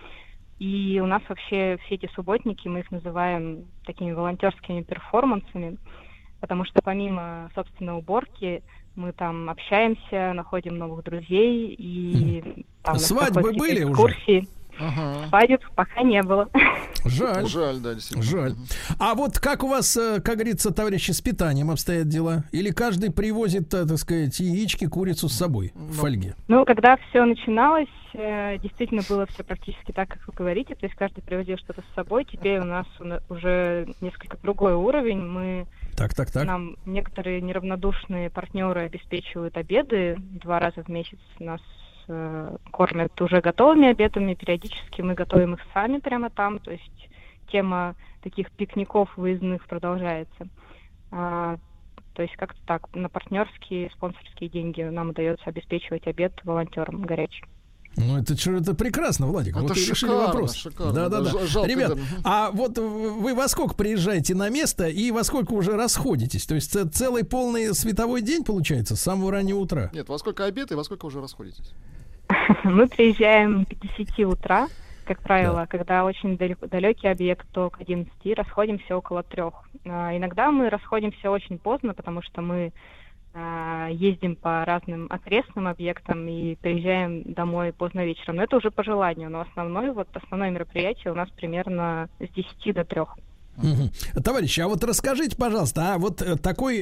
И у нас вообще все эти субботники, мы их называем такими волонтерскими перформансами, потому что помимо, собственно, уборки, мы там общаемся, находим новых друзей и там свадьбы были экскурсии. Уже? Ага. Свадеб пока не было. Жаль. Жаль, да, действительно. Жаль. А вот как у вас, как говорится, товарищи, с питанием обстоят дела? Или каждый привозит, так сказать, яички, курицу с собой в фольге? Ну, когда все начиналось, действительно было все практически так, как вы говорите. То есть каждый привозил что-то с собой. Теперь у нас уже несколько другой уровень. Нам некоторые неравнодушные партнеры обеспечивают обеды 2 раза в месяц. Нас кормят уже готовыми обедами, периодически мы готовим их сами прямо там, то есть тема таких пикников выездных продолжается. То есть как-то так, на партнерские, спонсорские деньги нам удается обеспечивать обед волонтерам горячий. Ну, это прекрасно, Владик. Это вот и решили вопрос. Шикарно. Да. Ребят, а вот вы во сколько приезжаете на место и во сколько уже расходитесь? То есть целый полный световой день получается с самого раннего утра? Нет, во сколько обед и во сколько уже расходитесь? Мы приезжаем к 10 утра, как правило, когда очень далекий объект, то к 11, расходимся около 3. Иногда мы расходимся очень поздно, потому что мы ездим по разным окрестным объектам и приезжаем домой поздно вечером. Но это уже по желанию. Но основное мероприятие у нас примерно с 10 до 3. Угу. Товарищи, а вот расскажите, пожалуйста, а вот такой,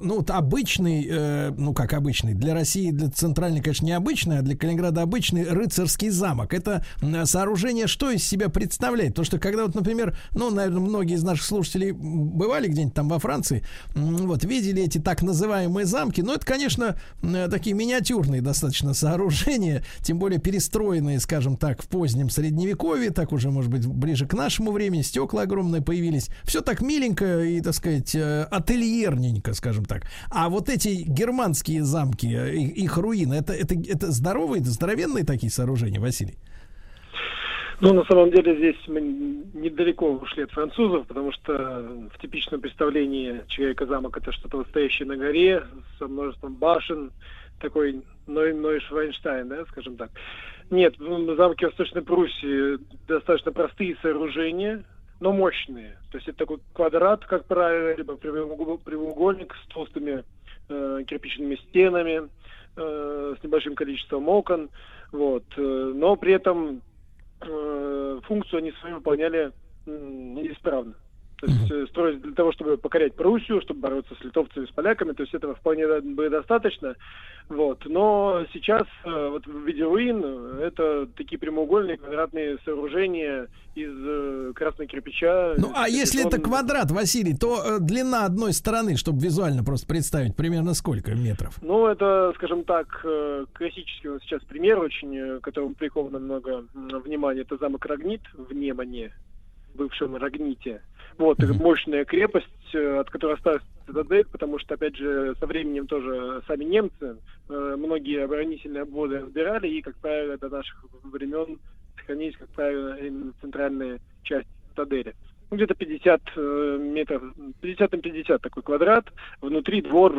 обычный, как обычный, для России, для Центральной, конечно, необычный, а для Калининграда обычный рыцарский замок. Это сооружение что из себя представляет? То, что когда вот, например, наверное, многие из наших слушателей бывали где-нибудь там во Франции, видели эти так называемые замки, это, конечно, такие миниатюрные достаточно сооружения, тем более перестроенные, скажем так, в позднем Средневековье, так уже, может быть, ближе к нашему времени, стекла огромные появились. Все так миленько и, так сказать, ательерненько, скажем так. А вот эти германские замки, их руины, это здоровенные такие сооружения, Василий? Ну, на самом деле, здесь мы недалеко ушли от французов, потому что в типичном представлении Человека-замок это что-то стоящее на горе, со множеством башен, такой Нойшвайнштайн, да, скажем так. Нет, в замке Восточной Пруссии достаточно простые сооружения, но мощные. То есть это такой квадрат, как правило, либо прямоугольник с толстыми кирпичными стенами, с небольшим количеством окон. Вот. Но при этом функцию они свою выполняли неисправно. То есть строить для того, чтобы покорять Пруссию, чтобы бороться с литовцами, с поляками, то есть этого вполне бы достаточно. Вот. Но сейчас вот в виде руин это такие прямоугольные квадратные сооружения из красного кирпича. Ну, а если это квадрат, Василий, то длина одной стороны, чтобы визуально просто представить, примерно сколько метров? Ну, это, скажем так, классический у нас сейчас пример очень, которому приковано много внимания. Это замок Рагнит в Немане, бывшем Рагните. Вот, мощная крепость, от которой осталась цитадель, потому что, опять же, со временем тоже сами немцы многие оборонительные обводы разбирали, и, как правило, до наших времен сохранились, как правило, именно центральные части цитадели. Ну, где-то 50 метров, 50 на 50 такой квадрат, внутри двор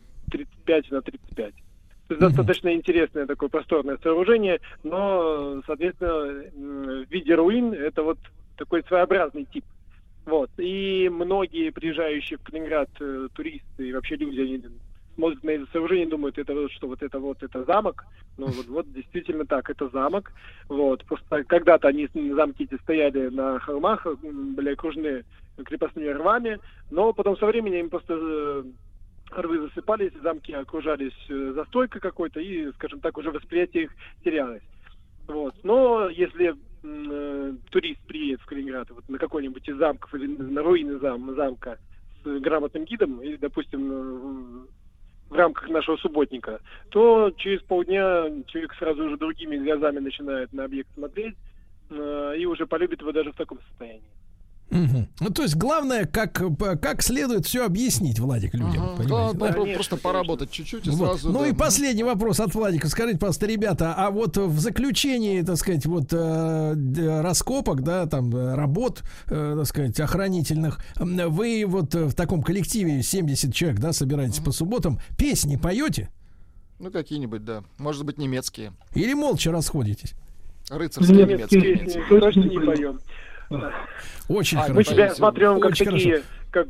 35 на 35. То есть достаточно интересное такое просторное сооружение, но, соответственно, в виде руин это вот такой своеобразный тип. Вот. И многие приезжающие в Калининград туристы и вообще люди, они смотрят на это сооружение и думают, это вот это замок. Ну вот действительно так, это замок. Вот. Просто когда-то они, замки эти, стояли на холмах, были окружены крепостными рвами, но потом со временем им просто рвы засыпались, замки окружались застройкой какой-то, и, скажем так, уже восприятие их терялось. Вот. Но если турист приедет в Калининград вот, на какой-нибудь из замков или на руины замка с грамотным гидом, или, допустим, в рамках нашего субботника, то через полдня человек сразу уже другими глазами начинает на объект смотреть и уже полюбит его даже в таком состоянии. Ну, то есть главное, как следует все объяснить, Владик, людям. Да, просто поработать чуть-чуть и сразу. Ну и последний вопрос от Владика. Скажите, пожалуйста, ребята, а вот в заключении, так сказать, вот раскопок, да, там работ, так сказать, охранительных, вы вот в таком коллективе 70 человек, да, собираетесь по субботам, песни поете? Ну, какие-нибудь, да. Может быть, немецкие. Или молча расходитесь? Рыцарские немецкие. Точно не поем. Очень хорошо. Мы себя смотрим как такие,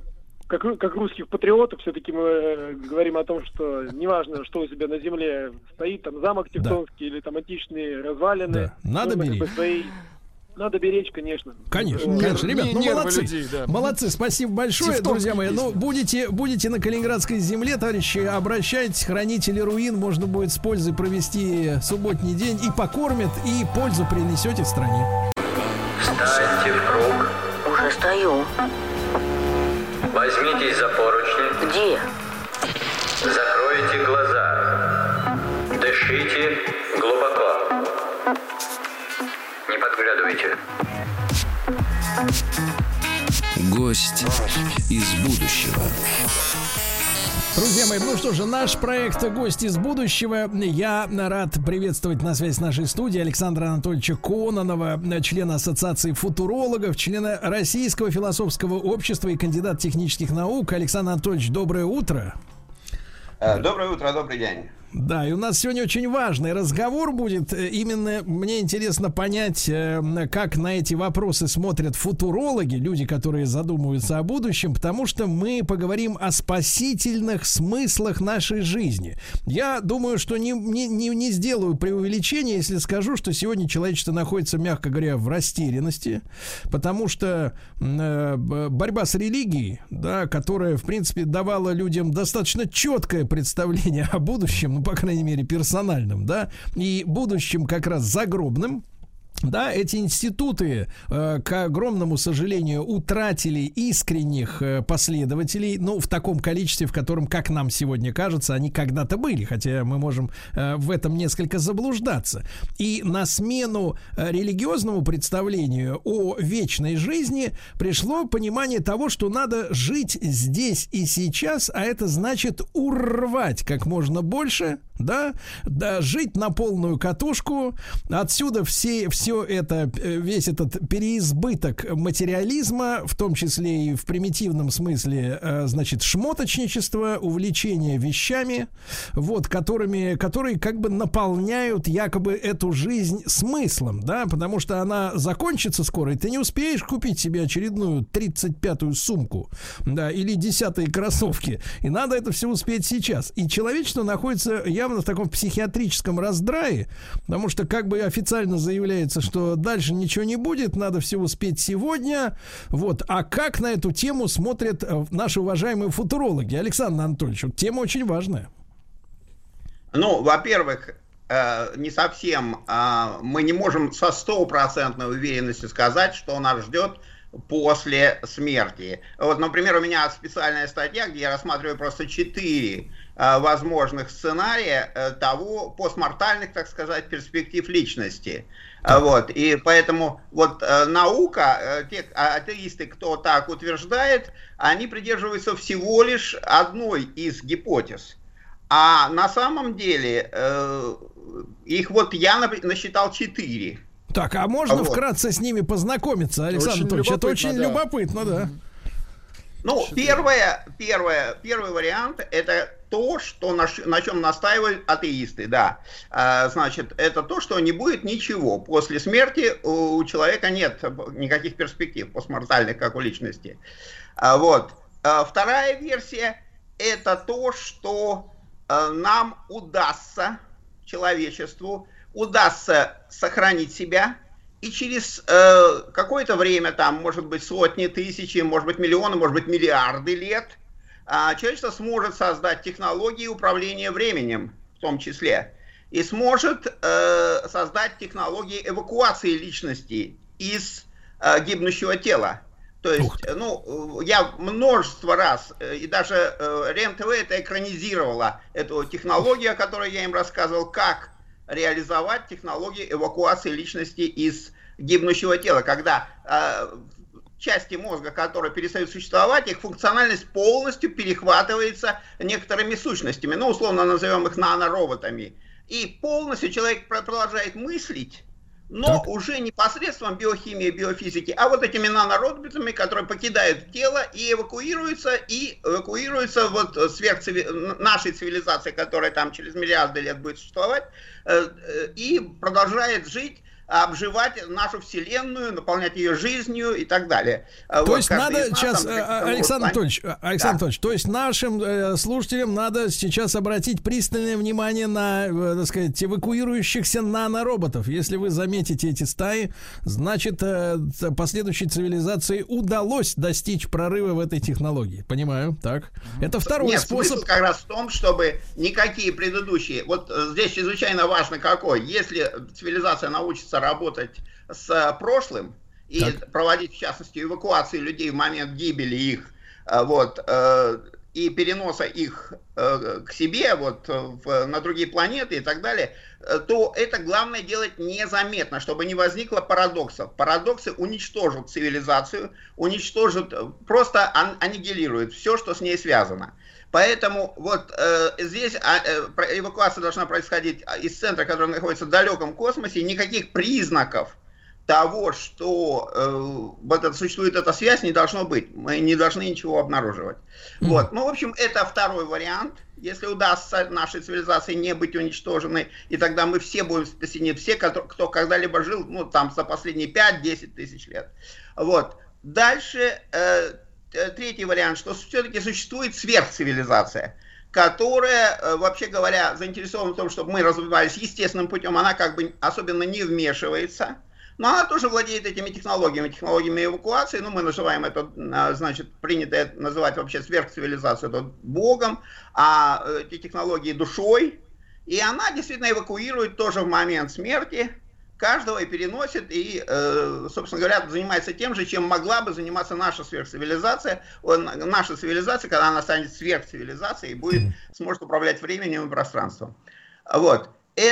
как русских патриотов. Все-таки мы говорим о том, что неважно, что у себя на земле стоит, там замок Тевтонский или там античные развалины. Да. Надо беречь. Надо беречь, конечно. Конечно, ребят, молодцы. Людей, да. Молодцы, спасибо большое, друзья мои. Ну, будете на Калининградской земле, товарищи, обращайтесь, хранители руин, можно будет с пользой провести субботний день, и покормят, и пользу принесете стране. Встаньте в круг. Уже стою. Возьмитесь за поручни. Где? Закройте глаза. Дышите глубоко. Не подглядывайте. Гость из будущего. Друзья мои, ну что же, наш проект «Гость из будущего». Я рад приветствовать на связи с нашей студией Александра Анатольевича Кононова, члена Ассоциации футурологов, члена Российского философского общества и кандидат технических наук. Александр Анатольевич, доброе утро. Доброе утро, добрый день. Да, и у нас сегодня очень важный разговор будет. Именно мне интересно понять, как на эти вопросы смотрят футурологи, люди, которые задумываются о будущем, потому что мы поговорим о спасительных смыслах нашей жизни. Я думаю, что не сделаю преувеличения, если скажу, что сегодня человечество находится, мягко говоря, в растерянности, потому что борьба с религией, да, которая, в принципе, давала людям достаточно четкое представление о будущем, ну, по крайней мере, персональным, да, и будущем как раз загробным, да, эти институты, к огромному сожалению, утратили искренних последователей, ну, в таком количестве, в котором, как нам сегодня кажется, они когда-то были, хотя мы можем в этом несколько заблуждаться. И на смену религиозному представлению о вечной жизни пришло понимание того, что надо жить здесь и сейчас, а это значит урвать как можно больше, да, жить на полную катушку. Отсюда весь этот переизбыток материализма, в том числе и в примитивном смысле, значит, шмоточничество, увлечение вещами, вот, которые как бы наполняют якобы эту жизнь смыслом, да, потому что она закончится скоро, и ты не успеешь купить себе очередную 35-ю сумку, да, или 10-е кроссовки, и надо это все успеть сейчас. И человечество находится явно в таком психиатрическом раздрае, потому что как бы официально заявляется, что дальше ничего не будет, надо все успеть сегодня, вот. А как на эту тему смотрят наши уважаемые футурологи? Александр Анатольевич, вот тема очень важная. Ну, во-первых, не совсем, мы не можем со 100% уверенностью сказать, что нас ждет после смерти. Вот, например, у меня специальная статья, где я рассматриваю просто 4 возможных сценария того постмортальных, так сказать, перспектив личности. Вот, и поэтому вот наука, те атеисты, кто так утверждает, они придерживаются всего лишь одной из гипотез. А на самом деле их вот я насчитал 4. Так, а можно вкратце с ними познакомиться, Александр Анатольевич? Это очень любопытно, да. Ну, первый вариант — это то, что на чем настаивают атеисты, да. Значит, это то, что не будет ничего. После смерти у человека нет никаких перспектив постмортальных, как у личности. Вот. Вторая версия — это то, что нам удастся, человечеству, удастся сохранить себя, и через какое-то время, там, может быть, сотни, тысячи, может быть, миллионы, может быть, миллиарды лет, человечество сможет создать технологии управления временем, в том числе, и сможет создать технологии эвакуации личности из гибнущего тела. То есть, ну, я множество раз, и даже РЕН-ТВ это экранизировала, эту технологию, о которой я им рассказывал, как реализовать технологии эвакуации личности из гибнущего тела, когда части мозга, которые перестают существовать, их функциональность полностью перехватывается некоторыми сущностями, ну, условно назовем их нанороботами, и полностью человек продолжает мыслить, но уже не посредством биохимии, биофизики, а вот этими нанороботами, которые покидают тело и эвакуируются вот нашей цивилизации, которая там через миллиарды лет будет существовать, и продолжает жить, обживать нашу вселенную, наполнять ее жизнью и так далее. То вот, есть надо сейчас, Александр Анатольевич, то есть нашим слушателям надо сейчас обратить пристальное внимание на, так сказать, эвакуирующихся нанороботов. Если вы заметите эти стаи, значит, последующей цивилизации удалось достичь прорыва в этой технологии. Понимаю, так? Это второй способ. Смысл как раз в том, чтобы никакие предыдущие, вот здесь чрезвычайно важно какой, если цивилизация научится работать с прошлым и проводить, в частности, эвакуации людей в момент гибели их, вот, и переноса их к себе, вот, на другие планеты и так далее, то это главное делать незаметно, чтобы не возникло парадоксов. Парадоксы уничтожат цивилизацию, уничтожат, просто аннигилируют все, что с ней связано. Поэтому вот здесь эвакуация должна происходить из центра, который находится в далеком космосе, и никаких признаков того, что существует эта связь, не должно быть. Мы не должны ничего обнаруживать. Вот. Ну, в общем, это второй вариант. Если удастся нашей цивилизации не быть уничтоженной, и тогда мы все будем спасены, все, кто когда-либо жил, ну, там, за последние 5-10 тысяч лет. Вот. Дальше... Третий вариант, что все-таки существует сверхцивилизация, которая, вообще говоря, заинтересована в том, чтобы мы развивались естественным путем, она как бы особенно не вмешивается, но она тоже владеет этими технологиями эвакуации, ну, мы называем это, значит, принято называть вообще сверхцивилизацию, это Богом, а эти технологии душой, и она действительно эвакуирует тоже в момент смерти каждого и переносит, и, собственно говоря, занимается тем же, чем могла бы заниматься наша сверхцивилизация. Наша цивилизация, когда она станет сверхцивилизацией, сможет управлять временем и пространством. Вот.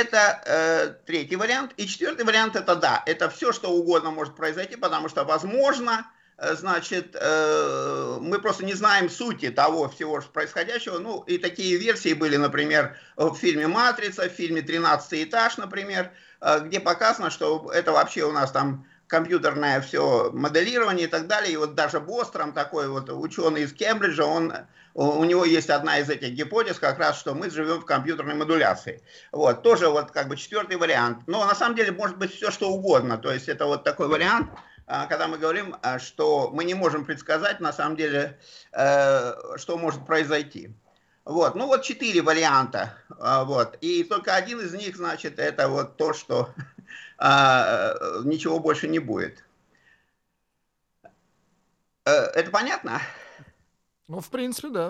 Это третий вариант. И четвертый вариант — это да, это все, что угодно может произойти, потому что, возможно, значит, мы просто не знаем сути того всего происходящего. Ну, и такие версии были, например, в фильме «Матрица», в фильме «13-й этаж», например, где показано, что это вообще у нас там компьютерное все моделирование и так далее. И вот даже Бостром, такой вот ученый из Кембриджа, у него есть одна из этих гипотез, как раз, что мы живем в компьютерной модуляции. Вот, тоже вот как бы четвертый вариант. Но на самом деле может быть все что угодно. То есть это вот такой вариант, когда мы говорим, что мы не можем предсказать на самом деле, что может произойти. Вот, ну вот 4 варианта. Вот, и только один из них, значит, это вот то, что ничего больше не будет. Это понятно? Ну, в принципе, да.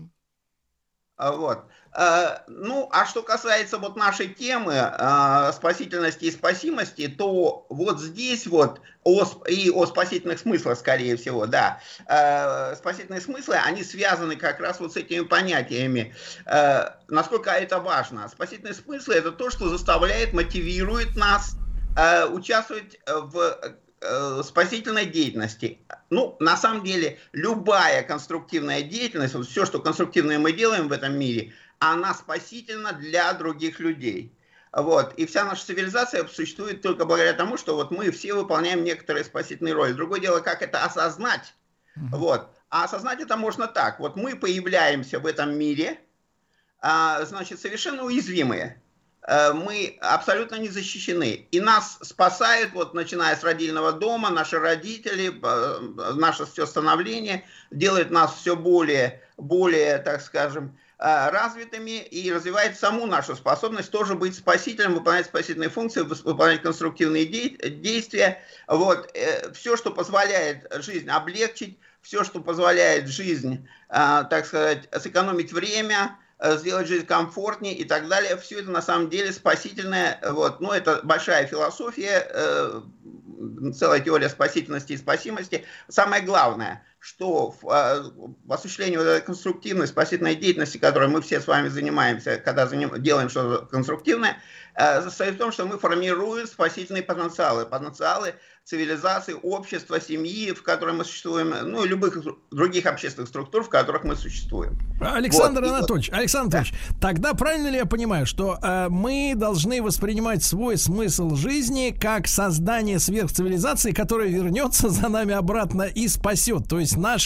Вот. Ну, а что касается вот нашей темы спасительности и спасимости, то вот здесь вот о спасительных смыслах, скорее всего, да. Спасительные смыслы, они связаны как раз вот с этими понятиями. Насколько это важно? Спасительные смыслы — это то, что заставляет, мотивирует нас участвовать в спасительной деятельности. Ну, на самом деле, любая конструктивная деятельность, вот все, что конструктивное мы делаем в этом мире, она спасительна для других людей. Вот. И вся наша цивилизация существует только благодаря тому, что вот мы все выполняем некоторые спасительные роли. Другое дело, как это осознать. Вот. А осознать это можно так. Вот мы появляемся в этом мире, значит, совершенно уязвимые. Мы абсолютно не защищены. И нас спасают, вот, начиная с родильного дома, наши родители, наше все становление делает нас все более, так скажем, развитыми и развивает саму нашу способность тоже быть спасителем, выполнять спасительные функции, выполнять конструктивные действия. Вот. Все, что позволяет жизнь облегчить, все, что позволяет жизнь, так сказать, сэкономить время, сделать жизнь комфортнее и так далее. Все это на самом деле спасительное. Вот. Ну, это большая философия, целая теория спасительности и спасимости. Самое главное, что в осуществлении вот этой конструктивной спасительной деятельности, которой мы все с вами занимаемся, когда делаем что-то конструктивное, состоит в том, что мы формируем спасительные потенциалы цивилизации, общества, семьи, в которой мы существуем, ну и любых других общественных структур, в которых мы существуем. Александр Анатольевич, тогда правильно ли я понимаю, что мы должны воспринимать свой смысл жизни как создание сверхцивилизации, которая вернется за нами обратно и спасет? То есть наш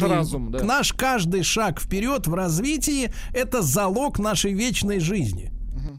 каждый шаг вперед в развитии — это залог нашей вечной жизни.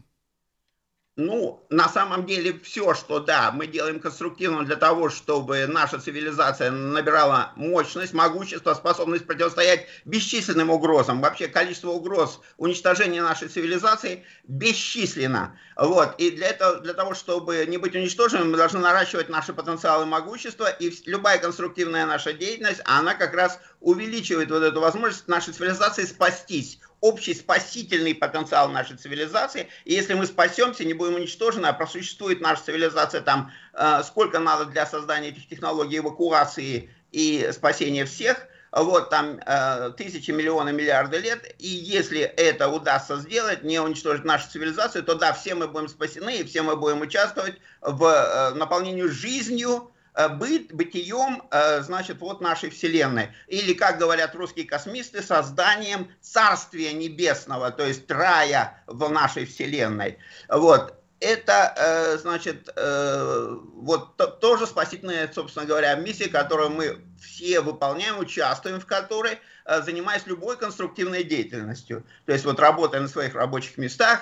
Ну, на самом деле, все, что, да, мы делаем конструктивно для того, чтобы наша цивилизация набирала мощность, могущество, способность противостоять бесчисленным угрозам. Вообще, количество угроз уничтожения нашей цивилизации бесчисленно. Вот. И для того, чтобы не быть уничтоженными, мы должны наращивать наши потенциалы могущества. И любая конструктивная наша деятельность, она как раз увеличивает вот эту возможность нашей цивилизации спастись. Общий спасительный потенциал нашей цивилизации. И если мы спасемся, не будем уничтожены, а просуществует наша цивилизация там, сколько надо для создания этих технологий эвакуации и спасения всех, вот там тысячи, миллионы, миллиарды лет. И если это удастся сделать, не уничтожить нашу цивилизацию, то да, все мы будем спасены, и все мы будем участвовать в наполнении жизнью, бытием, значит, вот нашей Вселенной. Или, как говорят русские космисты, созданием Царствия Небесного, то есть рая в нашей Вселенной. Вот. Это, значит, вот тоже спасительная, собственно говоря, миссия, которую мы все выполняем, участвуем в которой, занимаясь любой конструктивной деятельностью. То есть вот работая на своих рабочих местах,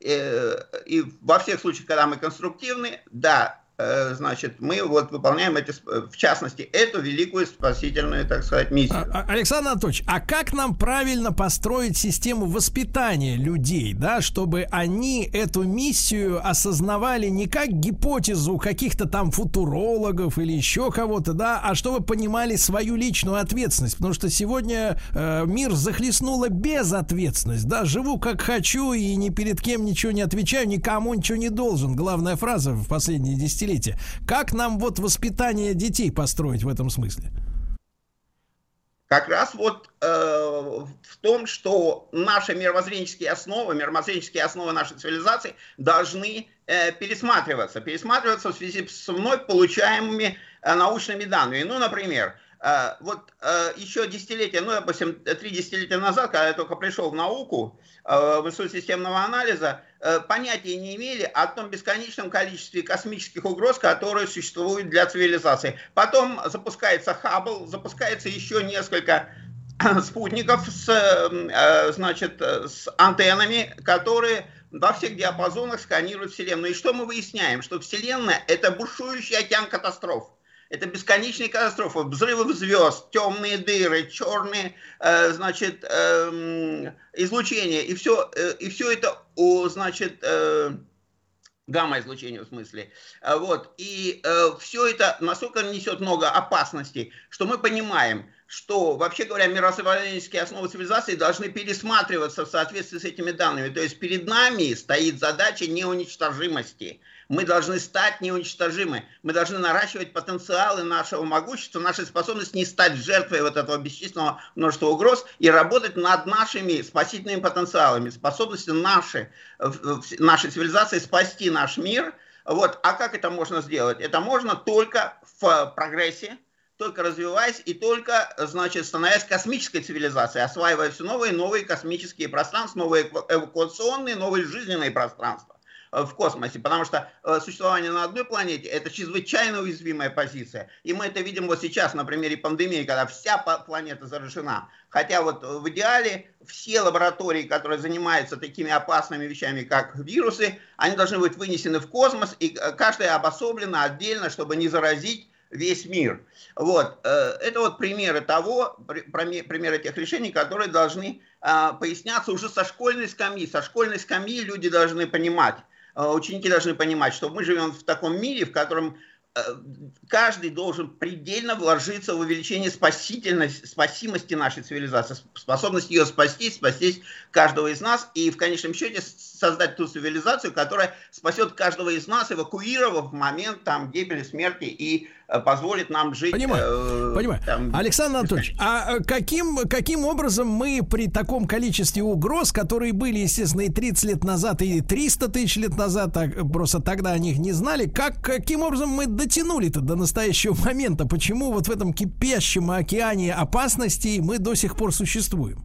и во всех случаях, когда мы конструктивны, да, значит, мы вот выполняем в частности, эту великую спасительную, так сказать, миссию. Александр Анатольевич, а как нам правильно построить систему воспитания людей, да, чтобы они эту миссию осознавали не как гипотезу каких-то там футурологов или еще кого-то, да, а чтобы понимали свою личную ответственность, потому что сегодня мир захлестнула безответственность, да, живу как хочу и ни перед кем ничего не отвечаю, никому ничего не должен. Главная фраза в последние десятилетия. Как нам вот воспитание детей построить в этом смысле? Как раз вот в том, что наши мировоззренческие основы нашей цивилизации должны пересматриваться в связи с вновь получаемыми научными данными. Ну, например, Вот еще десятилетия, ну, допустим, 3 десятилетия назад, когда я только пришел в науку, в Институт системного анализа, понятия не имели о том бесконечном количестве космических угроз, которые существуют для цивилизации. Потом запускается Хаббл, запускается еще несколько спутников с антеннами, которые во всех диапазонах сканируют Вселенную. И что мы выясняем? Что Вселенная – это бушующий океан катастроф. Это бесконечные катастрофы, взрывы звезд, темные дыры, черные, излучения. И все это, гамма-излучение в смысле. Вот. И все это настолько несет много опасностей, что мы понимаем, что, вообще говоря, мировоззренческие основы цивилизации должны пересматриваться в соответствии с этими данными. То есть перед нами стоит задача неуничтожимости. Мы должны стать неуничтожимы. Мы должны наращивать потенциалы нашего могущества, нашей способности не стать жертвой вот этого бесчисленного множества угроз и работать над нашими спасительными потенциалами, способностью нашей цивилизации спасти наш мир. Вот. А как это можно сделать? Это можно только в прогрессе, только развиваясь и только, становясь космической цивилизацией, осваивая все новые и новые космические пространства, новые эвакуационные, новые жизненные пространства в космосе, потому что существование на одной планете – это чрезвычайно уязвимая позиция. И мы это видим вот сейчас на примере пандемии, когда вся планета заражена. Хотя вот в идеале все лаборатории, которые занимаются такими опасными вещами, как вирусы, они должны быть вынесены в космос, и каждая обособлена отдельно, чтобы не заразить весь мир. Вот. Это вот примеры примеры тех решений, которые должны поясняться уже со школьной скамьи. Со школьной скамьи люди должны понимать, ученики должны понимать, что мы живем в таком мире, в котором каждый должен предельно вложиться в увеличение спасимости нашей цивилизации, способность ее спасти каждого из нас и в конечном счете создать ту цивилизацию, которая спасет каждого из нас, эвакуировав в момент гибели, смерти и позволит нам жить. Понимаю. Александр Анатольевич, а каким образом мы при таком количестве угроз, которые были, естественно, и 30 лет назад, и 300 тысяч лет назад, просто тогда о них не знали, каким образом мы дотянули-то до настоящего момента? Почему вот в этом кипящем океане опасностей мы до сих пор существуем?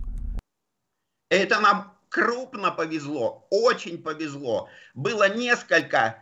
Это нам крупно повезло, очень повезло. Было несколько,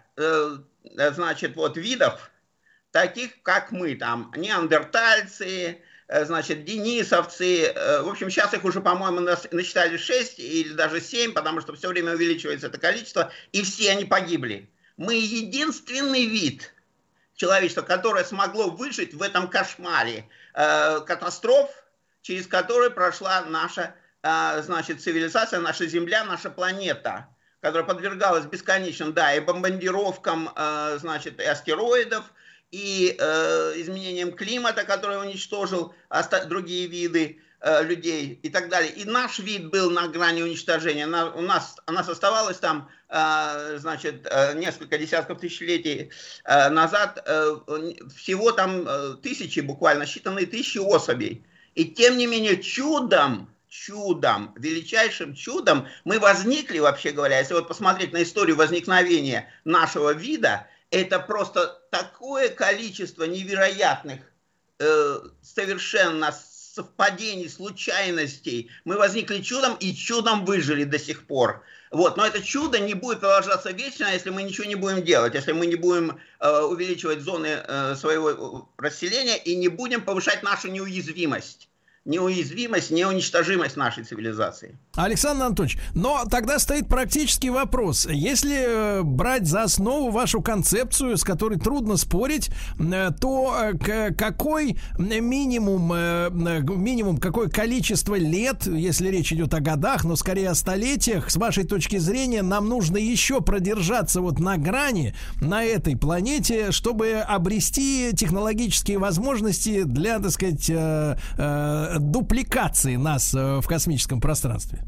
видов, таких, как мы, неандертальцы, денисовцы. В общем, сейчас их уже, по-моему, насчитали 6 или даже 7, потому что все время увеличивается это количество, и все они погибли. Мы единственный вид человечества, которое смогло выжить в этом кошмаре катастроф, через которые прошла наша цивилизация, наша Земля, наша планета, которая подвергалась бесконечным, и бомбардировкам, и астероидов, и изменением климата, который уничтожил другие виды людей и так далее. И наш вид был на грани уничтожения. У нас оставалось несколько десятков тысячелетий назад всего тысячи, буквально считанные тысячи особей. И тем не менее чудом, величайшим чудом мы возникли, вообще говоря, если вот посмотреть на историю возникновения нашего вида, это просто такое количество невероятных совершенно совпадений, случайностей. Мы возникли чудом и чудом выжили до сих пор. Вот. Но это чудо не будет продолжаться вечно, если мы ничего не будем делать, если мы не будем увеличивать зоны своего расселения и не будем повышать нашу неуязвимость, неуничтожимость нашей цивилизации. Александр Анатольевич, но тогда стоит практический вопрос. Если брать за основу вашу концепцию, с которой трудно спорить, то какой минимум, какое количество лет, если речь идет о годах, но скорее о столетиях, с вашей точки зрения, нам нужно еще продержаться вот на грани на этой планете, чтобы обрести технологические возможности для, так сказать, дупликации нас в космическом пространстве?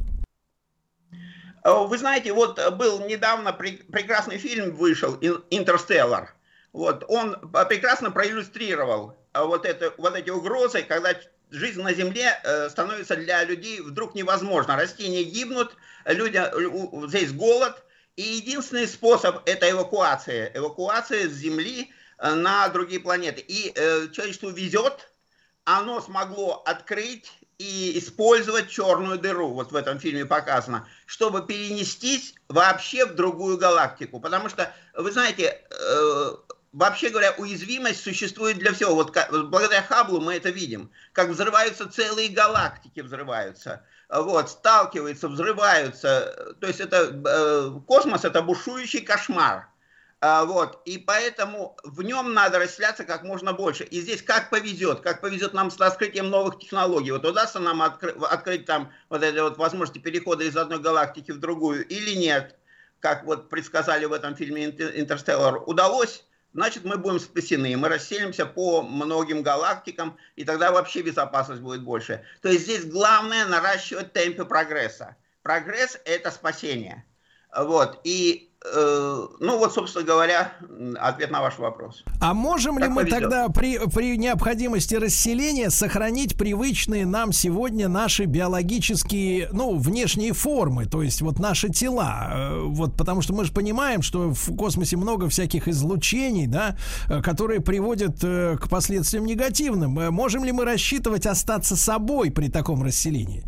Вы знаете, вот был недавно прекрасный фильм вышел, «Интерстеллар». Вот, он прекрасно проиллюстрировал вот эти угрозы, когда жизнь на Земле становится для людей вдруг невозможна. Растения гибнут, здесь голод, и единственный способ – это эвакуация с Земли на другие планеты. И человечеству везет, оно смогло открыть и использовать черную дыру, вот в этом фильме показано, чтобы перенестись вообще в другую галактику. Потому что, вы знаете, вообще говоря, уязвимость существует для всего. Вот благодаря Хабблу мы это видим, как взрываются целые галактики, взрываются, вот, сталкиваются, взрываются. То есть это космос — это бушующий кошмар. Вот, и поэтому в нем надо расселяться как можно больше. И здесь как повезет нам с открытием новых технологий. Вот удастся нам открыть там вот эти вот возможности перехода из одной галактики в другую или нет, как вот предсказали в этом фильме «Интерстеллар». Удалось, значит, мы будем спасены. Мы расселимся по многим галактикам, и тогда вообще безопасность будет больше. То есть здесь главное наращивать темпы прогресса. Прогресс — это спасение. Вот, и ну вот, собственно говоря, ответ на ваш вопрос. А можем ли мы тогда при необходимости расселения сохранить привычные нам сегодня наши биологические, ну, внешние формы, то есть вот наши тела? Вот, потому что мы же понимаем, что в космосе много всяких излучений, да, которые приводят к последствиям негативным. Можем ли мы рассчитывать остаться собой при таком расселении?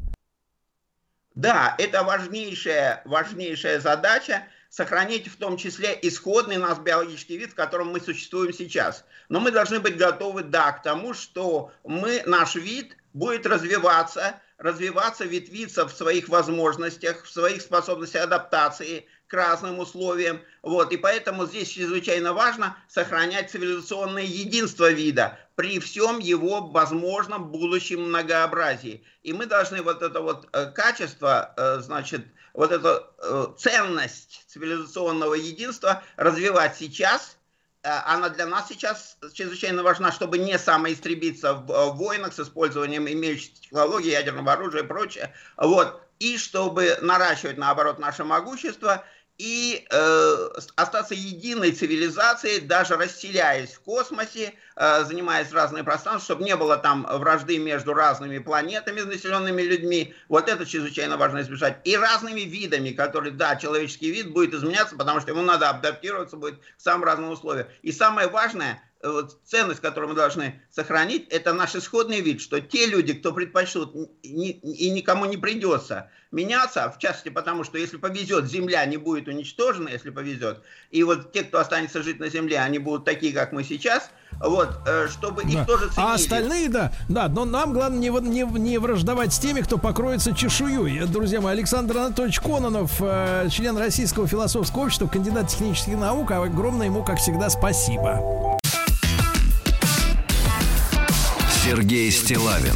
Да, это важнейшая задача. Сохранить в том числе исходный наш биологический вид, в котором мы существуем сейчас. Но мы должны быть готовы, да, к тому, что наш вид будет развиваться, ветвиться в своих возможностях, в своих способностях адаптации к разным условиям. Вот. И поэтому здесь чрезвычайно важно сохранять цивилизационное единство вида при всем его возможном будущем многообразии. И мы должны вот это вот качество, значит, вот эту ценность цивилизационного единства развивать сейчас. Она для нас сейчас чрезвычайно важна, чтобы не самоистребиться в войнах с использованием имеющихся технологий, ядерного оружия и прочее. Вот. И чтобы наращивать, наоборот, наше могущество и остаться единой цивилизацией, даже расселяясь в космосе, занимаясь разные пространства, чтобы не было там вражды между разными планетами, населенными людьми. Вот это чрезвычайно важно избежать. И разными видами, которые, да, человеческий вид будет изменяться, потому что ему надо адаптироваться будет к самым разным условиям. И самое важное, вот, ценность, которую мы должны сохранить, это наш исходный вид, что те люди, кто предпочтут, и никому не придется меняться, в частности, потому что если повезет, Земля не будет уничтожена, если повезет, и вот те, кто останется жить на Земле, они будут такие, как мы сейчас, вот, чтобы их тоже ценили. А остальные, да, но нам главное не враждовать с теми, кто покроется чешуей. Друзья мои, Александр Анатольевич Кононов, член Российского философского общества, кандидат технических наук, огромное ему, как всегда, спасибо. Сергей Стиллавин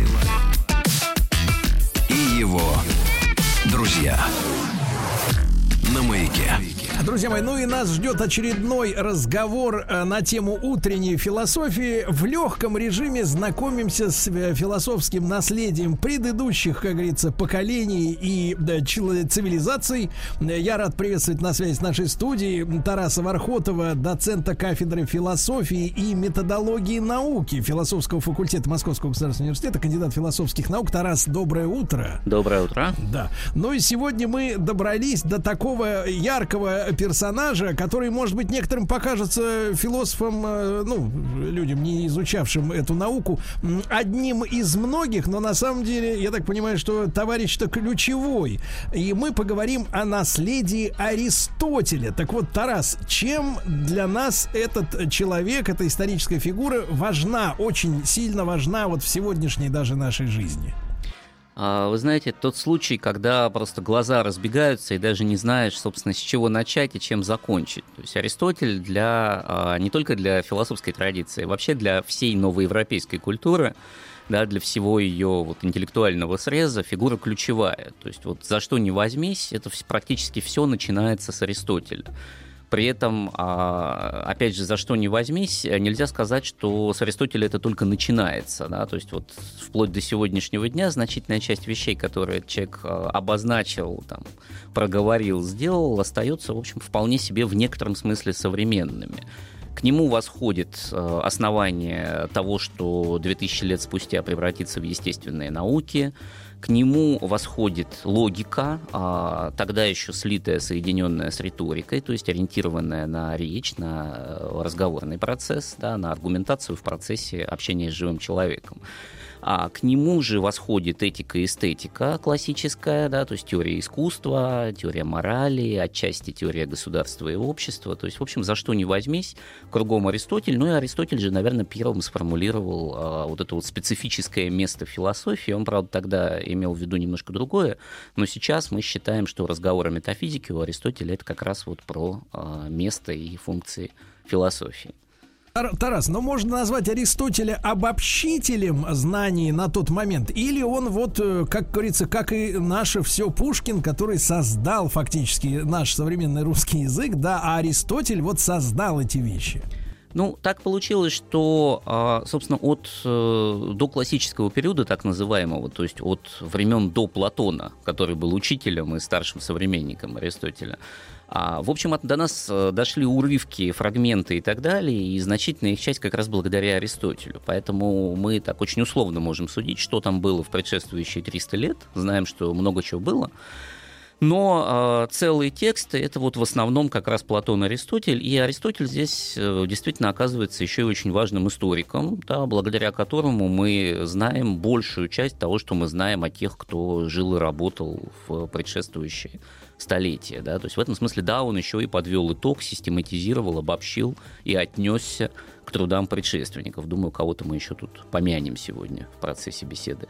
и его друзья на Маяке. Друзья мои, ну и нас ждет очередной разговор на тему утренней философии. В легком режиме знакомимся с философским наследием предыдущих, как говорится, поколений и цивилизаций. Я рад приветствовать на связи с нашей студией Тараса Вархотова, доцента кафедры философии и методологии науки философского факультета Московского государственного университета, кандидат философских наук. Тарас, доброе утро. Доброе утро. Да. Ну и сегодня мы добрались до такого яркого персонажа, который, может быть, некоторым покажется философом, ну, людям, не изучавшим эту науку, одним из многих, но на самом деле, я так понимаю, что товарищ-то ключевой. И мы поговорим о наследии Аристотеля. Так вот, Тарас, чем для нас этот человек, эта историческая фигура важна, очень сильно важна вот в сегодняшней даже нашей жизни? Вы знаете, тот случай, когда просто глаза разбегаются и даже не знаешь, собственно, с чего начать и чем закончить. То есть Аристотель не только для философской традиции, вообще для всей новоевропейской культуры, да, для всего ее вот интеллектуального среза фигура ключевая. То есть вот за что ни возьмись, это практически все начинается с Аристотеля. При этом, опять же, за что ни возьмись, нельзя сказать, что с Аристотеля это только начинается. Да? То есть вот вплоть до сегодняшнего дня значительная часть вещей, которые человек обозначил, там, проговорил, сделал, остается, в общем, вполне себе в некотором смысле современными. К нему восходит основание того, что 2000 лет спустя превратится в естественные науки. К нему восходит логика, тогда еще слитая, соединенная с риторикой, то есть ориентированная на речь, на разговорный процесс, да, на аргументацию в процессе общения с живым человеком. А к нему же восходит этика и эстетика классическая, да, то есть теория искусства, теория морали, отчасти теория государства и общества. То есть, в общем, за что ни возьмись, кругом Аристотель. Ну и Аристотель же, наверное, первым сформулировал вот это вот специфическое место в философии. Он, правда, тогда имел в виду немножко другое, но сейчас мы считаем, что разговор о метафизике у Аристотеля это как раз вот про место и функции философии. Тарас, но можно назвать Аристотеля обобщителем знаний на тот момент? Или он вот, как говорится, как и наше все Пушкин, который создал фактически наш современный русский язык, да, а Аристотель вот создал эти вещи? Ну, так получилось, что, собственно, от доклассического периода, так называемого, то есть от времен до Платона, который был учителем и старшим современником Аристотеля, в общем, до нас дошли урывки, фрагменты и так далее, и значительная их часть как раз благодаря Аристотелю. Поэтому мы так очень условно можем судить, что там было в предшествующие 300 лет. Знаем, что много чего было. Но целые тексты — это вот в основном как раз Платон и Аристотель. И Аристотель здесь действительно оказывается еще и очень важным историком, да, благодаря которому мы знаем большую часть того, что мы знаем о тех, кто жил и работал в предшествующие столетия. Да. То есть в этом смысле, да, он еще и подвел итог, систематизировал, обобщил и отнесся к трудам предшественников. Думаю, кого-то мы еще тут помянем сегодня в процессе беседы.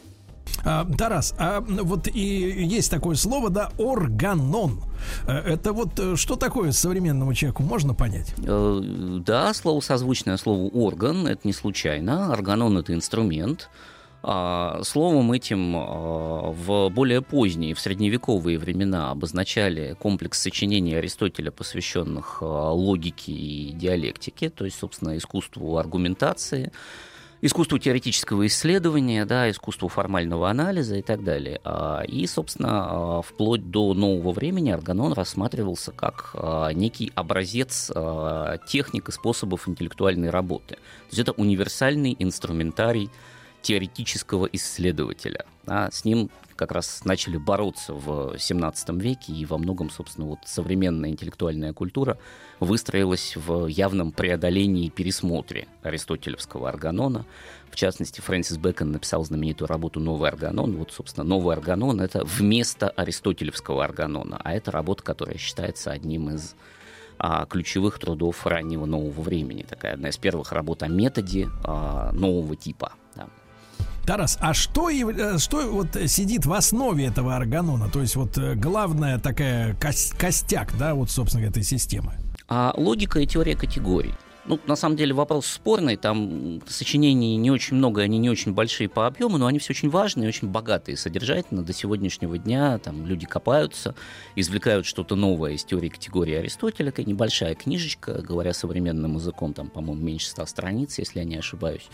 Тарас, вот и есть такое слово, да, органон. Это вот что такое современному человеку, можно понять? Да, слово созвучное слову орган, это не случайно. Органон — это инструмент. Словом этим в более поздние, в средневековые времена обозначали комплекс сочинений Аристотеля, посвященных логике и диалектике, то есть, собственно, искусству аргументации, искусству теоретического исследования, да, искусству формального анализа и так далее. И, собственно, вплоть до нового времени органон рассматривался как некий образец техник и способов интеллектуальной работы. То есть это универсальный инструментарий теоретического исследователя. Да, с ним как раз начали бороться в XVII веке, и во многом, собственно, вот современная интеллектуальная культура выстроилась в явном преодолении и пересмотре аристотелевского органона. В частности, Фрэнсис Бэкон написал знаменитую работу «Новый органон». Вот, собственно, «Новый органон» — это вместо аристотелевского органона, а это работа, которая считается одним из ключевых трудов раннего нового времени. Такая одна из первых работ о методе нового типа. Да. Тарас, а что вот сидит в основе этого органона? То есть вот главная такая костяк, да, вот, собственно, этой системы? Логика и теория категорий. Ну, на самом деле вопрос спорный, там сочинений не очень много, они не очень большие по объему, но они все очень важные, очень богатые содержательно. До сегодняшнего дня там люди копаются, извлекают что-то новое из теории категории Аристотеля, такая небольшая книжечка, говоря современным языком, там, по-моему, меньше 100 страниц, если я не ошибаюсь.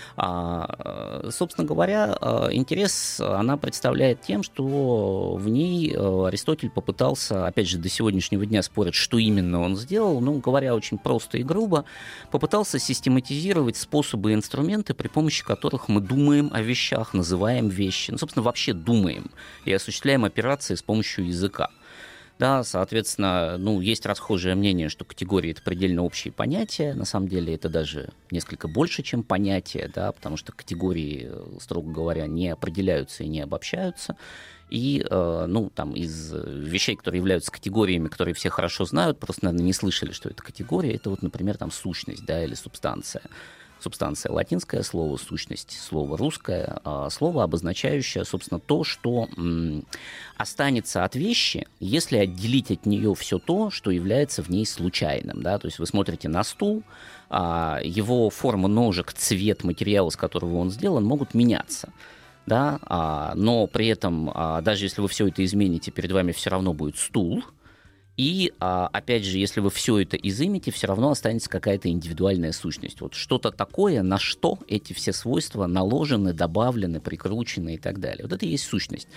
Собственно говоря, интерес она представляет тем, что в ней Аристотель попытался, опять же, до сегодняшнего дня спорят, что именно он сделал, ну, говоря очень просто и грубо, попытался систематизировать способы и инструменты, при помощи которых мы думаем о вещах, называем вещи, ну, собственно, вообще думаем и осуществляем операции с помощью языка. Да, соответственно, ну, есть расхожее мнение, что категории — это предельно общие понятия. На самом деле это даже несколько больше, чем понятие, да, потому что категории, строго говоря, не определяются и не обобщаются. И, ну, там, из вещей, которые являются категориями, которые все хорошо знают, просто, наверное, не слышали, что это категория, это вот, например, там, сущность, да, или субстанция. Субстанция — латинское слово, сущность — слово русское, слово, обозначающее, собственно, то, что останется от вещи, если отделить от нее все то, что является в ней случайным. Да? То есть вы смотрите на стул, его форма, ножек, цвет, материал, из которого он сделан, могут меняться. Да? Но при этом, даже если вы все это измените, перед вами все равно будет стул. И, опять же, если вы все это изымете, все равно останется какая-то индивидуальная сущность. Вот что-то такое, на что эти все свойства наложены, добавлены, прикручены и так далее. Вот это и есть сущность.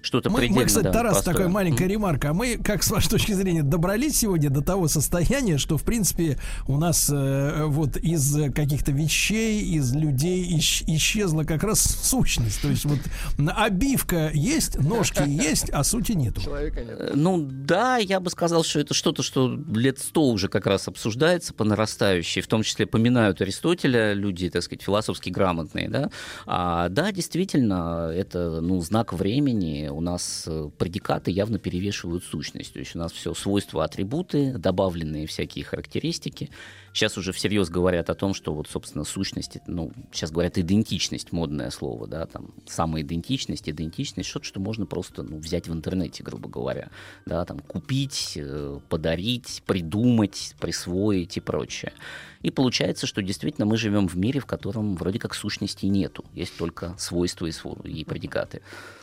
что-то мы, предельно, кстати, да, Тарас, простое. такая маленькая ремарка. Мы, как с вашей точки зрения, добрались сегодня до того состояния, что, в принципе, у нас вот из каких-то вещей, из людей исчезла как раз сущность. То есть вот обивка есть, ножки есть, а сути нету. Человека нет. Ну да, я бы сказал, что это что-то, что лет 100 уже как раз обсуждается по нарастающей, в том числе поминают Аристотеля люди, так сказать, философски грамотные, да. Да, действительно, это, ну, знак времени. У нас предикаты явно перевешивают сущность. То есть у нас все свойства, атрибуты, добавленные всякие характеристики. Сейчас уже всерьез говорят о том, что вот, собственно, сущность, ну, сейчас говорят идентичность, модное слово, да, там, самоидентичность, идентичность, что-то, что можно просто, ну, взять в интернете, грубо говоря, да, там, купить, подарить, придумать, присвоить и прочее. И получается, что действительно мы живем в мире, в котором вроде как сущности нету, есть только свойства и предикаты.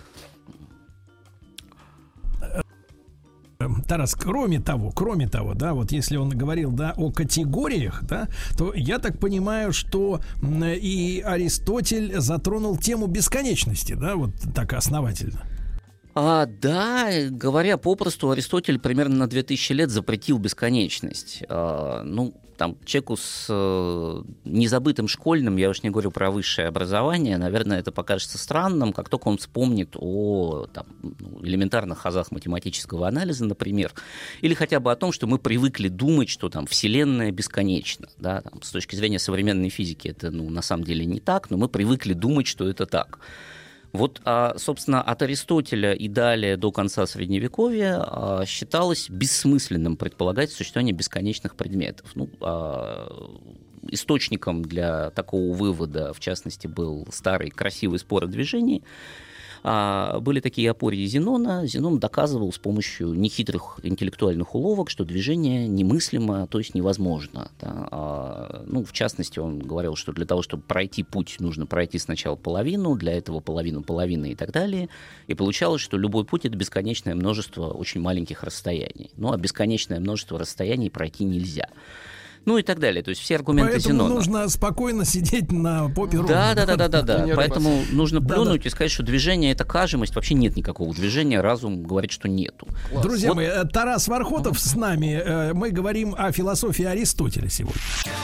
Тарас, кроме того, да, вот если он говорил, да, о категориях, да, то я так понимаю, что и Аристотель затронул тему бесконечности, да, вот так основательно. Да, говоря попросту, Аристотель примерно на 2000 лет запретил бесконечность. Ну, там, человеку с незабытым школьным, я уж не говорю про высшее образование, наверное, это покажется странным, как только он вспомнит о там, элементарных азах математического анализа, например, или хотя бы о том, что мы привыкли думать, что там Вселенная бесконечна. Да? Там, с точки зрения современной физики это, ну, на самом деле не так, но мы привыкли думать, что это так. Вот, собственно, от Аристотеля и далее до конца Средневековья считалось бессмысленным предполагать существование бесконечных предметов. Ну, источником для такого вывода, в частности, был старый красивый спор о движении. Были такие апории Зенона. Зенон доказывал с помощью нехитрых интеллектуальных уловок, что движение немыслимо, то есть невозможно. Да? Ну, в частности, он говорил, что для того, чтобы пройти путь, нужно пройти сначала половину, для этого половины и так далее. И получалось, что любой путь — это бесконечное множество очень маленьких расстояний. Ну, а бесконечное множество расстояний пройти нельзя. Ну и так далее. То есть все аргументы Зенона. Поэтому нужно спокойно сидеть на попе ровно. Да. Поэтому нужно плюнуть и сказать, что движение — это кажемость. Вообще нет никакого движения. Разум говорит, что нету. Друзья мои, Тарас Вархотов с нами. Мы говорим о философии Аристотеля сегодня.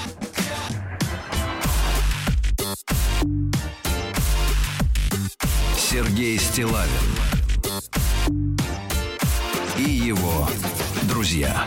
Сергей Стиллавин и его друзья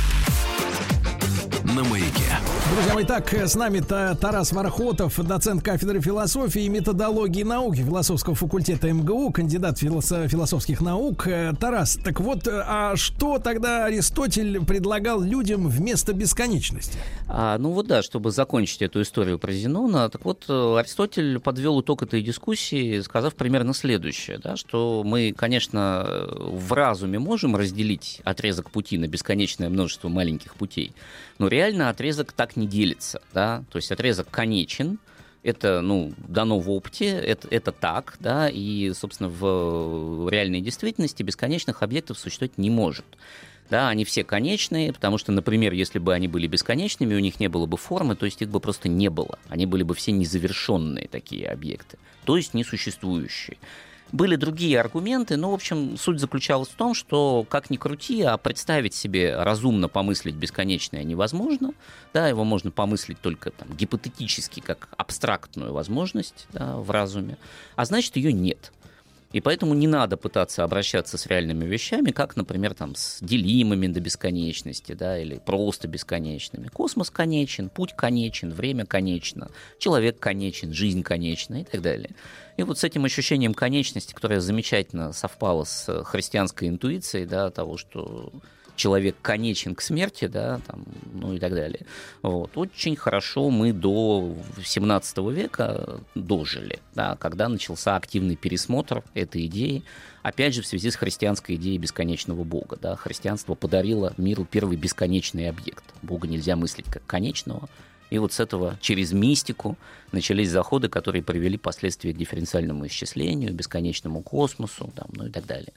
на Маяке. Друзья мои, так, с нами Тарас Вархотов, доцент кафедры философии и методологии науки философского факультета МГУ, кандидат философских наук. Тарас, так вот, а что тогда Аристотель предлагал людям вместо бесконечности? Ну вот да, чтобы закончить эту историю про Зенона, так вот, Аристотель подвел итог этой дискуссии, сказав примерно следующее, да, что мы, конечно, в разуме можем разделить отрезок пути на бесконечное множество маленьких путей, но реально отрезок так не делится, да, то есть отрезок конечен, это, ну, дано в опыте, это так, да, и, собственно, в реальной действительности бесконечных объектов существовать не может. Да, они все конечные, потому что, например, если бы они были бесконечными, у них не было бы формы, то есть их бы просто не было. Они были бы все незавершенные такие объекты, то есть несуществующие. Были другие аргументы, но, в общем, суть заключалась в том, что, как ни крути, а представить себе, разумно помыслить бесконечное невозможно. Да, его можно помыслить только там, гипотетически, как абстрактную возможность, да, в разуме, а значит, ее нет. И поэтому не надо пытаться обращаться с реальными вещами, как, например, там, с делимыми до бесконечности, да, или просто бесконечными. Космос конечен, путь конечен, время конечно, человек конечен, жизнь конечна и так далее. И вот с этим ощущением конечности, которое замечательно совпало с христианской интуицией, да, того, что человек конечен к смерти, да, там, ну и так далее. Вот. Очень хорошо мы до 17 века дожили, да, когда начался активный пересмотр этой идеи, опять же, в связи с христианской идеей бесконечного Бога. Да. Христианство подарило миру первый бесконечный объект. Бога нельзя мыслить как конечного. И вот с этого через мистику начались заходы, которые привели впоследствии к дифференциальному исчислению, бесконечному космосу, там, ну и так далее.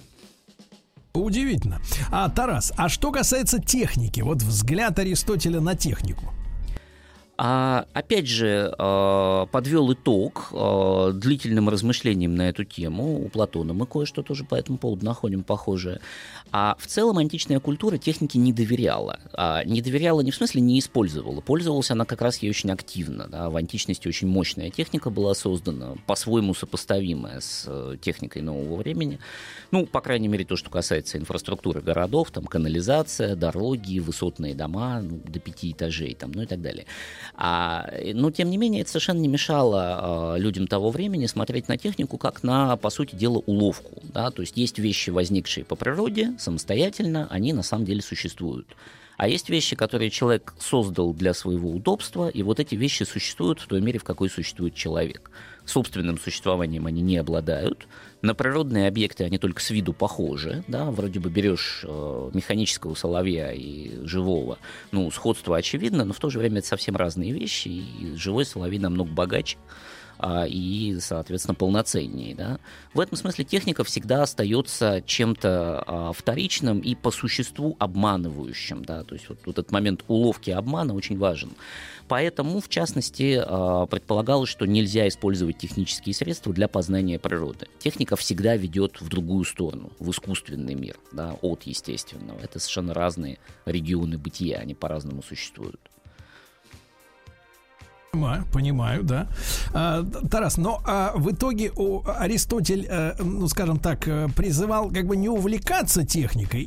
Удивительно. Тарас, а что касается техники, вот взгляд Аристотеля на технику? Опять же, подвел итог длительным размышлениям на эту тему. У Платона мы кое-что тоже по этому поводу находим похожее. А в целом античная культура технике не доверяла. Не доверяла не в смысле не использовала. Пользовалась она как раз ей очень активно. Да. В античности очень мощная техника была создана, по-своему сопоставимая с техникой нового времени. Ну, по крайней мере, то, что касается инфраструктуры городов, там канализация, дороги, высотные дома, до 5 этажей, там, ну и так далее. Но, тем не менее, это совершенно не мешало людям того времени смотреть на технику как на, по сути дела, уловку. Да? То есть есть вещи, возникшие по природе, самостоятельно, они на самом деле существуют. А есть вещи, которые человек создал для своего удобства, и вот эти вещи существуют в той мере, в какой существует человек. Собственным существованием они не обладают. На природные объекты они только с виду похожи. Да? Вроде бы берешь механического соловья и живого. Ну, сходство очевидно, но в то же время это совсем разные вещи. И живой соловей намного богаче и, соответственно, полноценнее. Да? В этом смысле техника всегда остается чем-то вторичным и по существу обманывающим. Да? То есть вот этот момент уловки и обмана очень важен. Поэтому, в частности, предполагалось, что нельзя использовать технические средства для познания природы. Техника всегда ведет в другую сторону, в искусственный мир, да, от естественного. Это совершенно разные регионы бытия, они по-разному существуют. Понимаю, да. Тарас, но в итоге Аристотель, ну, скажем так, призывал как бы не увлекаться техникой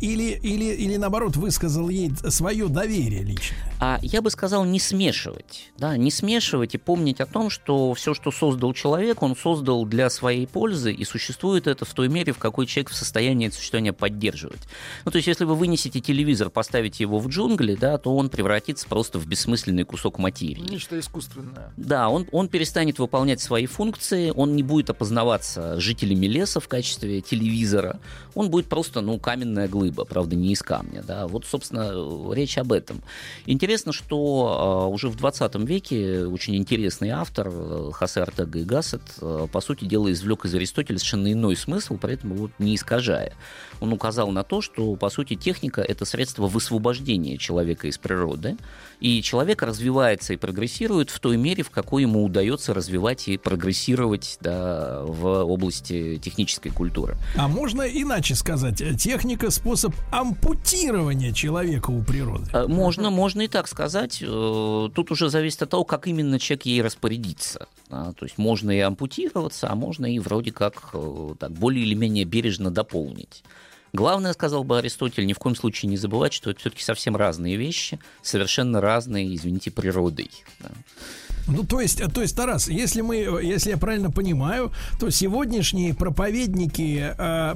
или наоборот высказал ей свое доверие лично? Я бы сказал, не смешивать. Да, не смешивать и помнить о том, что все, что создал человек, он создал для своей пользы, и существует это в той мере, в какой человек в состоянии это существование поддерживать. Ну, то есть, если вы вынесете телевизор, поставите его в джунгли, да, то он превратится просто в бессмысленный кусок материи. Нечто искусственное. Да, он перестанет выполнять свои функции, он не будет опознаваться жителями леса в качестве телевизора, он будет просто, каменная глыба, правда, не из камня, да, вот, собственно, речь об этом. Интересно, что уже в 20 веке очень интересный автор Хосе Ортега и Гассет, по сути дела, извлек из Аристотеля совершенно иной смысл, при этом его не искажая. Он указал на то, что, по сути, техника — это средство высвобождения человека из природы, и человек развивается и прогрессирует в той мере, в какой ему удается развивать и прогрессировать, да, в области технической культуры. А можно иначе сказать, техника — способ ампутирования человека у природы? Можно и так сказать. Тут уже зависит от того, как именно человек ей распорядится. Да? То есть можно и ампутироваться, а можно и вроде как так, более или менее бережно дополнить. Главное, сказал бы Аристотель, ни в коем случае не забывать, что это все-таки совсем разные вещи, совершенно разные, извините, природой. Да. Ну, то есть, Тарас, если я правильно понимаю, то сегодняшние проповедники,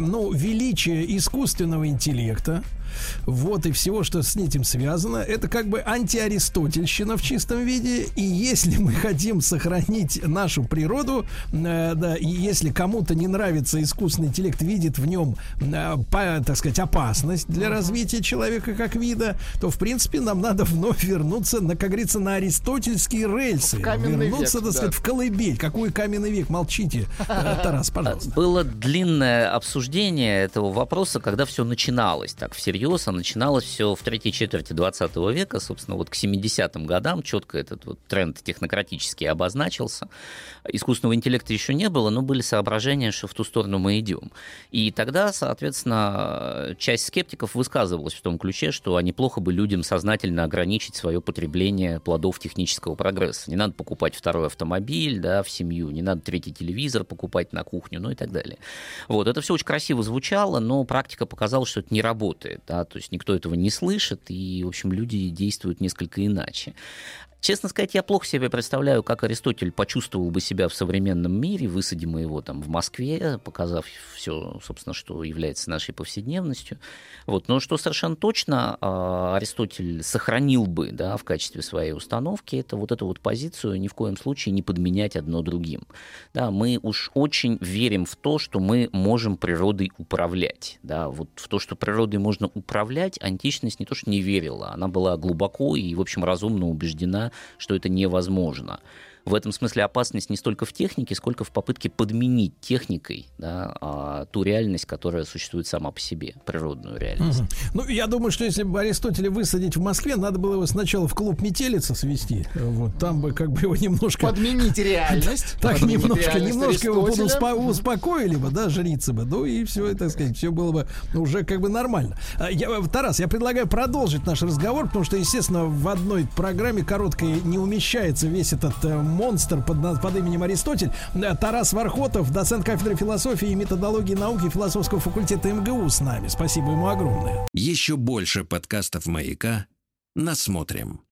величия искусственного интеллекта, вот и всего, что с этим связано, это как бы антиаристотельщина в чистом виде. И если мы хотим сохранить нашу природу, да, и если кому-то не нравится искусственный интеллект, видит в нем, так сказать, опасность для развития человека как вида, то, в принципе, нам надо вновь вернуться, как говорится, на аристотельские рельсы. Вернуться, так сказать, в колыбель. Какой каменный век? Молчите, Тарас, пожалуйста. Было длинное обсуждение этого вопроса, когда все начиналось так всерьез. А начиналось все в третьей четверти 20 века, собственно, вот к 70-м годам четко этот вот тренд технократический обозначился. Искусственного интеллекта еще не было, но были соображения, что в ту сторону мы идем. И тогда, соответственно, часть скептиков высказывалась в том ключе, что неплохо бы людям сознательно ограничить свое потребление плодов технического прогресса. Не надо покупать второй автомобиль, да, в семью, не надо третий телевизор покупать на кухню, ну и так далее. Вот, это все очень красиво звучало, но практика показала, что это не работает. Да, то есть никто этого не слышит, и, в общем, люди действуют несколько иначе. Честно сказать, я плохо себе представляю, как Аристотель почувствовал бы себя в современном мире, высадим мы его там в Москве, показав все, собственно, что является нашей повседневностью. Вот. Но что совершенно точно Аристотель сохранил бы, да, в качестве своей установки, это вот эту вот позицию ни в коем случае не подменять одно другим. Да, мы уж очень верим в то, что мы можем природой управлять. Да. Вот в то, что природой можно управлять, античность не то что не верила, она была глубоко и, в общем, разумно убеждена, что это невозможно. в этом смысле опасность не столько в технике, сколько в попытке подменить техникой, да, ту реальность, которая существует сама по себе, природную реальность. Ну, я думаю, что если бы Аристотеля высадить в Москве, надо было его сначала в клуб «Метелица» свести. Вот, там бы как бы его немножко... Подменить реальность. Так, немножко его успокоили бы, да, жрицы бы. Ну, и все, так сказать, все было бы уже как бы нормально. Тарас, я предлагаю продолжить наш разговор, потому что, естественно, в одной программе короткой не умещается весь этот монстр под именем Аристотель. Тарас Вархотов, доцент кафедры философии и методологии науки философского факультета МГУ с нами. Спасибо ему огромное. Еще больше подкастов «Маяка» насмотрим.